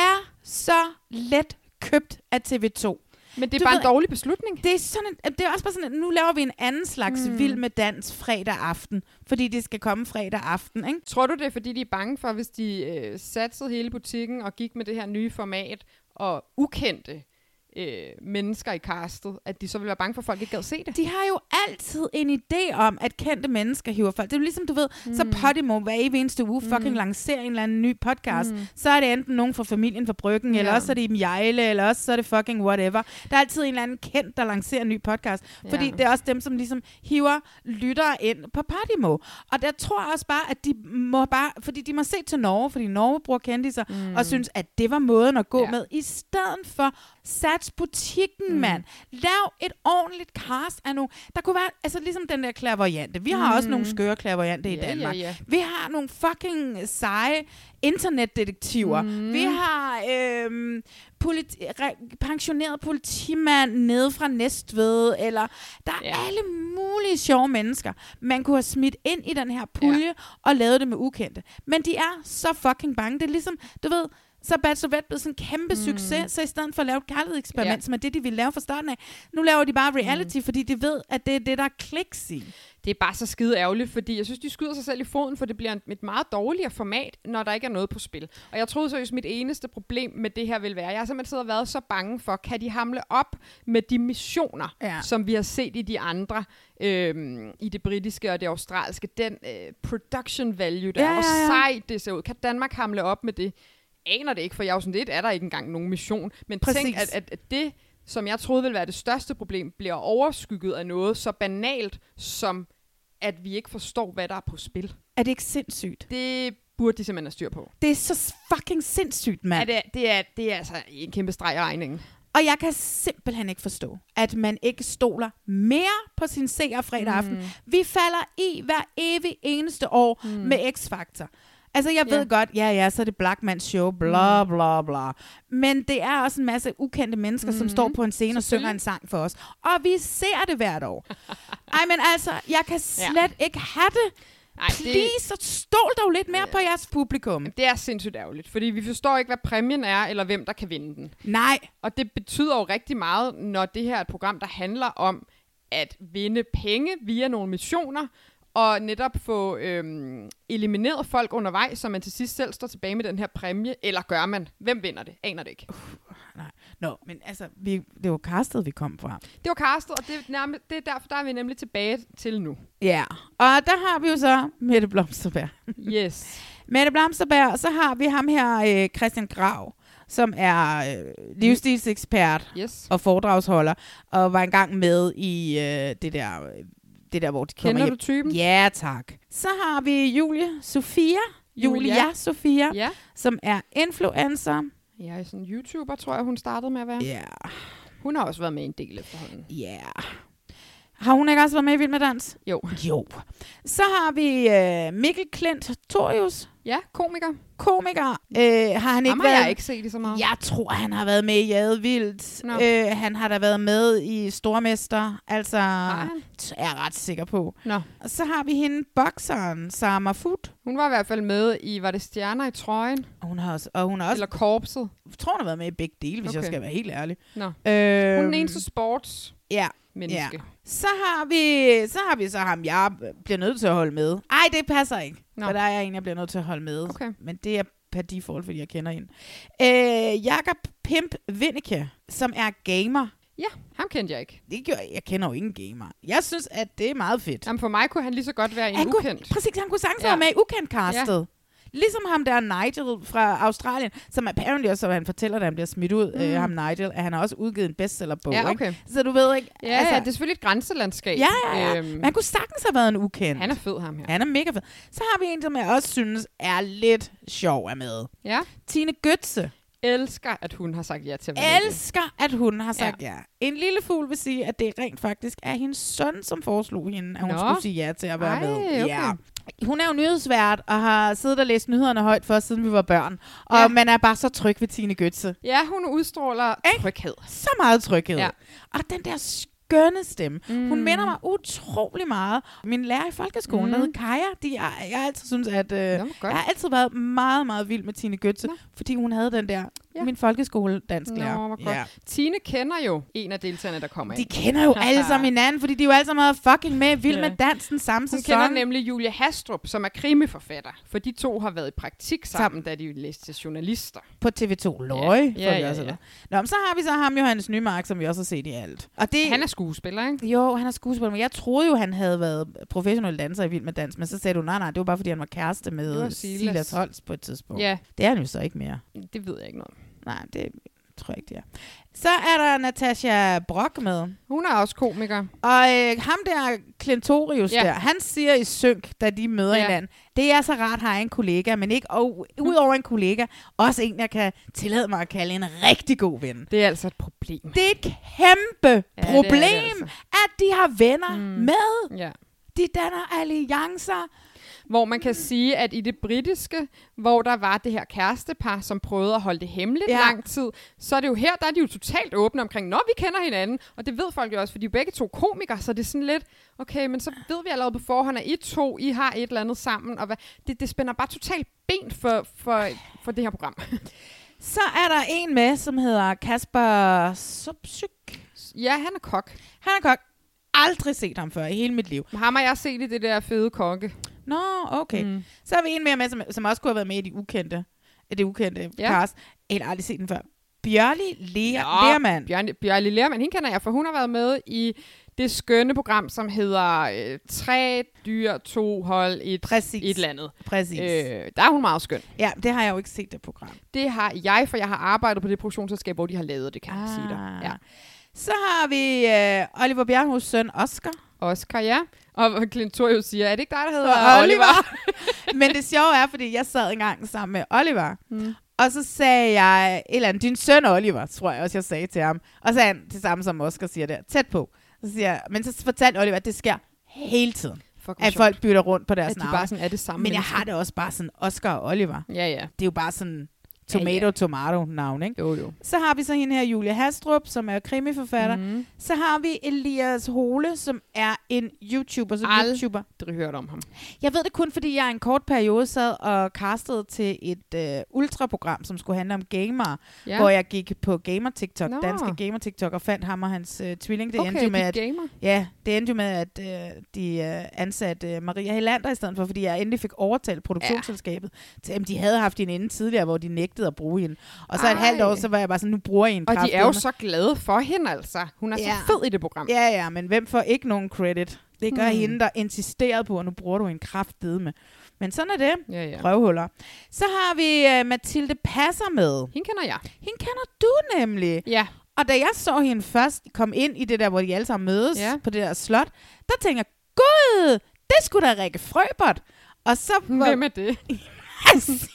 så let købt af T V to. Men det er Du bare ved, en dårlig beslutning. Det er, sådan en, det er også bare sådan, at nu laver vi en anden slags Mm. Vild med Dans fredag aften, fordi det skal komme fredag aften, ikke? Tror du det er, fordi de er bange for, hvis de øh, satsede hele butikken og gik med det her nye format og ukendte øh, mennesker i castet, at de så ville være bange for, at folk ikke gad se det? De har jo altid en idé om, at kendte mennesker hiver folk. Det er jo ligesom, du ved, mm. så Podimo hver evig eneste uge fucking Mm. lancerer en eller anden ny podcast. Mm. Så er det enten nogen fra familien fra Bryggen, Ja. eller også er det Iben Hjejle, eller også så er det fucking whatever. Der er altid en eller anden kendt, der lancerer en ny podcast. Fordi Ja. det er også dem, som ligesom hiver lyttere ind på Podimo. Og der tror jeg også bare, at de må bare, fordi de må se til Norge, fordi Norge bruger kendiser, Mm. og synes, at det var måden at gå Ja. med. I stedet for, sats butikken, mm. mand. Lav et ordentligt cast af nogle, der kunne være, altså ligesom den der clairvoyante. Vi har Mm. også nogle skøre clairvoyante i Ja, Danmark. ja, ja. Vi har nogle fucking seje internetdetektiver. Mm. Vi har øhm, politi- re- pensioneret politimand nede fra Næstved, eller der er Ja. alle mulige sjove mennesker, man kunne have smidt ind i den her pulje, ja. og lavet det med ukendte. Men de er så fucking bange. Det er ligesom, du ved, så er Bachelorette blevet sådan en kæmpe mm. succes, så i stedet for at lave et kærlighedseksperiment, ja. som er det, de ville lave fra starten af, nu laver de bare reality, mm. fordi de ved, at det er det, der er kliks i. Det er bare så skide ærgerligt, fordi jeg synes, de skyder sig selv i foden, for det bliver et meget dårligere format, når der ikke er noget på spil. Og jeg troede seriøst, mit eneste problem med det her vil være, jeg har simpelthen siddet og været så bange for, kan de hamle op med de missioner, ja. som vi har set i de andre, øhm, i det britiske og det australske, den øh, production value der, Ja, ja, ja. hvor sejt det ser ud. Kan Danmark hamle op med det? Aner det ikke, for jeg er jo sådan lidt, er der ikke engang nogen mission. Men Præcis. tænk, at, at, at det, som jeg troede ville være det største problem, bliver overskygget af noget så banalt, som at vi ikke forstår, hvad der er på spil. Er det ikke sindssygt? Det burde de simpelthen have styr på. Det er så fucking sindssygt, mand. Ja, det, er, det, er, det er altså en kæmpe streg i regningen. Og jeg kan simpelthen ikke forstå, at man ikke stoler mere på sin seer fredag aften. Mm. Vi falder i hver evig eneste år mm. med X-Factor. Altså, jeg ved Ja. godt, ja, ja, så er det Blackmans show, bla, bla, bla. Men det er også en masse ukendte mennesker, mm. som står på en scene og synger en sang for os. Og vi ser det hvert år. Ej, men altså, jeg kan slet ja. ikke have det. Ej, Please, det... så stol dog lidt mere på jeres publikum. Det er sindssygt ærgerligt, fordi vi forstår ikke, hvad præmien er, eller hvem der kan vinde den. Nej. Og det betyder jo rigtig meget, når det her er et program, der handler om at vinde penge via nogle missioner, og netop få øhm, elimineret folk undervejs, så man til sidst selv står tilbage med den her præmie, eller gør man? Hvem vinder det? Aner det ikke. Uh, nej. Nå, men altså, vi, det var castet, vi kom fra. Det var castet, og det er, nærmest, det er derfor, der er vi nemlig tilbage til nu. Ja, og der har vi jo så Mette Blomsterberg. Yes. Mette Blomsterberg, og så har vi ham her, øh, Christian Grav, som er øh, livsstilsekspert yes. og foredragsholder, og var engang med i øh, det der... Øh, det der, hvor de kommer Kender hjem. du typen? Ja, tak. Så har vi Julie Sofia, Julia, Julia Sofia, ja. som er influencer. Ja, sådan en YouTuber, tror jeg, hun startede med at være. Ja. Hun har også været med en del efterhånden. Ja. Har hun ikke også været med i Vild med Dans? Jo. Jo. Så har vi øh, Mikkel Klint Torius. Ja, komiker. Komiker. Øh, har han ikke Ham været... har jeg ikke set det så meget. Jeg tror, han har været med i Jadevildt. No. Øh, han har da været med i Stormester. Altså, han? er jeg ret sikker på. No. Og så har vi hende, bokseren, Sama Food. Hun var i hvert fald med i, var det Stjerner i trøjen? Og hun har også... Og hun har også Eller Korpset? Jeg tror, hun har været med i begge dele, hvis okay. jeg skal være helt ærlig. No. Øhm, hun er den eneste sports. Ja. Menneske. Ja. Så har vi så har vi så ham, jeg bliver nødt til at holde med. Ej, det passer ikke. No. For der er jeg en, jeg bliver nødt til at holde med. Okay. Men det er per default, fordi jeg kender hende. Øh, Jakob Pimp Vindeke, som er gamer. Ja, ham kendte jeg ikke. Det gør jeg. Jeg kender jo ingen gamer. Jeg synes, at det er meget fedt. Jamen for mig kunne han lige så godt være en han ukendt. Kunne, præcis, han kunne sagtens ja. være med i ukendt-castet. Ja. Ligesom ham der Nigel fra Australien, som apparently også, han fortæller, at han bliver smidt ud, mm. øh, ham Nigel, at han har også udgivet en bestsellerbog. Ja, okay. Ikke? Så du ved ikke... Ja, altså, ja, det er selvfølgelig et grænselandskab. Ja, ja, ja. Øhm. Men han kunne sagtens have været en ukendt. Han er fed, ham her. Han er mega fed. Så har vi en, som jeg også synes er lidt sjov er med. Ja. Tine Götze. Elsker, at hun har sagt ja til at være Elsker, at hun har sagt ja. ja. En lille fugl vil sige, at det rent faktisk er hendes søn, som foreslog hende, at hun Nå. skulle sige ja til at være Ej, med. Okay. Ja. Hun er jo nyhedsvært og har siddet og læst nyhederne højt for os, siden vi var børn. Og ja. man er bare så tryg ved Tine Götze. Ja, hun udstråler Ik? tryghed. Så meget tryghed. Ja. Og den der skønne stemme. Mm. Hun minder mig utrolig meget. Min lærer i folkeskolen, mm. der hed Kaja, de, jeg, jeg har altid synes, at øh, jeg har altid været meget, meget vild med Tine Götze, ja. fordi hun havde den der Ja. Min folkeskoledansklærer. Nå, hvor godt. Ja. Tine kender jo en af deltagerne, der kommer de ind. De kender jo alle sammen hinanden, fordi de jo alle sammen har fucking med Vild ja. med Dansen samme sæson. Hun kender nemlig Julie Hastrup, som er krimiforfatter, for de to har været i praktik sammen, sammen. da de læste til journalister. På T V to Løje. Ja, ja, ja, ja. Nå, men så har vi så ham, Johannes Nymark, som vi også har set i alt. Og det, han er skuespiller, ikke? Jo, han er skuespiller, men jeg troede jo, han havde været professionel danser i Vild med Dans, men så sagde du, nej, nej, det var bare, fordi han var kæreste med Silas. Silas Holst på et tidspunkt. Ja. Det er han jo så ikke mere. Det ved jeg ikke noget om. Nej, det tror jeg ikke, det er. Så er der Natasha Brock med. Hun er også komiker. Og øh, ham der, Klintorius ja. der, han siger i synk, da de møder ja. hinanden, det er så rart, har jeg en kollega, men ikke og, udover en kollega, også en, jeg kan tillade mig at kalde en rigtig god ven. Det er altså et problem. Det er et kæmpe ja, problem, det det altså. at de har venner mm. med. Ja. De danner alliancer. Hvor man kan sige, at i det britiske, hvor der var det her kærestepar, som prøvede at holde det hemmeligt ja. lang tid, så er det jo her, der er de jo totalt åbne omkring, når vi kender hinanden, og det ved folk jo også, for de er begge to komikere, så det er sådan lidt, okay, men så ved vi allerede på forhånd, at I to, I har et eller andet sammen, og hvad, det, det spænder bare totalt ben for, for, for det her program. Så er der en med, som hedder Kasper Subsyk. Ja, han er kok. Han er kok. Aldrig set ham før i hele mit liv. Ham har jeg set i det der fede kokke. Nå, okay. Mm. Så har vi en mere med, som, som også kunne have været med i de ukendte, det ukendte ja. cast. Jeg har aldrig set den før. Bjørli Lermand. Bjørn, Bjørli Lermand, hende kender jeg, for hun har været med i det skønne program, som hedder øh, Tre dyr, to hold, et, Præcis. et eller andet. Præcis. Øh, der er hun meget skøn. Ja, det har jeg jo ikke set, det program. Det har jeg, for jeg har arbejdet på det produktionsselskab, hvor de har lavet det, kan ah. jeg sige dig. Ja. Så har vi øh, Oliver Bjerrehus søn, Oscar. Oscar, ja. Og Klintorius siger, er det ikke dig, der hedder og Oliver? Oliver? Men det sjove er, fordi jeg sad engang sammen med Oliver, hmm. og så sagde jeg, et eller andet, din søn Oliver, tror jeg også, jeg sagde til ham. Og så sagde han det samme, som Oscar siger der, tæt på. Så siger jeg, men så fortalte Oliver, at det sker hele tiden. Fuck, at folk bytter rundt på deres at de navn. Bare sådan, er det samme men jeg mennesker. har det også bare sådan, Oscar og Oliver. Ja, ja. Det er jo bare sådan... Tomato, ja, ja. tomato navn, ikke? Jo, jo. Så har vi så hende her, Julie Hastrup, som er krimiforfatter. Mm. Så har vi Elias Hole, som er en YouTuber. Som Aldrig YouTuber. hørt om ham. Jeg ved det kun, fordi jeg en kort periode sad og castede til et øh, ultraprogram, som skulle handle om gamer, ja. hvor jeg gik på Gamer TikTok, Nå. danske Gamer TikTok, og fandt ham og hans øh, tvilling. Det okay, endte jo med, at, gamer. ja, det endte jo med, at øh, de øh, ansatte øh, Maria Helander i stedet for, fordi jeg endelig fik overtalt produktionsselskabet. Ja. Til, jamen, de havde haft hende inden tidligere, hvor de nægtede at bruge hende. Og så Ej. et halvt år, så var jeg bare sådan, nu bruger jeg en Og kraft. de er jo så glade for hende, altså. Hun er ja. så fed i det program. Ja, ja, men hvem får ikke nogen credit? Det gør hmm. hende, der insisterede på, at nu bruger du en kraftedme. Men sådan er det. Ja, ja. Røvhuller. Så har vi uh, Mathilde Passer med. Hende kender jeg. Hende kender du nemlig. Ja. Og da jeg så hende først komme ind i det der, hvor de alle sammen mødes ja. på det der slot, der tænker jeg, gud, det skulle da Rikke Frøbert. Og så var... Hvem er det? Præcis.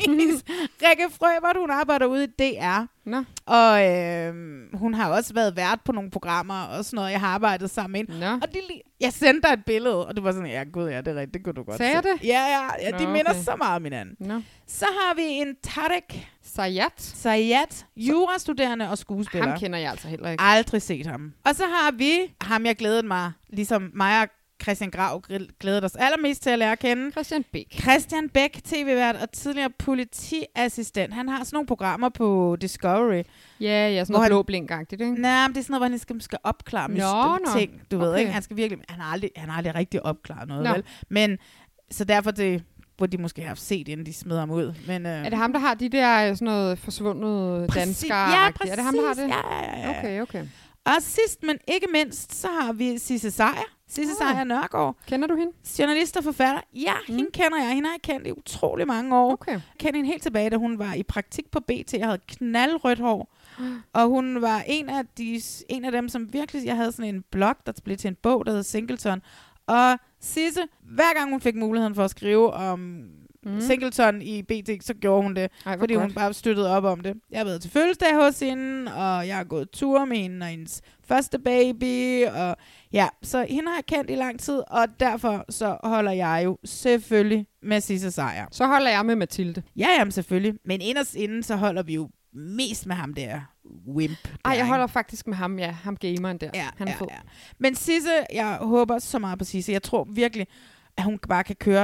Rikke Frøbert, hun arbejder ude i D R. Nå. Og øh, hun har også været vært på nogle programmer og sådan noget, jeg har arbejdet sammen med. Nå. Og de, jeg sendte dig et billede, og det var sådan, ja gud, ja, det er rigtigt, det kunne du godt se. Sagde det? Ja, ja, ja de Nå, minder okay. så meget om hinanden. Nå. Så har vi en Tarek Sayat. Sayat, jurastuderende og skuespiller. Ham kender jeg altså heller ikke. Aldrig set ham. Og så har vi ham, jeg glædede mig, ligesom mig og Christian Grav glædede os allermest til at lære at kende. Christian Bæk. Christian Bæk, tv-vært og tidligere politiassistent. Han har sådan nogle programmer på Discovery. Ja, ja, sådan noget blå blink-agtigt, ikke? Nej, men det er sådan noget, hvor han skal, skal opklare nå, nå. ting. Du okay. ved ikke, han skal virkelig, han har aldrig, han har aldrig rigtig opklaret noget, nå. vel? Men, så derfor det, hvor de måske har set, inden de smider ham ud. Men, øh, er det ham, der har de der sådan noget forsvundne danskere? Ja, præcis. Er det ham, der har det? Ja, ja, ja. Okay, okay. Og sidst, men ikke mindst, så har vi Sisse Sejer. Sisse oh. Sejer Nørgaard. Kender du hende? Journalist og forfatter. Ja, mm. hende kender jeg. Hende har jeg kendt i utrolig mange år. Okay. Jeg kendte hende helt tilbage, da hun var i praktik på B T. Jeg havde knaldrødt hår. Mm. Og hun var en af, de, en af dem, som virkelig... Jeg havde sådan en blog, der blev til en bog, der hed Singleton. Og Sisse, hver gang hun fik muligheden for at skrive om... Mm. Singleton i B T, så gjorde hun det, Ej, fordi godt. Hun bare støttede op om det. Jeg har været til fødselsdag hos hende, og jeg har gået tur med hende og hendes første baby, og ja, så hende har jeg kendt i lang tid, og derfor så holder jeg jo selvfølgelig med Sisse Sejer. Så holder jeg med Mathilde. Ja, jamen selvfølgelig, men inderst inden, så holder vi jo mest med ham der wimp. Ej, jeg holder faktisk med ham, ja, ham gameren der. Ja, Han er ja, fed. ja. Men Sisse, jeg håber så meget på Sisse, jeg tror virkelig, at hun bare kan køre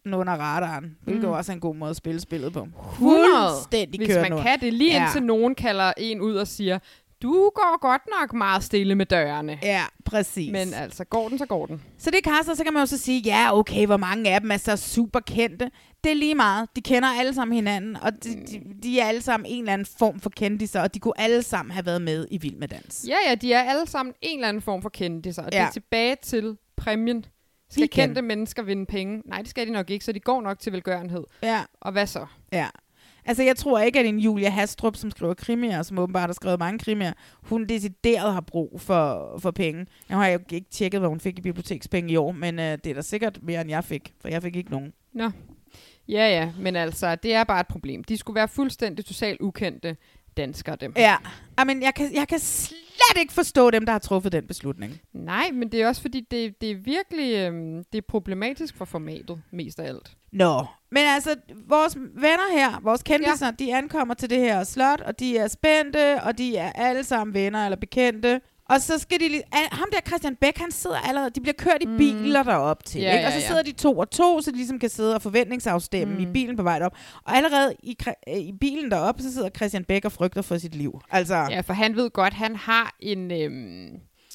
den under radaren, hvilket mm. også er en god måde at spille spillet på. hundrede Fuldstændig Hvis kørt man nu. kan det, lige Ja. indtil nogen kalder en ud og siger, du går godt nok meget stille med dørene. Ja, præcis. Men altså, går den, så går den. Så det kaster, så kan man jo så sige, ja, okay, hvor mange af dem er så super kendte. Det er lige meget. De kender alle sammen hinanden, og de, de, de er alle sammen en eller anden form for kendiser, og de kunne alle sammen have været med i Vild med Dans. Ja, ja, de er alle sammen en eller anden form for kendiser, og ja. Ja. det er tilbage til præmien. Skal De kendte kan. mennesker vinde penge? Nej, det skal de nok ikke, så de går nok til velgørenhed. Ja. Og hvad så? Ja. Altså, jeg tror ikke, at en Julia Hastrup, som skriver krimier, som åbenbart har skrevet mange krimier, hun decideret har brug for, for penge. Jeg har jo ikke tjekket, hvad hun fik i bibliotekspenge i år, men øh, det er da sikkert mere, end jeg fik, for jeg fik ikke nogen. Nå. Ja, ja, men altså, det er bare et problem. De skulle være fuldstændig totalt ukendte danskere, dem. Ja, men jeg kan, jeg kan slet ikke forstå dem, der har truffet den beslutning. Nej, men det er også fordi, det, det er virkelig øhm, det er problematisk for formatet, mest af alt. Nå, men altså, vores venner her, vores kendiser, ja. de ankommer til det her slot, og de er spændte, og de er alle sammen venner eller bekendte. Og så skal de lige... Ham der Christian Bech, han sidder allerede... De bliver kørt i biler mm. derop til, ja, ikke? Og så ja, ja. sidder de to og to, så de ligesom kan sidde og forventningsafstemme mm. i bilen på vej op. Og allerede i, i bilen derop, så sidder Christian Bech og frygter for sit liv. Altså... Ja, for han ved godt, han har en... Øhm,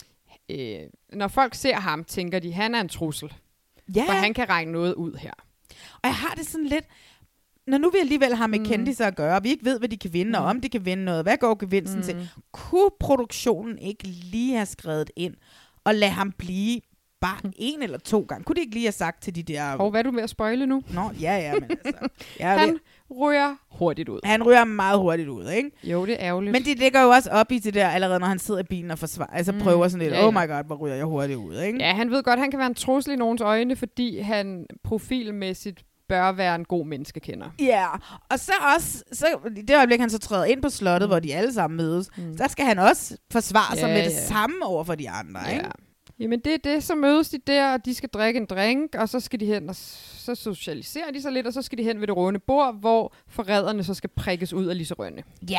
øh, når folk ser ham, tænker de, han er en trussel. Ja. For han kan regne noget ud her. Og jeg har det sådan lidt... Når nu vi alligevel har med mm. kendiser at gøre, og vi ikke ved, hvad de kan vinde, mm. og om de kan vinde noget, hvad går gevinsten mm. til? Kunne produktionen ikke lige have skrevet ind, og lade ham blive bare mm. en eller to gange? Kunne de ikke lige have sagt til de der... Og hvad er du ved at spoile nu? Nå, ja, ja, men altså... Jeg han ved... ryger hurtigt ud. Han ryger meget hurtigt ud, ikke? Jo, det er ærgerligt. Men det ligger jo også op i det der, allerede når han sidder i bilen og forsvarer, altså mm. prøver sådan lidt, ja, ja. oh my god, hvor ryger jeg hurtigt ud, ikke? Ja, han ved godt, han kan være en trussel i nogens øjne, fordi han profilmæssigt bør være en god menneskekender. Ja, og så også, så, i det øjeblik, han så træder ind på slottet, mm. hvor de alle sammen mødes, mm. så skal han også forsvare sig ja, med det ja. samme over for de andre, ja. ikke? Jamen det er det, så mødes de der, og de skal drikke en drink, og så skal de hen, og så socialiserer de sig lidt, og så skal de hen ved det runde bord, hvor forræderne så skal prikkes ud af Lise Rønne. Ja,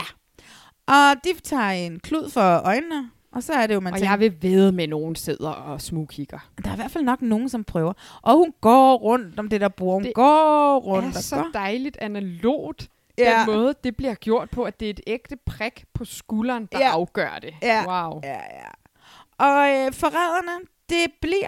og de tager en klud for øjnene, og så er det jo, man og tænker... jeg vil ved med, nogen sidder og smugkigger. Der er i hvert fald nok nogen, som prøver. Og hun går rundt om det der bord. Hun det går rundt. Det er og så går. dejligt analogt, ja. den måde, det bliver gjort på, at det er et ægte prik på skulderen, der ja. afgør det. Ja. Wow. Ja, ja. Og øh, forræderne, det bliver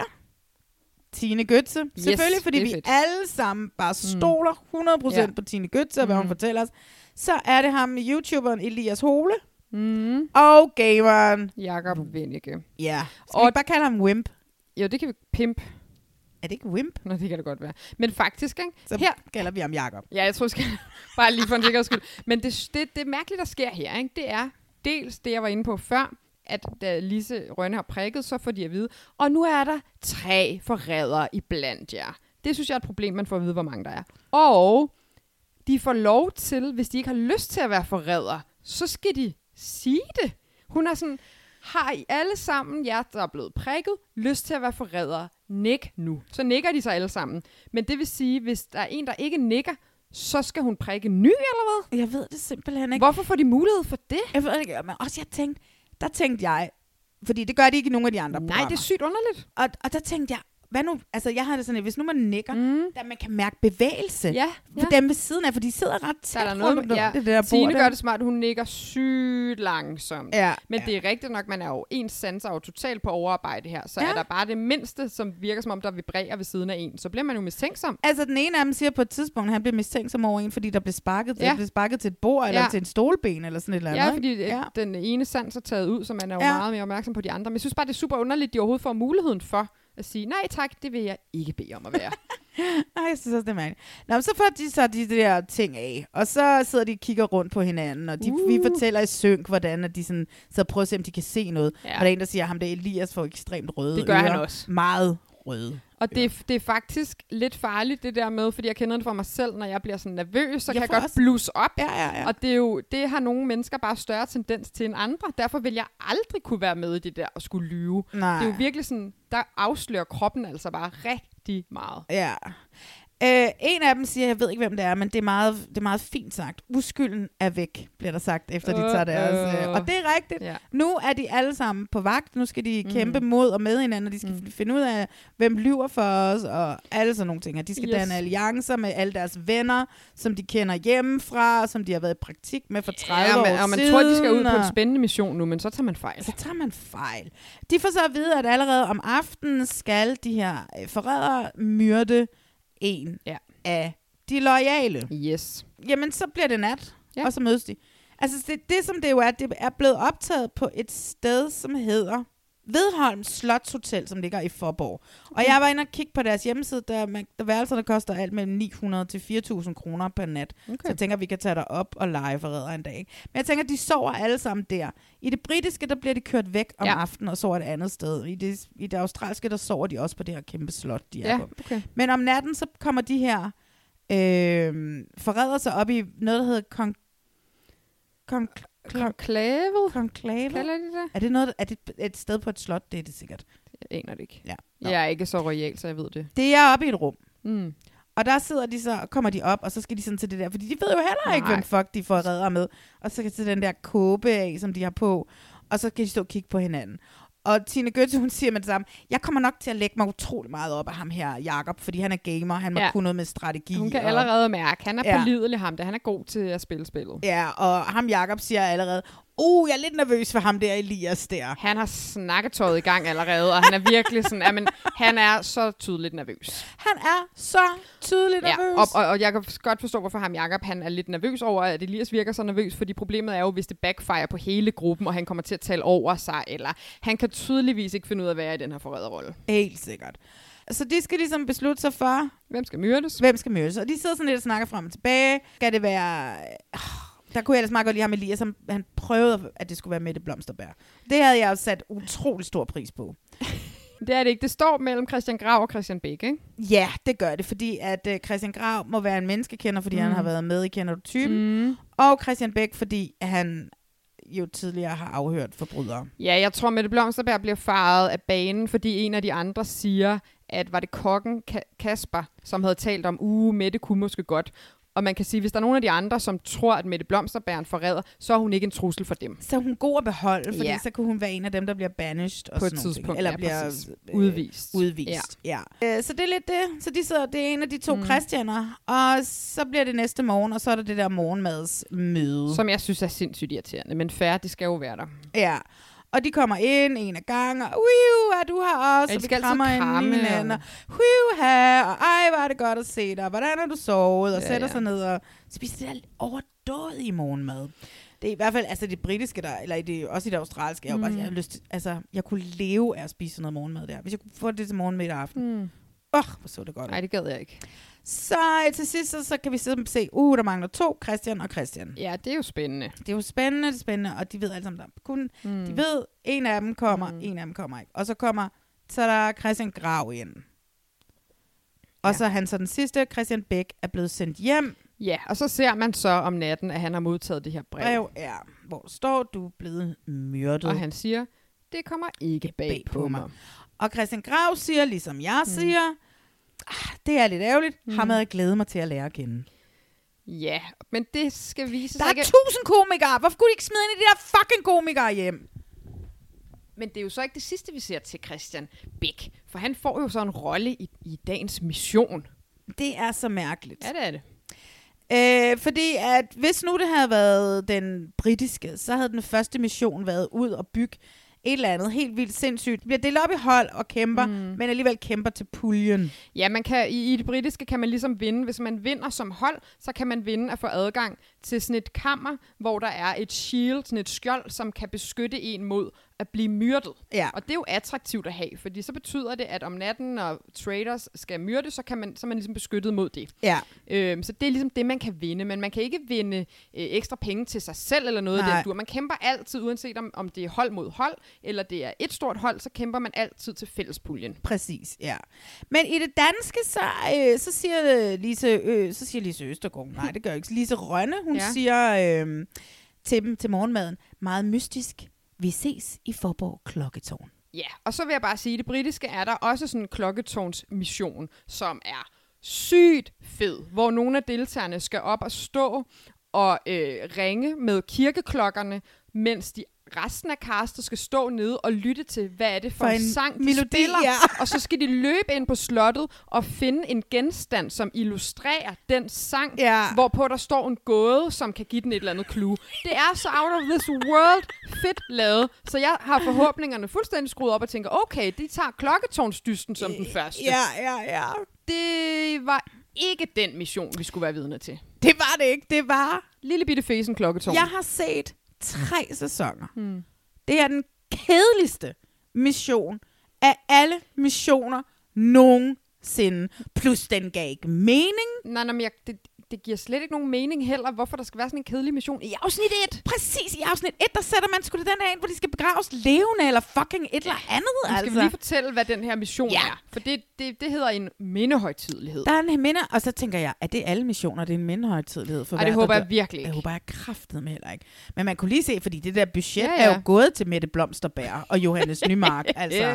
Tine Götze. Yes, selvfølgelig, fordi vi fedt. alle sammen bare stoler hundrede procent ja. på Tine Götze, og hvad mm. hun fortæller os. Så er det ham, YouTuberen Elias Hole, mm. og gameren Jakob Winnicke. Ja. Skal og vi bare kalde ham Wimp? Jo, det kan vi pimp. Er det ikke Wimp? Nå, det kan det godt være. Men faktisk, ikke? Så her kalder vi ham Jakob. Ja, jeg tror, skal bare lige for en sikkerheds skyld. Men det, det, det mærkelige, der sker her, ikke? Det er dels det, jeg var inde på før, at da Lise Rønne har prikket, så får de at vide, og nu er der tre forrædere i blandt jer. Det synes jeg er et problem, man får at vide, hvor mange der er. Og de får lov til, hvis de ikke har lyst til at være forrædere, så skal de sige det. Hun er sådan, har I alle sammen, jer der er blevet prikket, lyst til at være forrædere? Nik nu. Så nikker de sig alle sammen. Men det vil sige, hvis der er en, der ikke nikker, så skal hun prikke ny, eller hvad? Jeg ved det simpelthen ikke. Hvorfor får de mulighed for det? Jeg ved det ikke, men også jeg tænkte, der tænkte jeg, fordi det gør de ikke i nogen af de andre Nej, programmer. det er sygt underligt. Og, og der tænkte jeg, hvad nu, altså jeg har det sådan, at hvis nu man nikker, mm. der man kan mærke bevægelse ja, ja. for dem ved siden af, for de sidder ret tæt der er noget, rundt ja. det der bord. Tine gør det smart, hun nikker sygt langsomt. Ja, Men ja. det er rigtigt nok, man er jo, ens sanser er jo totalt på overarbejde her, så ja. er der bare det mindste, som virker som om, der vibrerer ved siden af en, så bliver man jo mistænksom. Altså den ene af dem siger på et tidspunkt, at han bliver mistænksom over en, fordi der blev sparket, ja. der blev sparket til et bord, eller ja. til en stolben, eller sådan et eller andet. Ja, fordi ja. den ene sans er taget ud, så man er jo ja. meget mere opmærksom på de andre. Men jeg synes bare, det er super underligt, de overhovedet får muligheden for at sige, nej tak, det vil jeg ikke bede om at være. Nej, jeg synes også, det er mærkeligt. Nå, så får de så de der ting af, og så sidder de og kigger rundt på hinanden, og de, uh. vi fortæller i synk, hvordan at de sådan, så prøver at se, om de kan se noget. Ja. Og der er en, der siger, at ham der Elias får ekstremt røde Det gør ører. han også. Meget røde. Og det er, det er faktisk lidt farligt, det der med, fordi jeg kender det fra mig selv, når jeg bliver sådan nervøs, så jeg kan jeg godt også blusse op. Ja, ja, ja. Og det, er jo, det har nogle mennesker bare større tendens til end andre. Derfor vil jeg aldrig kunne være med i det der og skulle lyve. Nej. Det er jo virkelig sådan, der afslører kroppen altså bare rigtig meget. Ja. Øh, en af dem siger, jeg ved ikke, hvem det er, men det er meget, det er meget fint sagt. Uskylden er væk, bliver der sagt, efter de tager deres. Øh, og det er rigtigt. Ja. Nu er de alle sammen på vagt. Nu skal de kæmpe mm. mod og med hinanden, og de skal mm. finde ud af, hvem lyver for os, og alle sådan nogle ting. De skal yes. danne alliancer med alle deres venner, som de kender hjemmefra, som de har været i praktik med for tredive ja, år siden. Og man tror, de skal ud på en spændende mission nu, men så tager man fejl. Så tager man fejl. De får så at vide, at allerede om aftenen skal de her forrædere myrde en ja. af de loyale. Yes. Jamen, så bliver det nat, ja. og så mødes de. Altså, det, det som det jo er, det er blevet optaget på et sted, som hedder Vedholm Slotshotel, som ligger i Fåborg. Okay. Og jeg var inde og kigge på deres hjemmeside, der, man, der værelserne koster alt mellem ni hundrede til fire tusind kroner per nat. Okay. Så jeg tænker, vi kan tage dig op og lege forræder en dag. Ikke? Men jeg tænker, de sover alle sammen der. I det britiske, der bliver de kørt væk om ja. aftenen og sover et andet sted. I det, I det australske, der sover de også på det her kæmpe slot, de er ja, på. Okay. Men om natten, så kommer de her øh, forræder sig op i noget, der hedder kon- kon- Konklavet? Konklavet? Kalder de det? Er det noget, er det et sted på et slot? Det er det sikkert. Jeg aner det ikke. Ja. Jeg er ikke så royal, så jeg ved det. Det er oppe i et rum. Mm. Og der sidder de så, og kommer de op, og så skal de sådan til det der, fordi de ved jo heller Nej. ikke, hvem fuck de får redder med. Og så kan de til den der kåbe af, som de har på, og så kan de stå og kigge på hinanden. Og Tine Götze, hun siger med det samme, jeg kommer nok til at lægge mig utrolig meget op af ham her, Jakob, fordi han er gamer, han må ja. kunne noget med strategi. Hun kan og allerede mærke, han er ja. pålidelig ham, det han er god til at spille spillet. Ja, og ham Jakob siger allerede, uh, jeg er lidt nervøs for ham der, Elias der. Han har snakketøjet i gang allerede, og han er virkelig sådan, ja, men han er så tydeligt nervøs. Han er så tydeligt nervøs. Ja, og, og, og jeg kan godt forstå, hvorfor ham Jakob, han er lidt nervøs over, at Elias virker så nervøs, fordi problemet er jo, hvis det backfire på hele gruppen, og han kommer til at tale over sig, eller han kan tydeligvis ikke finde ud af at være i den her forræderrolle. Helt sikkert. Så de skal ligesom beslutte sig for, hvem skal myrdes. Hvem skal myrdes. Og de sidder sådan lidt og snakker frem og tilbage. Skal det være... Der kunne jeg ellers meget godt lide ham Elias, som han prøvede, at det skulle være Mette Blomsterberg. Det havde jeg jo sat utrolig stor pris på. Det er det ikke. Det står mellem Christian Grau og Christian Bech, ikke? Ja, det gør det, fordi at uh, Christian Grau må være en menneskekender, fordi mm. han har været med i Kender du typen. Mm. Og Christian Bech, fordi han jo tidligere har afhørt forbrydere. Ja, jeg tror, Mette Blomsterberg bliver faret af banen, fordi en af de andre siger, at var det kokken Kasper, som havde talt om, uh, Mette kunne måske godt. Og man kan sige, hvis der er nogen af de andre, som tror, at Mette Blomsterberg er en forræder, så er hun ikke en trussel for dem. Så er hun god at beholde, fordi ja. så kunne hun være en af dem, der bliver banished og på et sådan tidspunkt, noget. Eller ja, bliver øh, udvist. udvist. Ja. Ja. Øh, så det er lidt det. Så de sidder, det er en af de to mm. Christianer, og så bliver det næste morgen, og så er der det der morgenmadsmøde. Som jeg synes er sindssygt irriterende, men fair, det skal jo være der. Ja. Og de kommer ind en af gangen, og wiu, du har også, ja, og vi krammer ind i hinanden, og wiu, og ej, hvor er det godt at se dig, hvordan har du sovet, og ja, sætter ja. sig ned og spiser det der overdådige morgenmad. Det er i hvert fald, altså det britiske der, eller det, også i det australske, jeg, mm. bare, jeg, har lyst til, altså, jeg kunne leve af at spise sådan noget morgenmad der, hvis jeg kunne få det til morgenmad i aften. Åh, mm. oh, hvor så det godt. Nej, det gad jeg ikke. Så til sidst, så, så kan vi sidde og se, uh, der mangler to, Christian og Christian. Ja, det er jo spændende. Det er jo spændende, det er spændende, og de ved alle sammen, der kun, mm. de ved, en af dem kommer, mm. en af dem kommer ikke. Og så kommer, så er der Christian Grau ind. Og ja. så er han så den sidste, Christian Bech, er blevet sendt hjem. Ja, og så ser man så om natten, at han har modtaget det her brev. Brev, ja, hvor der står, du er blevet myrdet. Og han siger, det kommer ikke bag, bag på, på mig. mig. Og Christian Grau siger, ligesom jeg mm. siger, det er lidt ærgerligt. Mm. Ham havde jeg glædet mig til at lære at kende. Ja, men det skal vise sig. Der er ikke... tusind komikere. Hvorfor kunne de ikke smide ind i de der fucking komikere hjem? Men det er jo så ikke det sidste, vi ser til Christian Bech. For han får jo så en rolle i, i dagens mission. Det er så mærkeligt. Ja, det er det. Øh, fordi at hvis nu det havde været den britiske, så havde den første mission været ud og bygge et eller andet helt vildt sindssygt. Vi bliver delt op i hold og kæmper, mm. men alligevel kæmper til puljen. Ja, man kan, i, i det britiske kan man ligesom vinde. Hvis man vinder som hold, så kan man vinde at få adgang til sådan et kammer, hvor der er et shield, sådan et skjold, som kan beskytte en mod at blive myrdet. Ja. Og det er jo attraktivt at have, fordi så betyder det, at om natten, når traders skal myrde, så, kan man, så er man ligesom beskyttet mod det. Ja. Øhm, så det er ligesom det, man kan vinde, men man kan ikke vinde øh, ekstra penge til sig selv eller noget af den dur. Man kæmper altid, uanset om, om det er hold mod hold, eller det er et stort hold, så kæmper man altid til fællespuljen. Præcis, ja. Men i det danske, så, øh, så siger Lise, øh, så siger Lise Østergaard, nej det gør ikke, Lise Rønne, hun ja. siger øh, til dem til morgenmaden, meget mystisk, vi ses i Fåborg Klokketårn. Ja, og så vil jeg bare sige, at i det britiske er der også sådan en klokketårnsmission, som er sygt fed, hvor nogle af deltagerne skal op og stå og øh, ringe med kirkeklokkerne, mens de resten af castet skal stå nede og lytte til, hvad er det for, for en, en sang, de melodi, spiller. Ja. Og så skal de løbe ind på slottet og finde en genstand, som illustrerer den sang, ja. Hvorpå der står en gåde, som kan give den et eller andet clue. Det er så out of this world fedt lavet, så jeg har forhåbningerne fuldstændig skruet op og tænker, okay, de tager klokketårnsdysten som den første. Ja, ja, ja. Det var ikke den mission, vi skulle være vidne til. Det var det ikke. Det var... Lille bitte fesen klokketårn. Jeg har set tre sæsoner. Hmm. Det er den kedeligste mission af alle missioner nogensinde. Plus den gav ikke mening. Nej, nej, men jeg, det, det giver slet ikke nogen mening heller, hvorfor der skal være sådan en kedelig mission i afsnit et. Præcis, i afsnit et, der sætter man sgu den der ind, hvor de skal begraves levende, eller fucking et eller andet. Skal altså. vi lige fortælle, hvad den her mission ja. er? For det, det, det hedder en mindehøjtidelighed. Der er en minde, og så tænker jeg, er det alle missioner, det er en mindehøjtidelighed? For Ej, det håber jeg virkelig ikke. Det håber jeg kraftedeme heller ikke. Men man kunne lige se, fordi det der budget ja, ja. er jo gået til Mette Blomsterberg og Johannes Nymark. altså.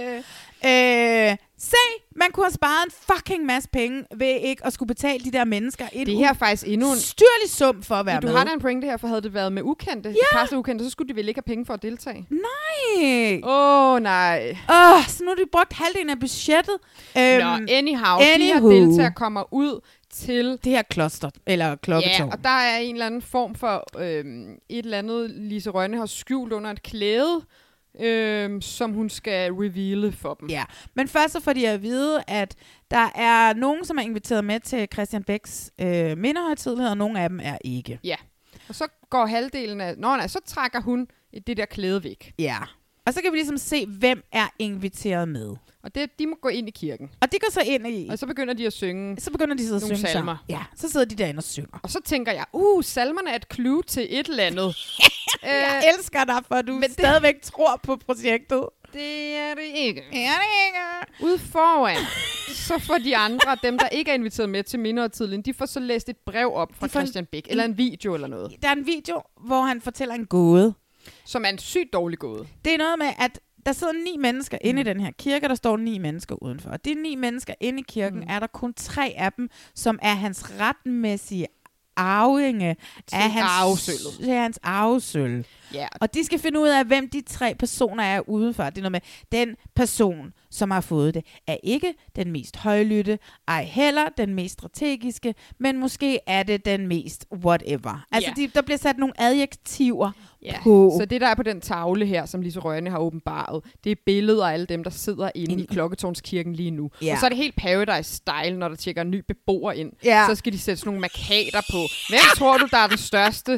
Øh, se, man kunne have sparet en fucking masse penge ved ikke at skulle betale de der mennesker en det her er faktisk endnu en styrlig sum for at være du med. Du har da en pointe her, for havde det været med ukendte, ja. Castet ukendte, så skulle de vel ikke have penge for at deltage. Nej. Åh, oh, nej. Åh, oh, så nu har de brugt halvdelen af budgettet. Nå, um, anyhow, anywho. De her deltagere kommer ud til det her kloster, eller klokketårn. Ja, og der er en eller anden form for øhm, et eller andet, Lise Rønne har skjult under et klæde, Øhm, som hun skal reveale for dem. Ja, men først så får de at vide, at der er nogen, som er inviteret med til Christian Bechs øh, mindehøjtidelighed, og nogle af dem er ikke. Ja, og så går halvdelen af... Nå nej, så trækker hun det der klæde væk. Ja, og så kan vi ligesom se, hvem er inviteret med. Og det, de må gå ind i kirken. Og de går så ind i... Og så begynder de at synge Så begynder de så at synge salmer. Ja, så sidder de derinde og synger. Og så tænker jeg, uh, salmerne er et clue til et eller andet. Jeg øh, elsker dig, for du men stadigvæk det, tror på projektet. Det er det ikke. Det er det ikke. Ude foran, så får de andre, dem der ikke er inviteret med til mindehøjtideligheden, de får så læst et brev op fra Christian Bech, eller en video eller noget. Der er en video, hvor han fortæller en gåde. Som er en sygt dårlig gåde. Det er noget med, at der sidder ni mennesker mm. inde i den her kirke, der står ni mennesker udenfor. Og de ni mennesker inde i kirken, mm. er der kun tre af dem, som er hans retmæssige arvinge af hans arvesølv. hans arvesølv. Yeah. Og de skal finde ud af, hvem de tre personer er udenfor. Det er noget med, den person, som har fået det, er ikke den mest højlytte, ej heller den mest strategiske, men måske er det den mest whatever. Altså, yeah. de, der bliver sat nogle adjektiver yeah. på. Så det, der er på den tavle her, som Lise Rønne har åbenbaret, det er billeder af alle dem, der sidder inde ind. i Klokketårnskirken lige nu. Yeah. Og så er det helt Paradise-style, når der tjekker en ny beboer ind. Yeah. Så skal de sætte sådan nogle markader på. Hvem tror du, der er den største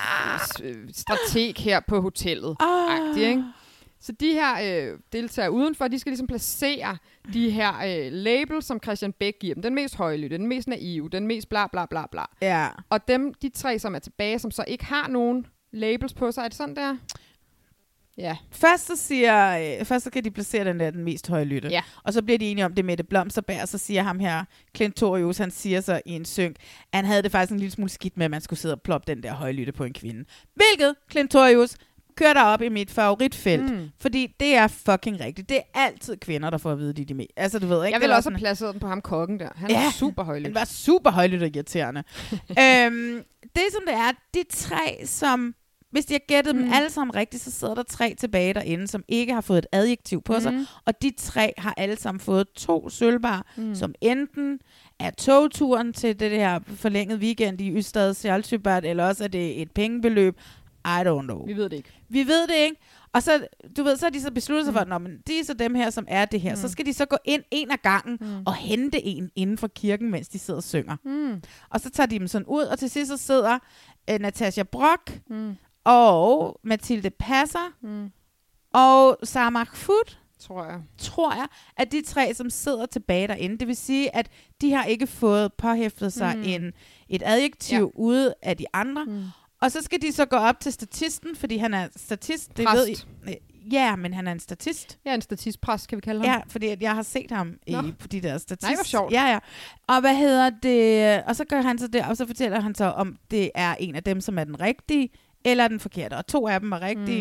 strateg her på hotellet? Oh. Agtig, ikke? Så de her øh, deltagere udenfor, de skal ligesom placere de her øh, labels, som Christian Bech giver dem. Den mest højlytte, den mest naive, den mest bla bla bla bla. Ja. Og dem, de tre, som er tilbage, som så ikke har nogen labels på sig, er det sådan der? Ja. Først så siger, øh, først så kan de placere den der, den mest højlytte. Ja. Og så bliver de enige om det med det Blomsterberg, og så siger ham her, Klintorius, han siger så i en synk, han havde det faktisk en lille smule skidt med, at man skulle sidde og ploppe den der højlytte på en kvinde. Hvilket, Klintorius, kører der op i mit favoritfelt, mm. fordi det er fucking rigtigt. Det er altid kvinder, der får at vide, de er de med. Altså, du ved ikke. Jeg vil også have placeret den på ham kokken der. Han ja, er super højlydt. Han var super højlydt og irriterende. øhm, det som det er, de tre, som hvis de har gættet mm. dem alle sammen rigtigt, så sidder der tre tilbage derinde, som ikke har fået et adjektiv på mm. sig. Og de tre har alle sammen fået to sølvbar, mm. som enten er togturen til det her forlængede weekend i Ystad Sjælsøbad, eller også er det et pengebeløb. I don't know. Vi ved det ikke. Vi ved det ikke. Og så, du ved, så har de så besluttet sig mm. for, at de er så dem her, som er det her. Mm. Så skal de så gå ind en af gangen mm. og hente en inden for kirken, mens de sidder og synger. Mm. Og så tager de dem sådan ud, og til sidst så sidder uh, Natasha Brock, mm. og Mathilde Passer, mm. og Sarah Mahfoud, tror jeg. tror jeg, at de tre, som sidder tilbage derinde, det vil sige, at de har ikke fået påhæftet sig mm. en, et adjektiv ja. ude af de andre. Mm. Og så skal de så gå op til statisten, fordi han er statist. Det ved I. Ja, men han er en statist. Ja, en statistpræst, kan vi kalde ham. Ja, fordi jeg har set ham i, på de der statist. Nej, hvor sjovt. Ja, ja. Og hvad hedder det? Og så gør han så det, og så fortæller han så, om det er en af dem, som er den rigtige, eller den forkerte. Og to af dem er rigtige.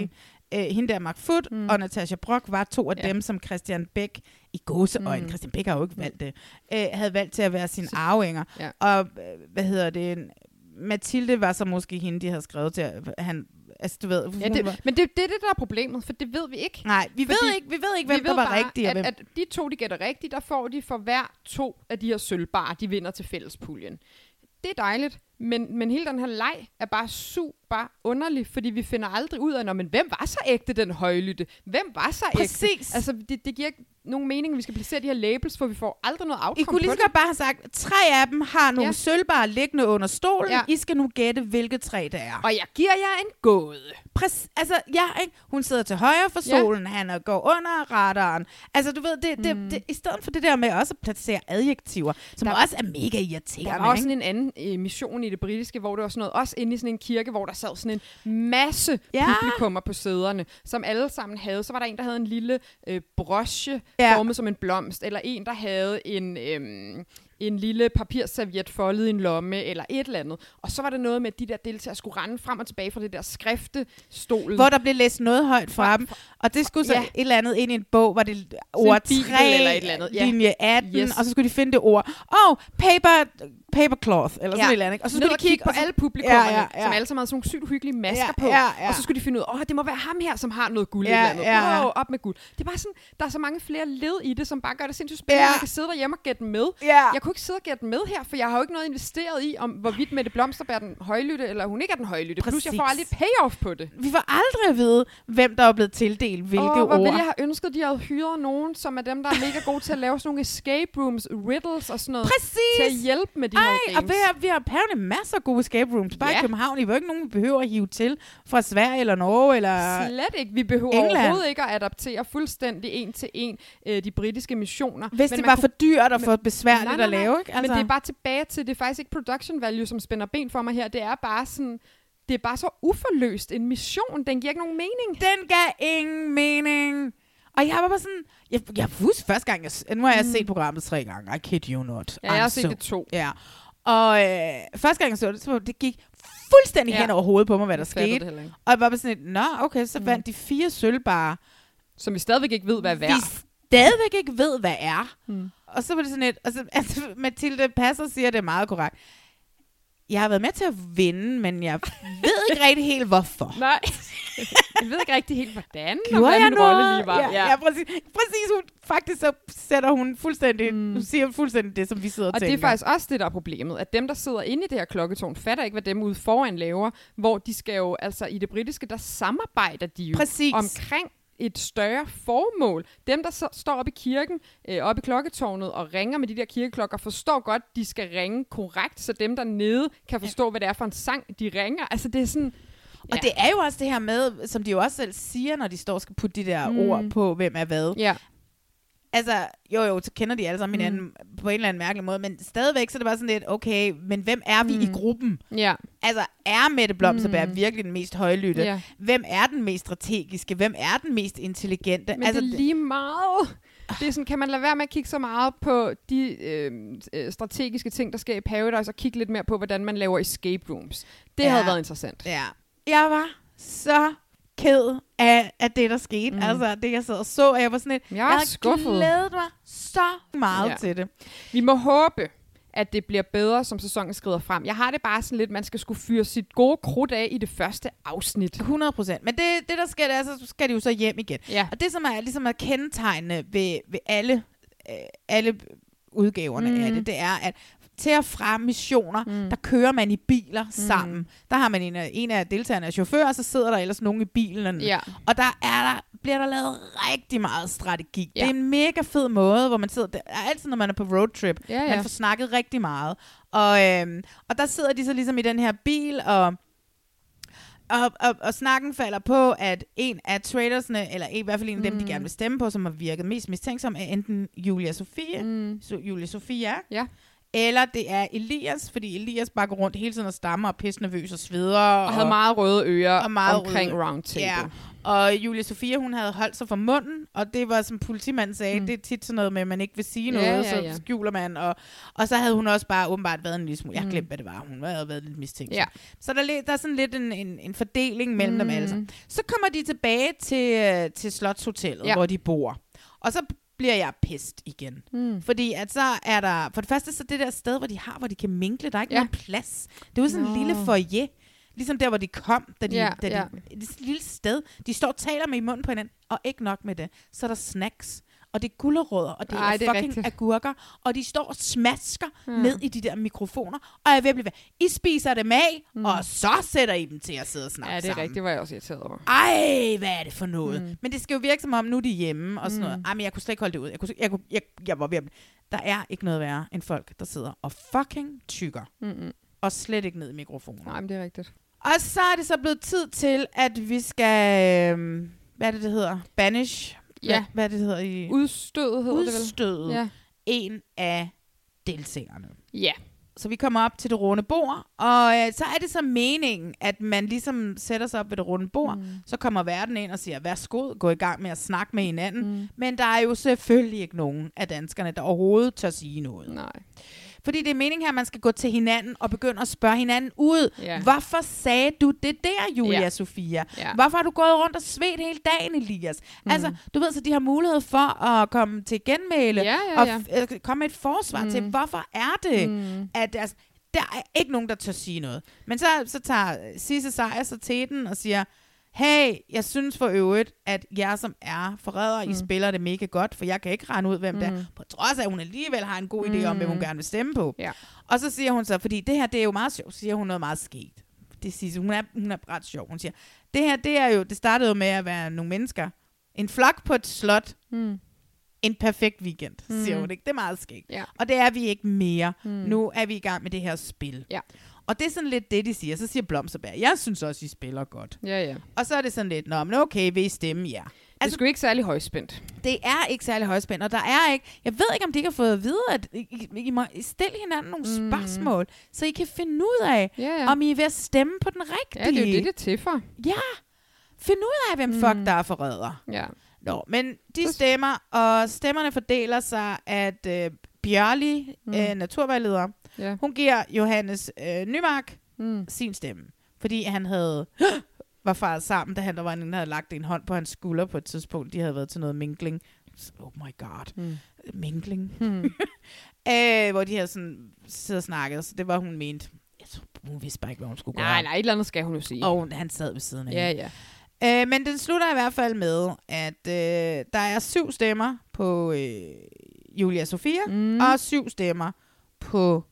øh, hende der Mark Foot mm. og Natasha Brock var to af ja. dem, som Christian Beck i gåseøjne, mm. Christian Beck har jo ikke valgt det, øh, havde valgt til at være sine arvinger. Ja. Og øh, hvad hedder det? Mathilde var så måske hende, de havde skrevet til, at han... Altså, du ved, ja, det, men det, det er det, der er problemet, for det ved vi ikke. Nej, vi ved ikke, vi ved ikke, hvem der var rigtig. At, at de to, de gætter rigtigt, der får de for hver to af de her sølvbarer, de vinder til fællespuljen. Det er dejligt, men, men hele den her leg er bare super underlig, fordi vi finder aldrig ud af, men hvem var så ægte, den højlytte? Hvem var så Præcis. ægte? Altså, det, det giver ikke nogen mening, at vi skal placere de her labels, for vi får aldrig noget outcome. I kunne lige så godt bare have sagt, tre af dem har nogle ja. sølvbarer liggende under stolen. Ja. I skal nu gætte, hvilke tre det er. Og jeg giver jer en gåde. Præcis. Altså, ja, ikke? Hun sidder til højre for solen, ja. han går under radaren. Altså, du ved, det, det, mm. det, i stedet for det der med også at placere adjektiver, som der, også er mega irriterende. Der var også sådan en anden øh, mission i det britiske, hvor det var sådan noget, også inde i sådan en kirke, hvor der sad sådan en masse ja. publikummer på sæderne, som alle sammen havde. Så var der en, der havde en lille øh, broche, ja. formet som en blomst, eller en, der havde en, øhm, en lille papirserviet foldet i en lomme, eller et eller andet. Og så var der noget med, at de der deltagere skulle rende frem og tilbage fra det der skriftestol. Hvor der blev læst noget højt fra dem, og det skulle så ja. et eller andet ind i en bog, hvor det ord tre, eller et eller andet. Ja. linje atten, yes. og så skulle de finde det ord. Oh, paper, papercloth, eller ja. sådan et eller andet. Og så skulle de kigge på alle publikummerne, ja, ja, ja. som alle sammen havde sådan nogle sygt hyggelige masker ja, på. Ja, ja. Og så skulle de finde ud af, åh, det må være ham her, som har noget guld. Ja, eller andet. Ja, ja. Wow, op med guld. Det er bare sådan, der er så mange flere led i det, som bare gør det sindssygt spændende. Ja. Man kan sidde derhjemme og gætte med. Ja. Jeg kunne ikke sidde og gætte med her, for jeg har jo ikke noget investeret i, om hvorvidt Mette Blomsterberg er den højlytte, eller hun ikke er den højlytte. Præcis. Plus jeg får aldrig payoff på det. Vi får aldrig at vide, hvem der er blevet tildelt hvilke oh, ord. Hvor ville jeg have ønsket, at de havde hyret nogen, som er dem, der er mega gode til at lave sådan nogle escape rooms, riddles og sådan noget. Præcis. Til at hjælpe med de Ej, her games. Og vi har, vi har apparently masser af gode escape rooms. Bare ja. i København. I er jo ikke nogen, vi behøver at hive til fra Sverige eller Norge eller Slet ikke. Vi behøver England. overhovedet ikke at adaptere fuldstændig en til en øh, de britiske missioner. Hvis men det var kunne, for dyrt og for besværligt nej, nej, nej. at lave, ikke? Altså. Men det er bare tilbage til, det er faktisk ikke production value, som spænder ben for mig her. Det er bare sådan, det er bare så uforløst en mission. Den giver ikke nogen mening. Den gav ingen mening. Og jeg var bare sådan, jeg, jeg husker første gang, jeg, nu har jeg mm. set programmet tre gange. I kid you not. Ja, jeg har set so, det to. Ja. Og øh, første gang jeg så det, så det gik fuldstændig ja. hen over hovedet på mig, hvad der skete. Og jeg var bare sådan et, nå okay, så mm. vandt de fire sølvbarer. Som vi stadigvæk ikke ved, hvad er værd. Vi stadigvæk ikke ved, hvad er. Mm. Og så var det sådan et, og så, altså, Mathilde Passer siger det meget korrekt. Jeg har været med til at vinde, men jeg ved ikke rigtig helt, hvorfor. Nej, jeg ved ikke rigtig helt, hvordan. Gjorde jeg min rolle lige var. Ja, ja. ja præcis. præcis hun, faktisk så sætter hun fuldstændig, mm. hun siger fuldstændig det, som vi sidder og, og tænker. Og det er faktisk også det, der er problemet. At dem, der sidder inde i det her klokketårn, fatter ikke, hvad dem ude foran laver. Hvor de skal jo, altså i det britiske, der samarbejder de jo præcis. omkring et større formål. Dem, der så, står oppe i kirken, øh, oppe i klokketårnet og ringer med de der kirkeklokker, forstår godt, de skal ringe korrekt, så dem dernede kan forstå, ja. hvad det er for en sang, de ringer. Altså, det er sådan... Ja. Og det er jo også det her med, som de jo også selv siger, når de står og skal putte de der mm. ord på, hvem er hvad. Ja. Altså, jo jo, så kender de alle sammen hinanden mm. på en eller anden mærkelig måde, men stadigvæk så er det bare sådan lidt, okay, men hvem er vi mm. i gruppen? Ja. Altså, er Mette Blomsterberg mm. virkelig den mest højlytte? Ja. Hvem er den mest strategiske? Hvem er den mest intelligente? Men altså, det er lige meget. Det er sådan, kan man lade være med at kigge så meget på de øh, strategiske ting, der sker i Paradise, og kigge lidt mere på, hvordan man laver escape rooms. Det ja. havde været interessant. Ja. Jeg var så ked af, af det, der skete. Mm. Altså, det jeg sad og så, og jeg var sådan lidt, jeg, jeg havde glædet mig så meget ja. til det. Vi må håbe, at det bliver bedre, som sæsonen skrider frem. Jeg har det bare sådan lidt, man skal skulle fyre sit gode krudt af i det første afsnit. hundrede procent. Men det, det der sker, det er, så skal de jo så hjem igen. Ja. Og det, som er, ligesom er kendetegnende ved, ved alle, øh, alle udgaverne mm. af det, det er, at til og fra missioner, mm. der kører man i biler mm. sammen. Der har man en af, en af deltagerne af chauffør, og så sidder der ellers nogen i bilen. Ja. Og der, er der bliver der lavet rigtig meget strategi. Ja. Det er en mega fed måde, hvor man sidder... Der er altid, når man er på roadtrip. Ja, ja. Man får snakket rigtig meget. Og, øhm, og der sidder de så ligesom i den her bil, og... Og, og, og snakken falder på, at en af tradersne, eller i hvert fald en af dem, mm. de gerne vil stemme på, som har virket mest mistænksom, er enten Julia Sofie, mm. so, Julia Sofia, ja. eller det er Elias, fordi Elias bare går rundt hele tiden og stammer og pisse nervøs og sveder. Og, og havde meget røde ører og meget omkring røde. roundtable. Ja. Og Julia Sofia, hun havde holdt sig for munden, og det var, som politimanden sagde, mm. det er tit sådan noget med, at man ikke vil sige noget, ja, ja, ja. så skjuler man. Og, og så havde hun også bare åbenbart været en lille smule. Jeg har glemt, hvad det var. Hun havde været lidt mistænkt. Ja. Så der, der er sådan lidt en, en, en fordeling mellem mm. dem alle sammen. Så kommer de tilbage til, til Slotshotellet, ja. hvor de bor. Og så bliver jeg pissed igen. Mm. Fordi at så er der, for det første så det der sted, hvor de har, hvor de kan minkle, der er ikke ja. nogen plads. Det er jo sådan en lille foyer. Ligesom der, hvor de kom, da de, ja, da de, ja. det er et lille sted. De står og taler med i munden på hinanden, og ikke nok med det. Så er der snacks, og det er gulerødder, og det Ej, er det fucking rigtigt. agurker, og de står og smasker ja. ned i de der mikrofoner, og jeg er ved at blive ved. I spiser dem af, mm. og så sætter I dem til at sidde og snakke sammen. Ja, det er rigtigt, det var jeg også irriteret over. Ej, hvad er det for noget? Mm. Men det skal jo virke som om, nu er de hjemme, og sådan mm. noget. Ej, men jeg kunne slet ikke holde det ud. Jeg, kunne, jeg, kunne, jeg, jeg var ved at blive. Der er ikke noget værre end folk, der sidder og fucking tykker, mm-hmm. og slet ikke ned i mikrofonen. Nej, men det er rigtigt. Og så er det så blevet tid til, at vi skal, øh, hvad er det, det hedder? Banish? Ja. Hvad, hvad er det, det hedder? I Udstødet hedder Udstødet. det vel? Ja. En af deltagerne. Ja. Så vi kommer op til det runde bord, og øh, så er det så meningen, at man ligesom sætter sig op ved det runde bord, mm. så kommer verden ind og siger, værsgo, gå i gang med at snakke med hinanden. Mm. Men der er jo selvfølgelig ikke nogen af danskerne, der overhovedet tør sige noget. Nej. Fordi det er meningen her, at man skal gå til hinanden og begynde at spørge hinanden ud. Ja. Hvorfor sagde du det der, Julia ja. Sofia? Ja. Hvorfor har du gået rundt og svedt hele dagen, Elias? Mm. Altså, du ved, så de har mulighed for at komme til genmæle ja, ja, ja. og f- øh, komme med et forsvar mm. til, hvorfor er det, mm. at altså, der er ikke nogen, der tør sige noget. Men så, så tager Sisse Sejer sig til den og siger, hey, jeg synes for øvrigt, at jeg som er forræder, mm. I spiller det mega godt, for jeg kan ikke regne ud, hvem mm. det er. På trods af, at hun alligevel har en god idé mm. om, hvem hun gerne vil stemme på. Ja. Og så siger hun så, fordi det her, det er jo meget sjovt, siger hun noget meget skægt. Det siger hun er, hun er ret sjov. Hun siger, det her, det er jo, det startede jo med at være nogle mennesker. En flok på et slot. Mm. En perfekt weekend, mm. siger hun ikke. Det er meget skægt. Ja. Og det er vi ikke mere. Mm. Nu er vi i gang med det her spil. Ja. Og det er sådan lidt det, de siger. Så siger Blomsterberg, jeg synes også, I spiller godt. Ja, ja. Og så er det sådan lidt, nå, men okay, vil I stemme? Ja. Altså, det er sgu ikke særlig højspændt. Det er ikke særlig højspændt, og der er ikke, jeg ved ikke, om de ikke har fået at vide, at I, I, I må stille hinanden nogle mm. spørgsmål, så I kan finde ud af, ja, ja. om I er ved at stemme på den rigtige. Ja, det er jo det, det er til for. Ja, find ud af, hvem mm. fuck der er forræder. Ja. Nå, men de stemmer, og stemmerne fordeler sig, at øh, Bjørli, mm. øh, naturvejleder, ja. hun giver Johannes øh, Nymark mm. sin stemme, fordi han havde var faret sammen, da han der var en, der havde lagt en hånd på hans skulder på et tidspunkt. De havde været til noget minkling. Oh my god. Mm. Minkling. Mm. Æh, hvor de havde sådan siddet og snakket, så det var hun ment. Jeg tror, hun vidste bare ikke, hvad hun skulle gøre. Nej, nej, et eller andet skal hun jo sige. Og han sad ved siden af. Ja, ja. Øh, men den slutter i hvert fald med, at øh, der er syv stemmer på øh, Julia Sofia, mm. og syv stemmer på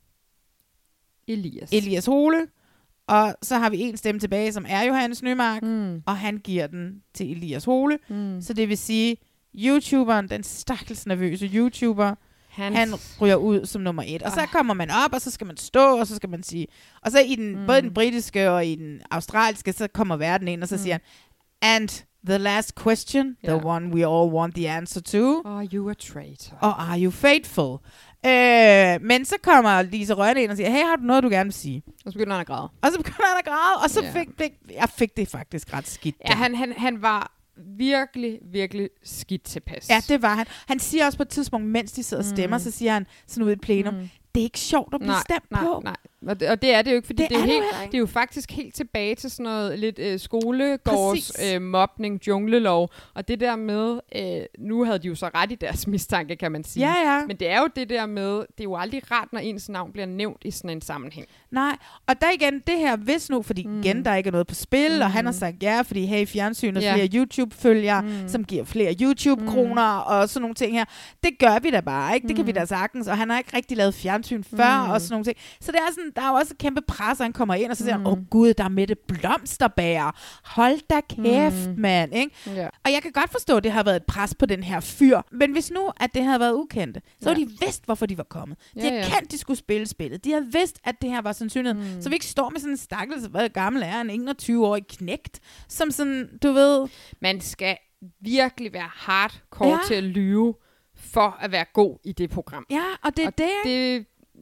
Elias. Elias Hole. Og så har vi en stemme tilbage, som er Johannes Nymark, mm. og han giver den til Elias Hole. Mm. Så det vil sige, YouTuberen, den stakkels nervøse YouTuber, Hans. han ryger ud som nummer et. Og så kommer man op, og så skal man stå, og så skal man sige... Og så i den, mm. både den britiske og i den australske, så kommer verden ind, og så mm. siger han, and the last question, yeah. the one we all want the answer to. Are you a traitor? Og are you faithful? Øh, men så kommer Lise Rønne ind og siger, hey, har du noget, du gerne vil sige? Og så begynder han at græde. Og så begynder han at græde, og så yeah. fik det, jeg fik det faktisk ret skidt. Ja, han, han, han var virkelig, virkelig skidt tilpas. Ja, det var han. Han siger også på et tidspunkt, mens de sidder og stemmer, mm. så siger han sådan ud i plenum, mm. det er ikke sjovt at blive nej, stemt nej, på. Nej, og det, og det er det jo ikke, fordi det, det, er, er helt, det er jo faktisk helt tilbage til sådan noget lidt øh, skolegårds øh, mobning, junglelov, og det der med, øh, nu havde de jo så ret i deres mistanke, kan man sige. Ja, ja. Men det er jo det der med, det er jo aldrig rart, når ens navn bliver nævnt i sådan en sammenhæng. Nej, og der igen, det her, hvis nu, fordi mm. igen, der ikke er noget på spil, mm. og han har sagt ja, fordi hey, fjernsynet yeah. flere YouTube-følgere, mm. som giver flere YouTube-kroner, mm. og sådan nogle ting her. Det gør vi da bare, ikke? Det mm. kan vi da sagtens, og han har ikke rigtig lavet fjernsyn før, mm. og sådan nogle ting. Så det er sådan, der er jo også et kæmpe pres, og han kommer ind, og så siger mm. han, åh oh, gud, der er Mette Blomsterberg. Hold da kæft, mm. mand, ikke? Yeah. Og jeg kan godt forstå, at det har været et pres på den her fyr, men hvis nu, at det havde været ukendte, så yeah. havde de vidst, hvorfor de var kommet. De yeah, har yeah. kendt, de skulle spille spillet. De har vidst, at det her var sandsynlighed. Mm. Så vi ikke står med sådan en stakkels, hvad gammel er, en enogtyve-årig knægt, som sådan, du ved... Man skal virkelig være hardcore ja. til at lyve, for at være god i det program. Ja, og det er og det. det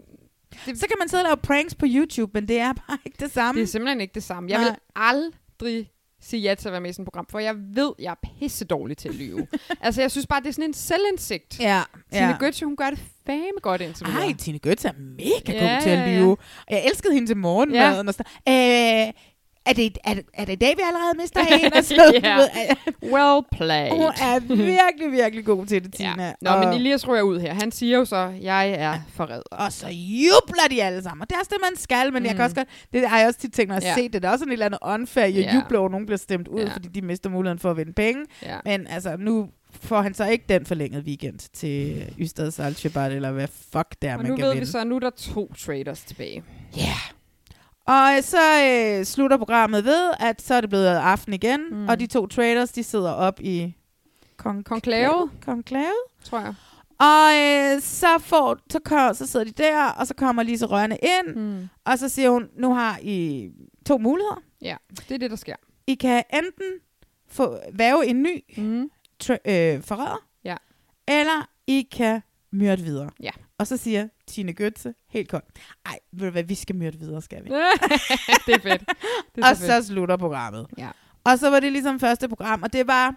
det, så kan man sidde og lave pranks på YouTube, men det er bare ikke det samme. Det er simpelthen ikke det samme. Jeg Nej. vil aldrig sige ja til at være med i sådan et program, for jeg ved, jeg er pisse dårlig til at lyve. Altså, jeg synes bare, det er sådan en selvindsigt. Ja. Tine ja. Götze, hun gør det fame godt indtil videre. Ej, Tine Götze er mega Ja, god til at lyve. ja. Jeg elskede hende til morgenmaden. Ja. Og sådan. Øh, er, det, er, det, er det i dag, vi allerede mister en? Og så, Ja. Well played. Hun er virkelig, virkelig god til det, Tina. Ja. Nå, og, men Elias ryger ud her. Han siger jo så, jeg er forræder. Og så jubler de alle sammen. Og det er også det, man skal, men mm. jeg kan også godt... Det har jeg også tit tænkt, når jeg Ja. har set det. Det er også en eller andet unfair. Jeg Ja. jubler over, nogen bliver stemt ud, Ja. fordi de mister muligheden for at vinde penge. Ja. Men altså, nu får han så ikke den forlængede weekend til Ystad Saltsjöbaden, eller hvad fuck det er, Og man nu kan ved vinde. vi så, nu er der to traders tilbage. Ja. Yeah. Og så øh, slutter programmet ved, at så er det blevet aften igen, mm. og de to traders, de sidder op i kon- Konklave. Konklave, tror jeg. Og øh, så, får, så, kom, så sidder de der, og så kommer Lise Rønne ind, Mm. og så siger hun, nu har I to muligheder. Ja, det er det, der sker. I kan enten få væve en ny mm. tra- øh, forræder, ja. eller I kan myrde videre. Ja. Og så siger Tine Götze helt koldt, ej, ved du hvad, vi skal myrde videre, skal vi? Det er fedt. Det er og så så fedt. slutter programmet. Ja. Og så var det ligesom første program, og det var...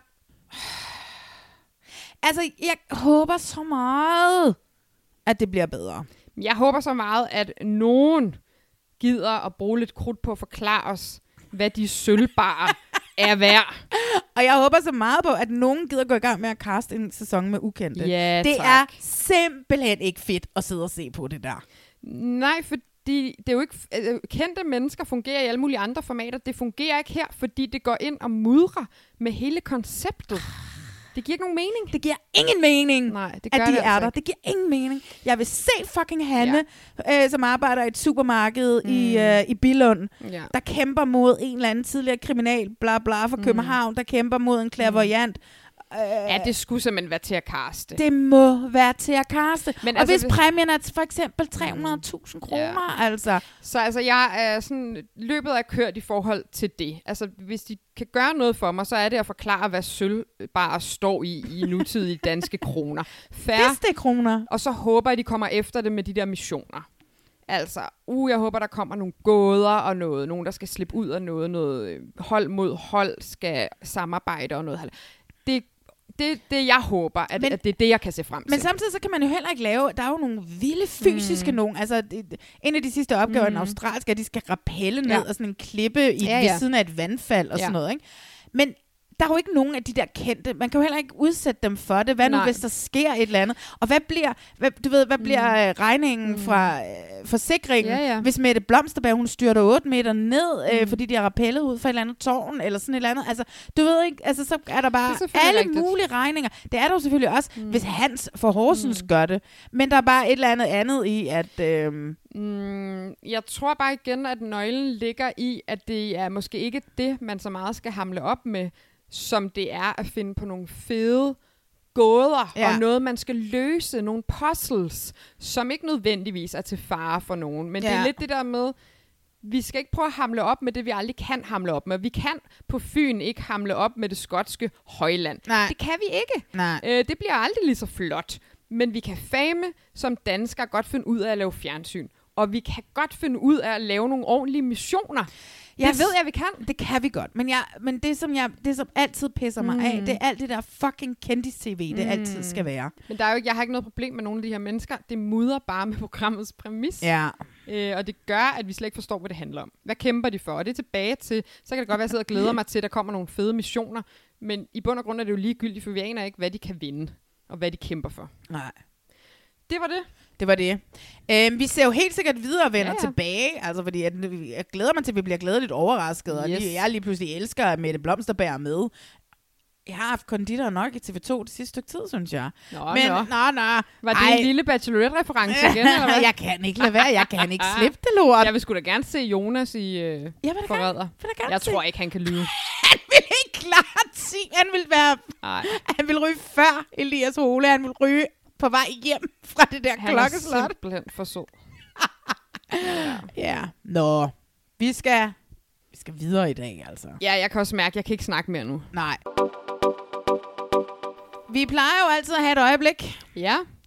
Altså, jeg håber så meget, at det bliver bedre. Jeg håber så meget, at nogen gider at bruge lidt krudt på at forklare os, hvad de sølvbarer er værd. Og jeg håber så meget på, at nogen gider gå i gang med at kaste en sæson med ukendte. Ja, det tak. er simpelthen ikke fedt at sidde og se på det der. Nej, fordi det er jo ikke... Altså, kendte mennesker fungerer i alle mulige andre formater. Det fungerer ikke her, fordi det går ind og mudrer med hele konceptet. Det giver ikke nogen mening. Det giver ingen mening, Nej, det gør at de det er altså der. ikke. Det giver ingen mening. Jeg vil se fucking Hanne, ja. øh, som arbejder i et supermarked mm. i, øh, i Billund, Ja. der kæmper mod en eller anden tidligere kriminal, bla bla, fra Mm. København, der kæmper mod en clairvoyant. Øh, Ja, det skulle simpelthen være til at kaste. Det må være til at kaste. Men og altså, hvis hvis- præmien er for eksempel tre hundrede tusind kroner, Ja. altså. Så altså, jeg er sådan, løbet er kørt i forhold til det. Altså, hvis de kan gøre noget for mig, så er det at forklare, hvad sølv bare står i i nutidige danske kroner. Fair. Hvis det er kroner. Og så håber jeg, de kommer efter det med de der missioner. Altså, uh, jeg håber, der kommer nogle gåder og noget. Nogen, der skal slippe ud af noget. Noget øh, hold mod hold skal samarbejde og noget. Det det, det jeg håber, at, Men- at det er det, jeg kan se frem til. Men samtidig så kan man jo heller ikke lave, der er jo nogle vilde fysiske mm. nogen, altså det, en af de sidste opgaver i Mm. den australske, at de skal rappelle ned Ja. og sådan en klippe i, Ja, ved ja. siden af et vandfald og Ja. sådan noget, ikke? Men der er jo ikke nogen af de der kendte, man kan jo heller ikke udsætte dem for det. Hvad nu, Nej. hvis der sker et eller andet? Og hvad bliver, hvad, du ved, hvad bliver øh, regningen mm. fra øh, forsikringen, Ja, ja. hvis Mette Blomsterberg, hun styrter otte meter ned, øh, Mm. fordi de har rappellet ud fra et eller andet tårn, eller sådan et eller andet. Altså, du ved ikke, altså så er der Det er bare selvfølgelig alle rigtigt. mulige regninger. Det er der jo selvfølgelig også, mm. hvis Hans for Horsens mm. gør det. Men der er bare et eller andet andet i, at... Øh, Mm, jeg tror bare igen, at nøglen ligger i, at det er måske ikke det, man så meget skal hamle op med, som det er at finde på nogle fede gåder, Ja. og noget, man skal løse, nogle puzzles, som ikke nødvendigvis er til fare for nogen. Men ja. det er Ja. lidt det der med, vi skal ikke prøve at hamle op med det, vi aldrig kan hamle op med. Vi kan på Fyn ikke hamle op med det skotske højland. Nej. Det kan vi ikke. Nej. Øh, det bliver aldrig lige så flot. Men vi kan fame som danskere godt finde ud af at lave fjernsyn. Og vi kan godt finde ud af at lave nogle ordentlige missioner. Jeg det ved jeg, vi kan. Det kan vi godt. Men, jeg, men det, som jeg, det, som altid pisser mig Mm. af, det er alt det der fucking kendis-tv, det Mm. altid skal være. Men der er jo ikke, jeg har ikke noget problem med nogle af de her mennesker. Det mudrer bare med programmets præmis. Ja. Øh, og det gør, at vi slet ikke forstår, hvad det handler om. Hvad kæmper de for? Og det er tilbage til, så kan det godt være, at jeg sidder og glæder mig til, at der kommer nogle fede missioner. Men i bund og grund er det jo ligegyldigt, for vi aner ikke, hvad de kan vinde, og hvad de kæmper for. Nej. Det var det. Det var det. Øhm, vi ser jo helt sikkert videre og vender Ja, ja. tilbage, altså fordi at, jeg glæder mig til, at vi bliver glædeligt overrasket, og Yes. lige, jeg lige pludselig elsker, at Mette Blomsterberg er med. Jeg har haft konditor nok i T V to det sidste stykke tid, synes jeg. Nå, Men, nå. nå, nå. Var det Ej. en lille Bachelorette-reference igen, eller hvad? Jeg kan ikke lade være, jeg kan ikke slippe det, lort. Jeg vil sgu da gerne se Jonas i øh, Jeg vil da gerne, Forræder. vil da gerne Jeg se. tror ikke, han kan lyve. Han vil ikke klart sige, han vil være, Nej. han vil ryge før Elias Hole, han vil ryge på vej hjem fra det der Han er klokkeslot. simpelthen for så. Ja, nå. Vi skal, vi skal videre i dag, altså. Ja, jeg kan også mærke, at jeg kan ikke snakke mere nu. Nej. Vi plejer jo altid at have et øjeblik. Ja.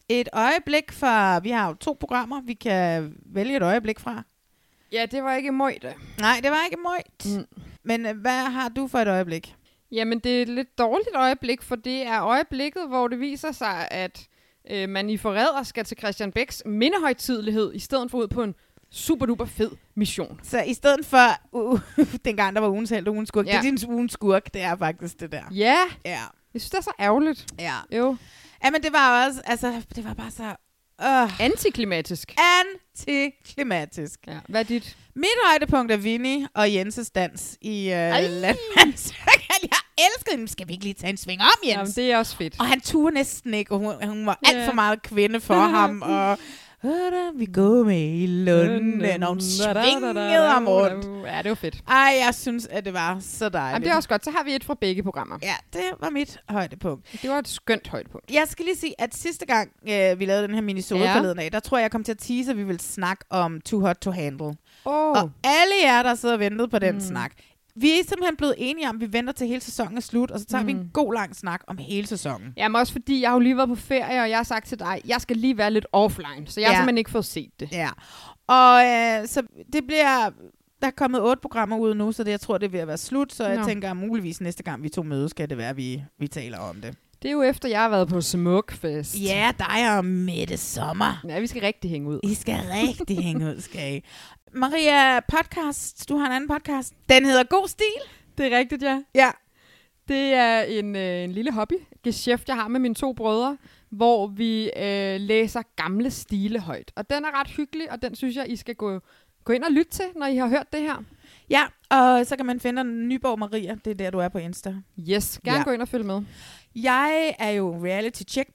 Et øjeblik fra... Vi har jo to programmer, vi kan vælge et øjeblik fra. Ja, det var ikke møjt. Nej, det var ikke møjt. Mm. Men øh, hvad har du for et øjeblik? Jamen, det er et lidt dårligt øjeblik, for det er øjeblikket, hvor det viser sig, at øh, man i Forræder skal til Christian Bechs mindehøjtidelighed, i stedet for ud på en super duper fed mission. Så i stedet for uh, dengang der var ugens held og ugens skurk, ja. Det er din ugens skurk, det er faktisk det der. Ja, ja. Jeg synes, det er så ærgerligt. Ja. Jo. Ja, men det var også, altså, det var bare så... Uh, Antiklimatisk. Antiklimatisk. Ja, hvad er dit? Mit højdepunkt er Vinnie og Jenses dans i uh, Landmandsøkken. Jeg elskede den. Skal vi ikke lige tage en sving om, Jens? Jamen, det er også fedt. Og han turde næsten ikke, og hun, hun var alt for meget kvinde for ham, og... Vi går med i London, og hun svingede ham rundt. Ja, det var fedt. Ej, jeg synes, at det var så dejligt. Jamen, det er også godt. Så har vi et fra begge programmer. Ja, det var mit højdepunkt. Det var et skønt højdepunkt. Jeg skal lige sige, at sidste gang, øh, vi lavede den her minisode ja. forleden af, der tror jeg, jeg kom til at tease, at vi ville snakke om Too Hot to Handle. Oh. Og alle jer, der sidder og ventede på den mm. snak, vi er simpelthen blevet enige om, at vi venter til hele sæsonen er slut, og så tager mm. vi en god lang snak om hele sæsonen. Jamen også fordi, jeg har jo lige været på ferie, og jeg har sagt til dig, jeg skal lige være lidt offline, så jeg ja. har simpelthen ikke fået set det. Ja, og øh, så det bliver... Der er kommet otte programmer ud nu, så det, jeg tror, det er ved at være slut, så jeg Nå. tænker, at muligvis næste gang vi to mødes, skal det være, at vi, vi taler om det. Det er jo efter, jeg har været på Smukfest. Ja, dig og Mette Sommer. Ja, vi skal rigtig hænge ud. I skal rigtig hænge ud, skal I. Maria, podcast. Du har en anden podcast. Den hedder God Stil. Det er rigtigt, ja. Ja. Det er en, øh, en lille hobby-geschæft, jeg har med mine to brødre, hvor vi øh, læser gamle stile højt. Og den er ret hyggelig, og den synes jeg, I skal gå, gå ind og lytte til, når I har hørt det her. Ja, og så kan man finde Nyborg Maria. Det er der, du er på Insta. Yes, gerne ja. gå ind og følge med. Jeg er jo Reality Check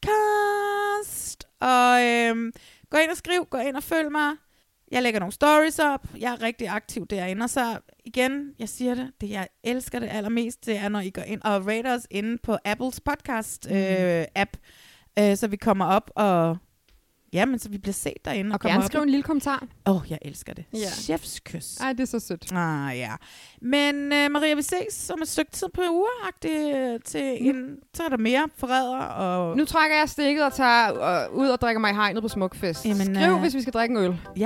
podcast, og øhm, gå ind og skriv, gå ind og følg mig. Jeg lægger nogle stories op. Jeg er rigtig aktiv derinde. Og så igen, jeg siger det, det jeg elsker det allermest, det er, når I går ind og rater os inde på Apples podcast mm. øh, app, øh, så vi kommer op og... Jamen, så vi bliver set derinde. Og, og gerne skrive en lille kommentar. Åh, oh, jeg elsker det. Ja. Chefskys. Ej, det er så sødt. Ah, ja. Men uh, Maria, vi ses om et stykke tid på ugeagtigt til mm. en... Så er der mere forræder og... Nu trækker jeg stikket og tager uh, ud og drikker mig i hegnet på Smukfest. Jamen, Skriv, uh... hvis vi skal drikke en øl. Ja.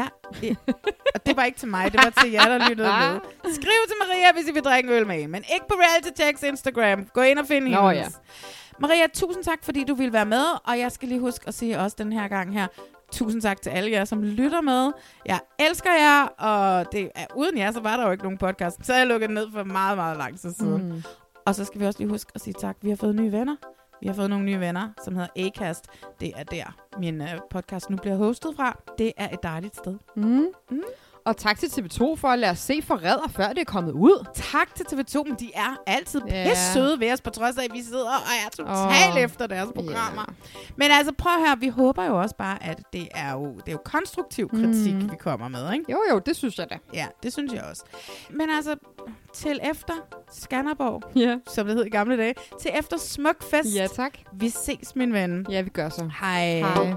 Og det var ikke til mig, det var til jer, der lyttede med. Skriv til Maria, hvis I vil drikke en øl med. Men ikke på Reality Checks Instagram. Gå ind og find hende. Nå, ja. Maria, tusind tak, fordi du ville være med, og jeg skal lige huske at sige også den her gang her, tusind tak til alle jer, som lytter med. Jeg elsker jer, og det er, uden jer, så var der jo ikke nogen podcast. Så er jeg lukket ned for meget, meget lang tid siden. Mm. Og så skal vi også lige huske at sige tak. Vi har fået nye venner. Vi har fået nogle nye venner, som hedder Acast. Det er der, min uh, podcast nu bliver hostet fra. Det er et dejligt sted. Mm. Mm. Og tak til T V to for at lade os se Forræder, før det er kommet ud. Tak til T V to, men de er altid yeah. pisse søde ved os, på trods af, at vi sidder og er totalt oh. efter deres programmer. Yeah. Men altså, prøv at høre, vi håber jo også bare, at det er jo, det er jo konstruktiv kritik, mm. vi kommer med, ikke? Jo, jo, det synes jeg da. Ja, det synes jeg også. Men altså, til efter Skanderborg, yeah. som det hed i gamle dage, til efter Smukfest. Ja, tak. Vi ses, min ven. Ja, vi gør så. Hej. Hej.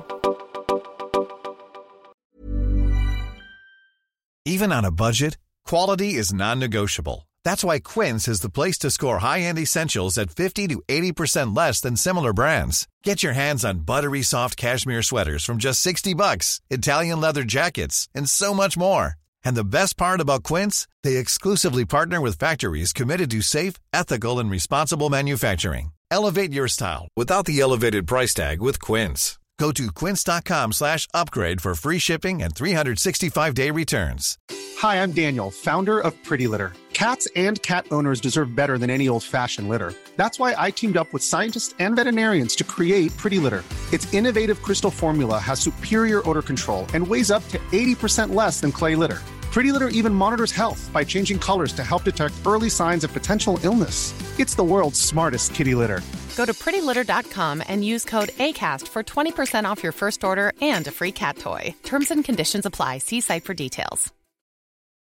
Even on a budget, quality is non-negotiable. That's why Quince is the place to score high-end essentials at fifty to eighty percent less than similar brands. Get your hands on buttery soft cashmere sweaters from just sixty bucks, Italian leather jackets, and so much more. And the best part about Quince, they exclusively partner with factories committed to safe, ethical, and responsible manufacturing. Elevate your style without the elevated price tag with Quince. Go to quince.com slash upgrade for free shipping and three sixty-five day returns. Hi, I'm Daniel, founder of Pretty Litter. Cats and cat owners deserve better than any old-fashioned litter. That's why I teamed up with scientists and veterinarians to create Pretty Litter. Its innovative crystal formula has superior odor control and weighs up to eighty percent less than clay litter. Pretty Litter even monitors health by changing colors to help detect early signs of potential illness. It's the world's smartest kitty litter. Go to pretty litter dot com and use code ACAST for twenty percent off your first order and a free cat toy. Terms and conditions apply. See site for details.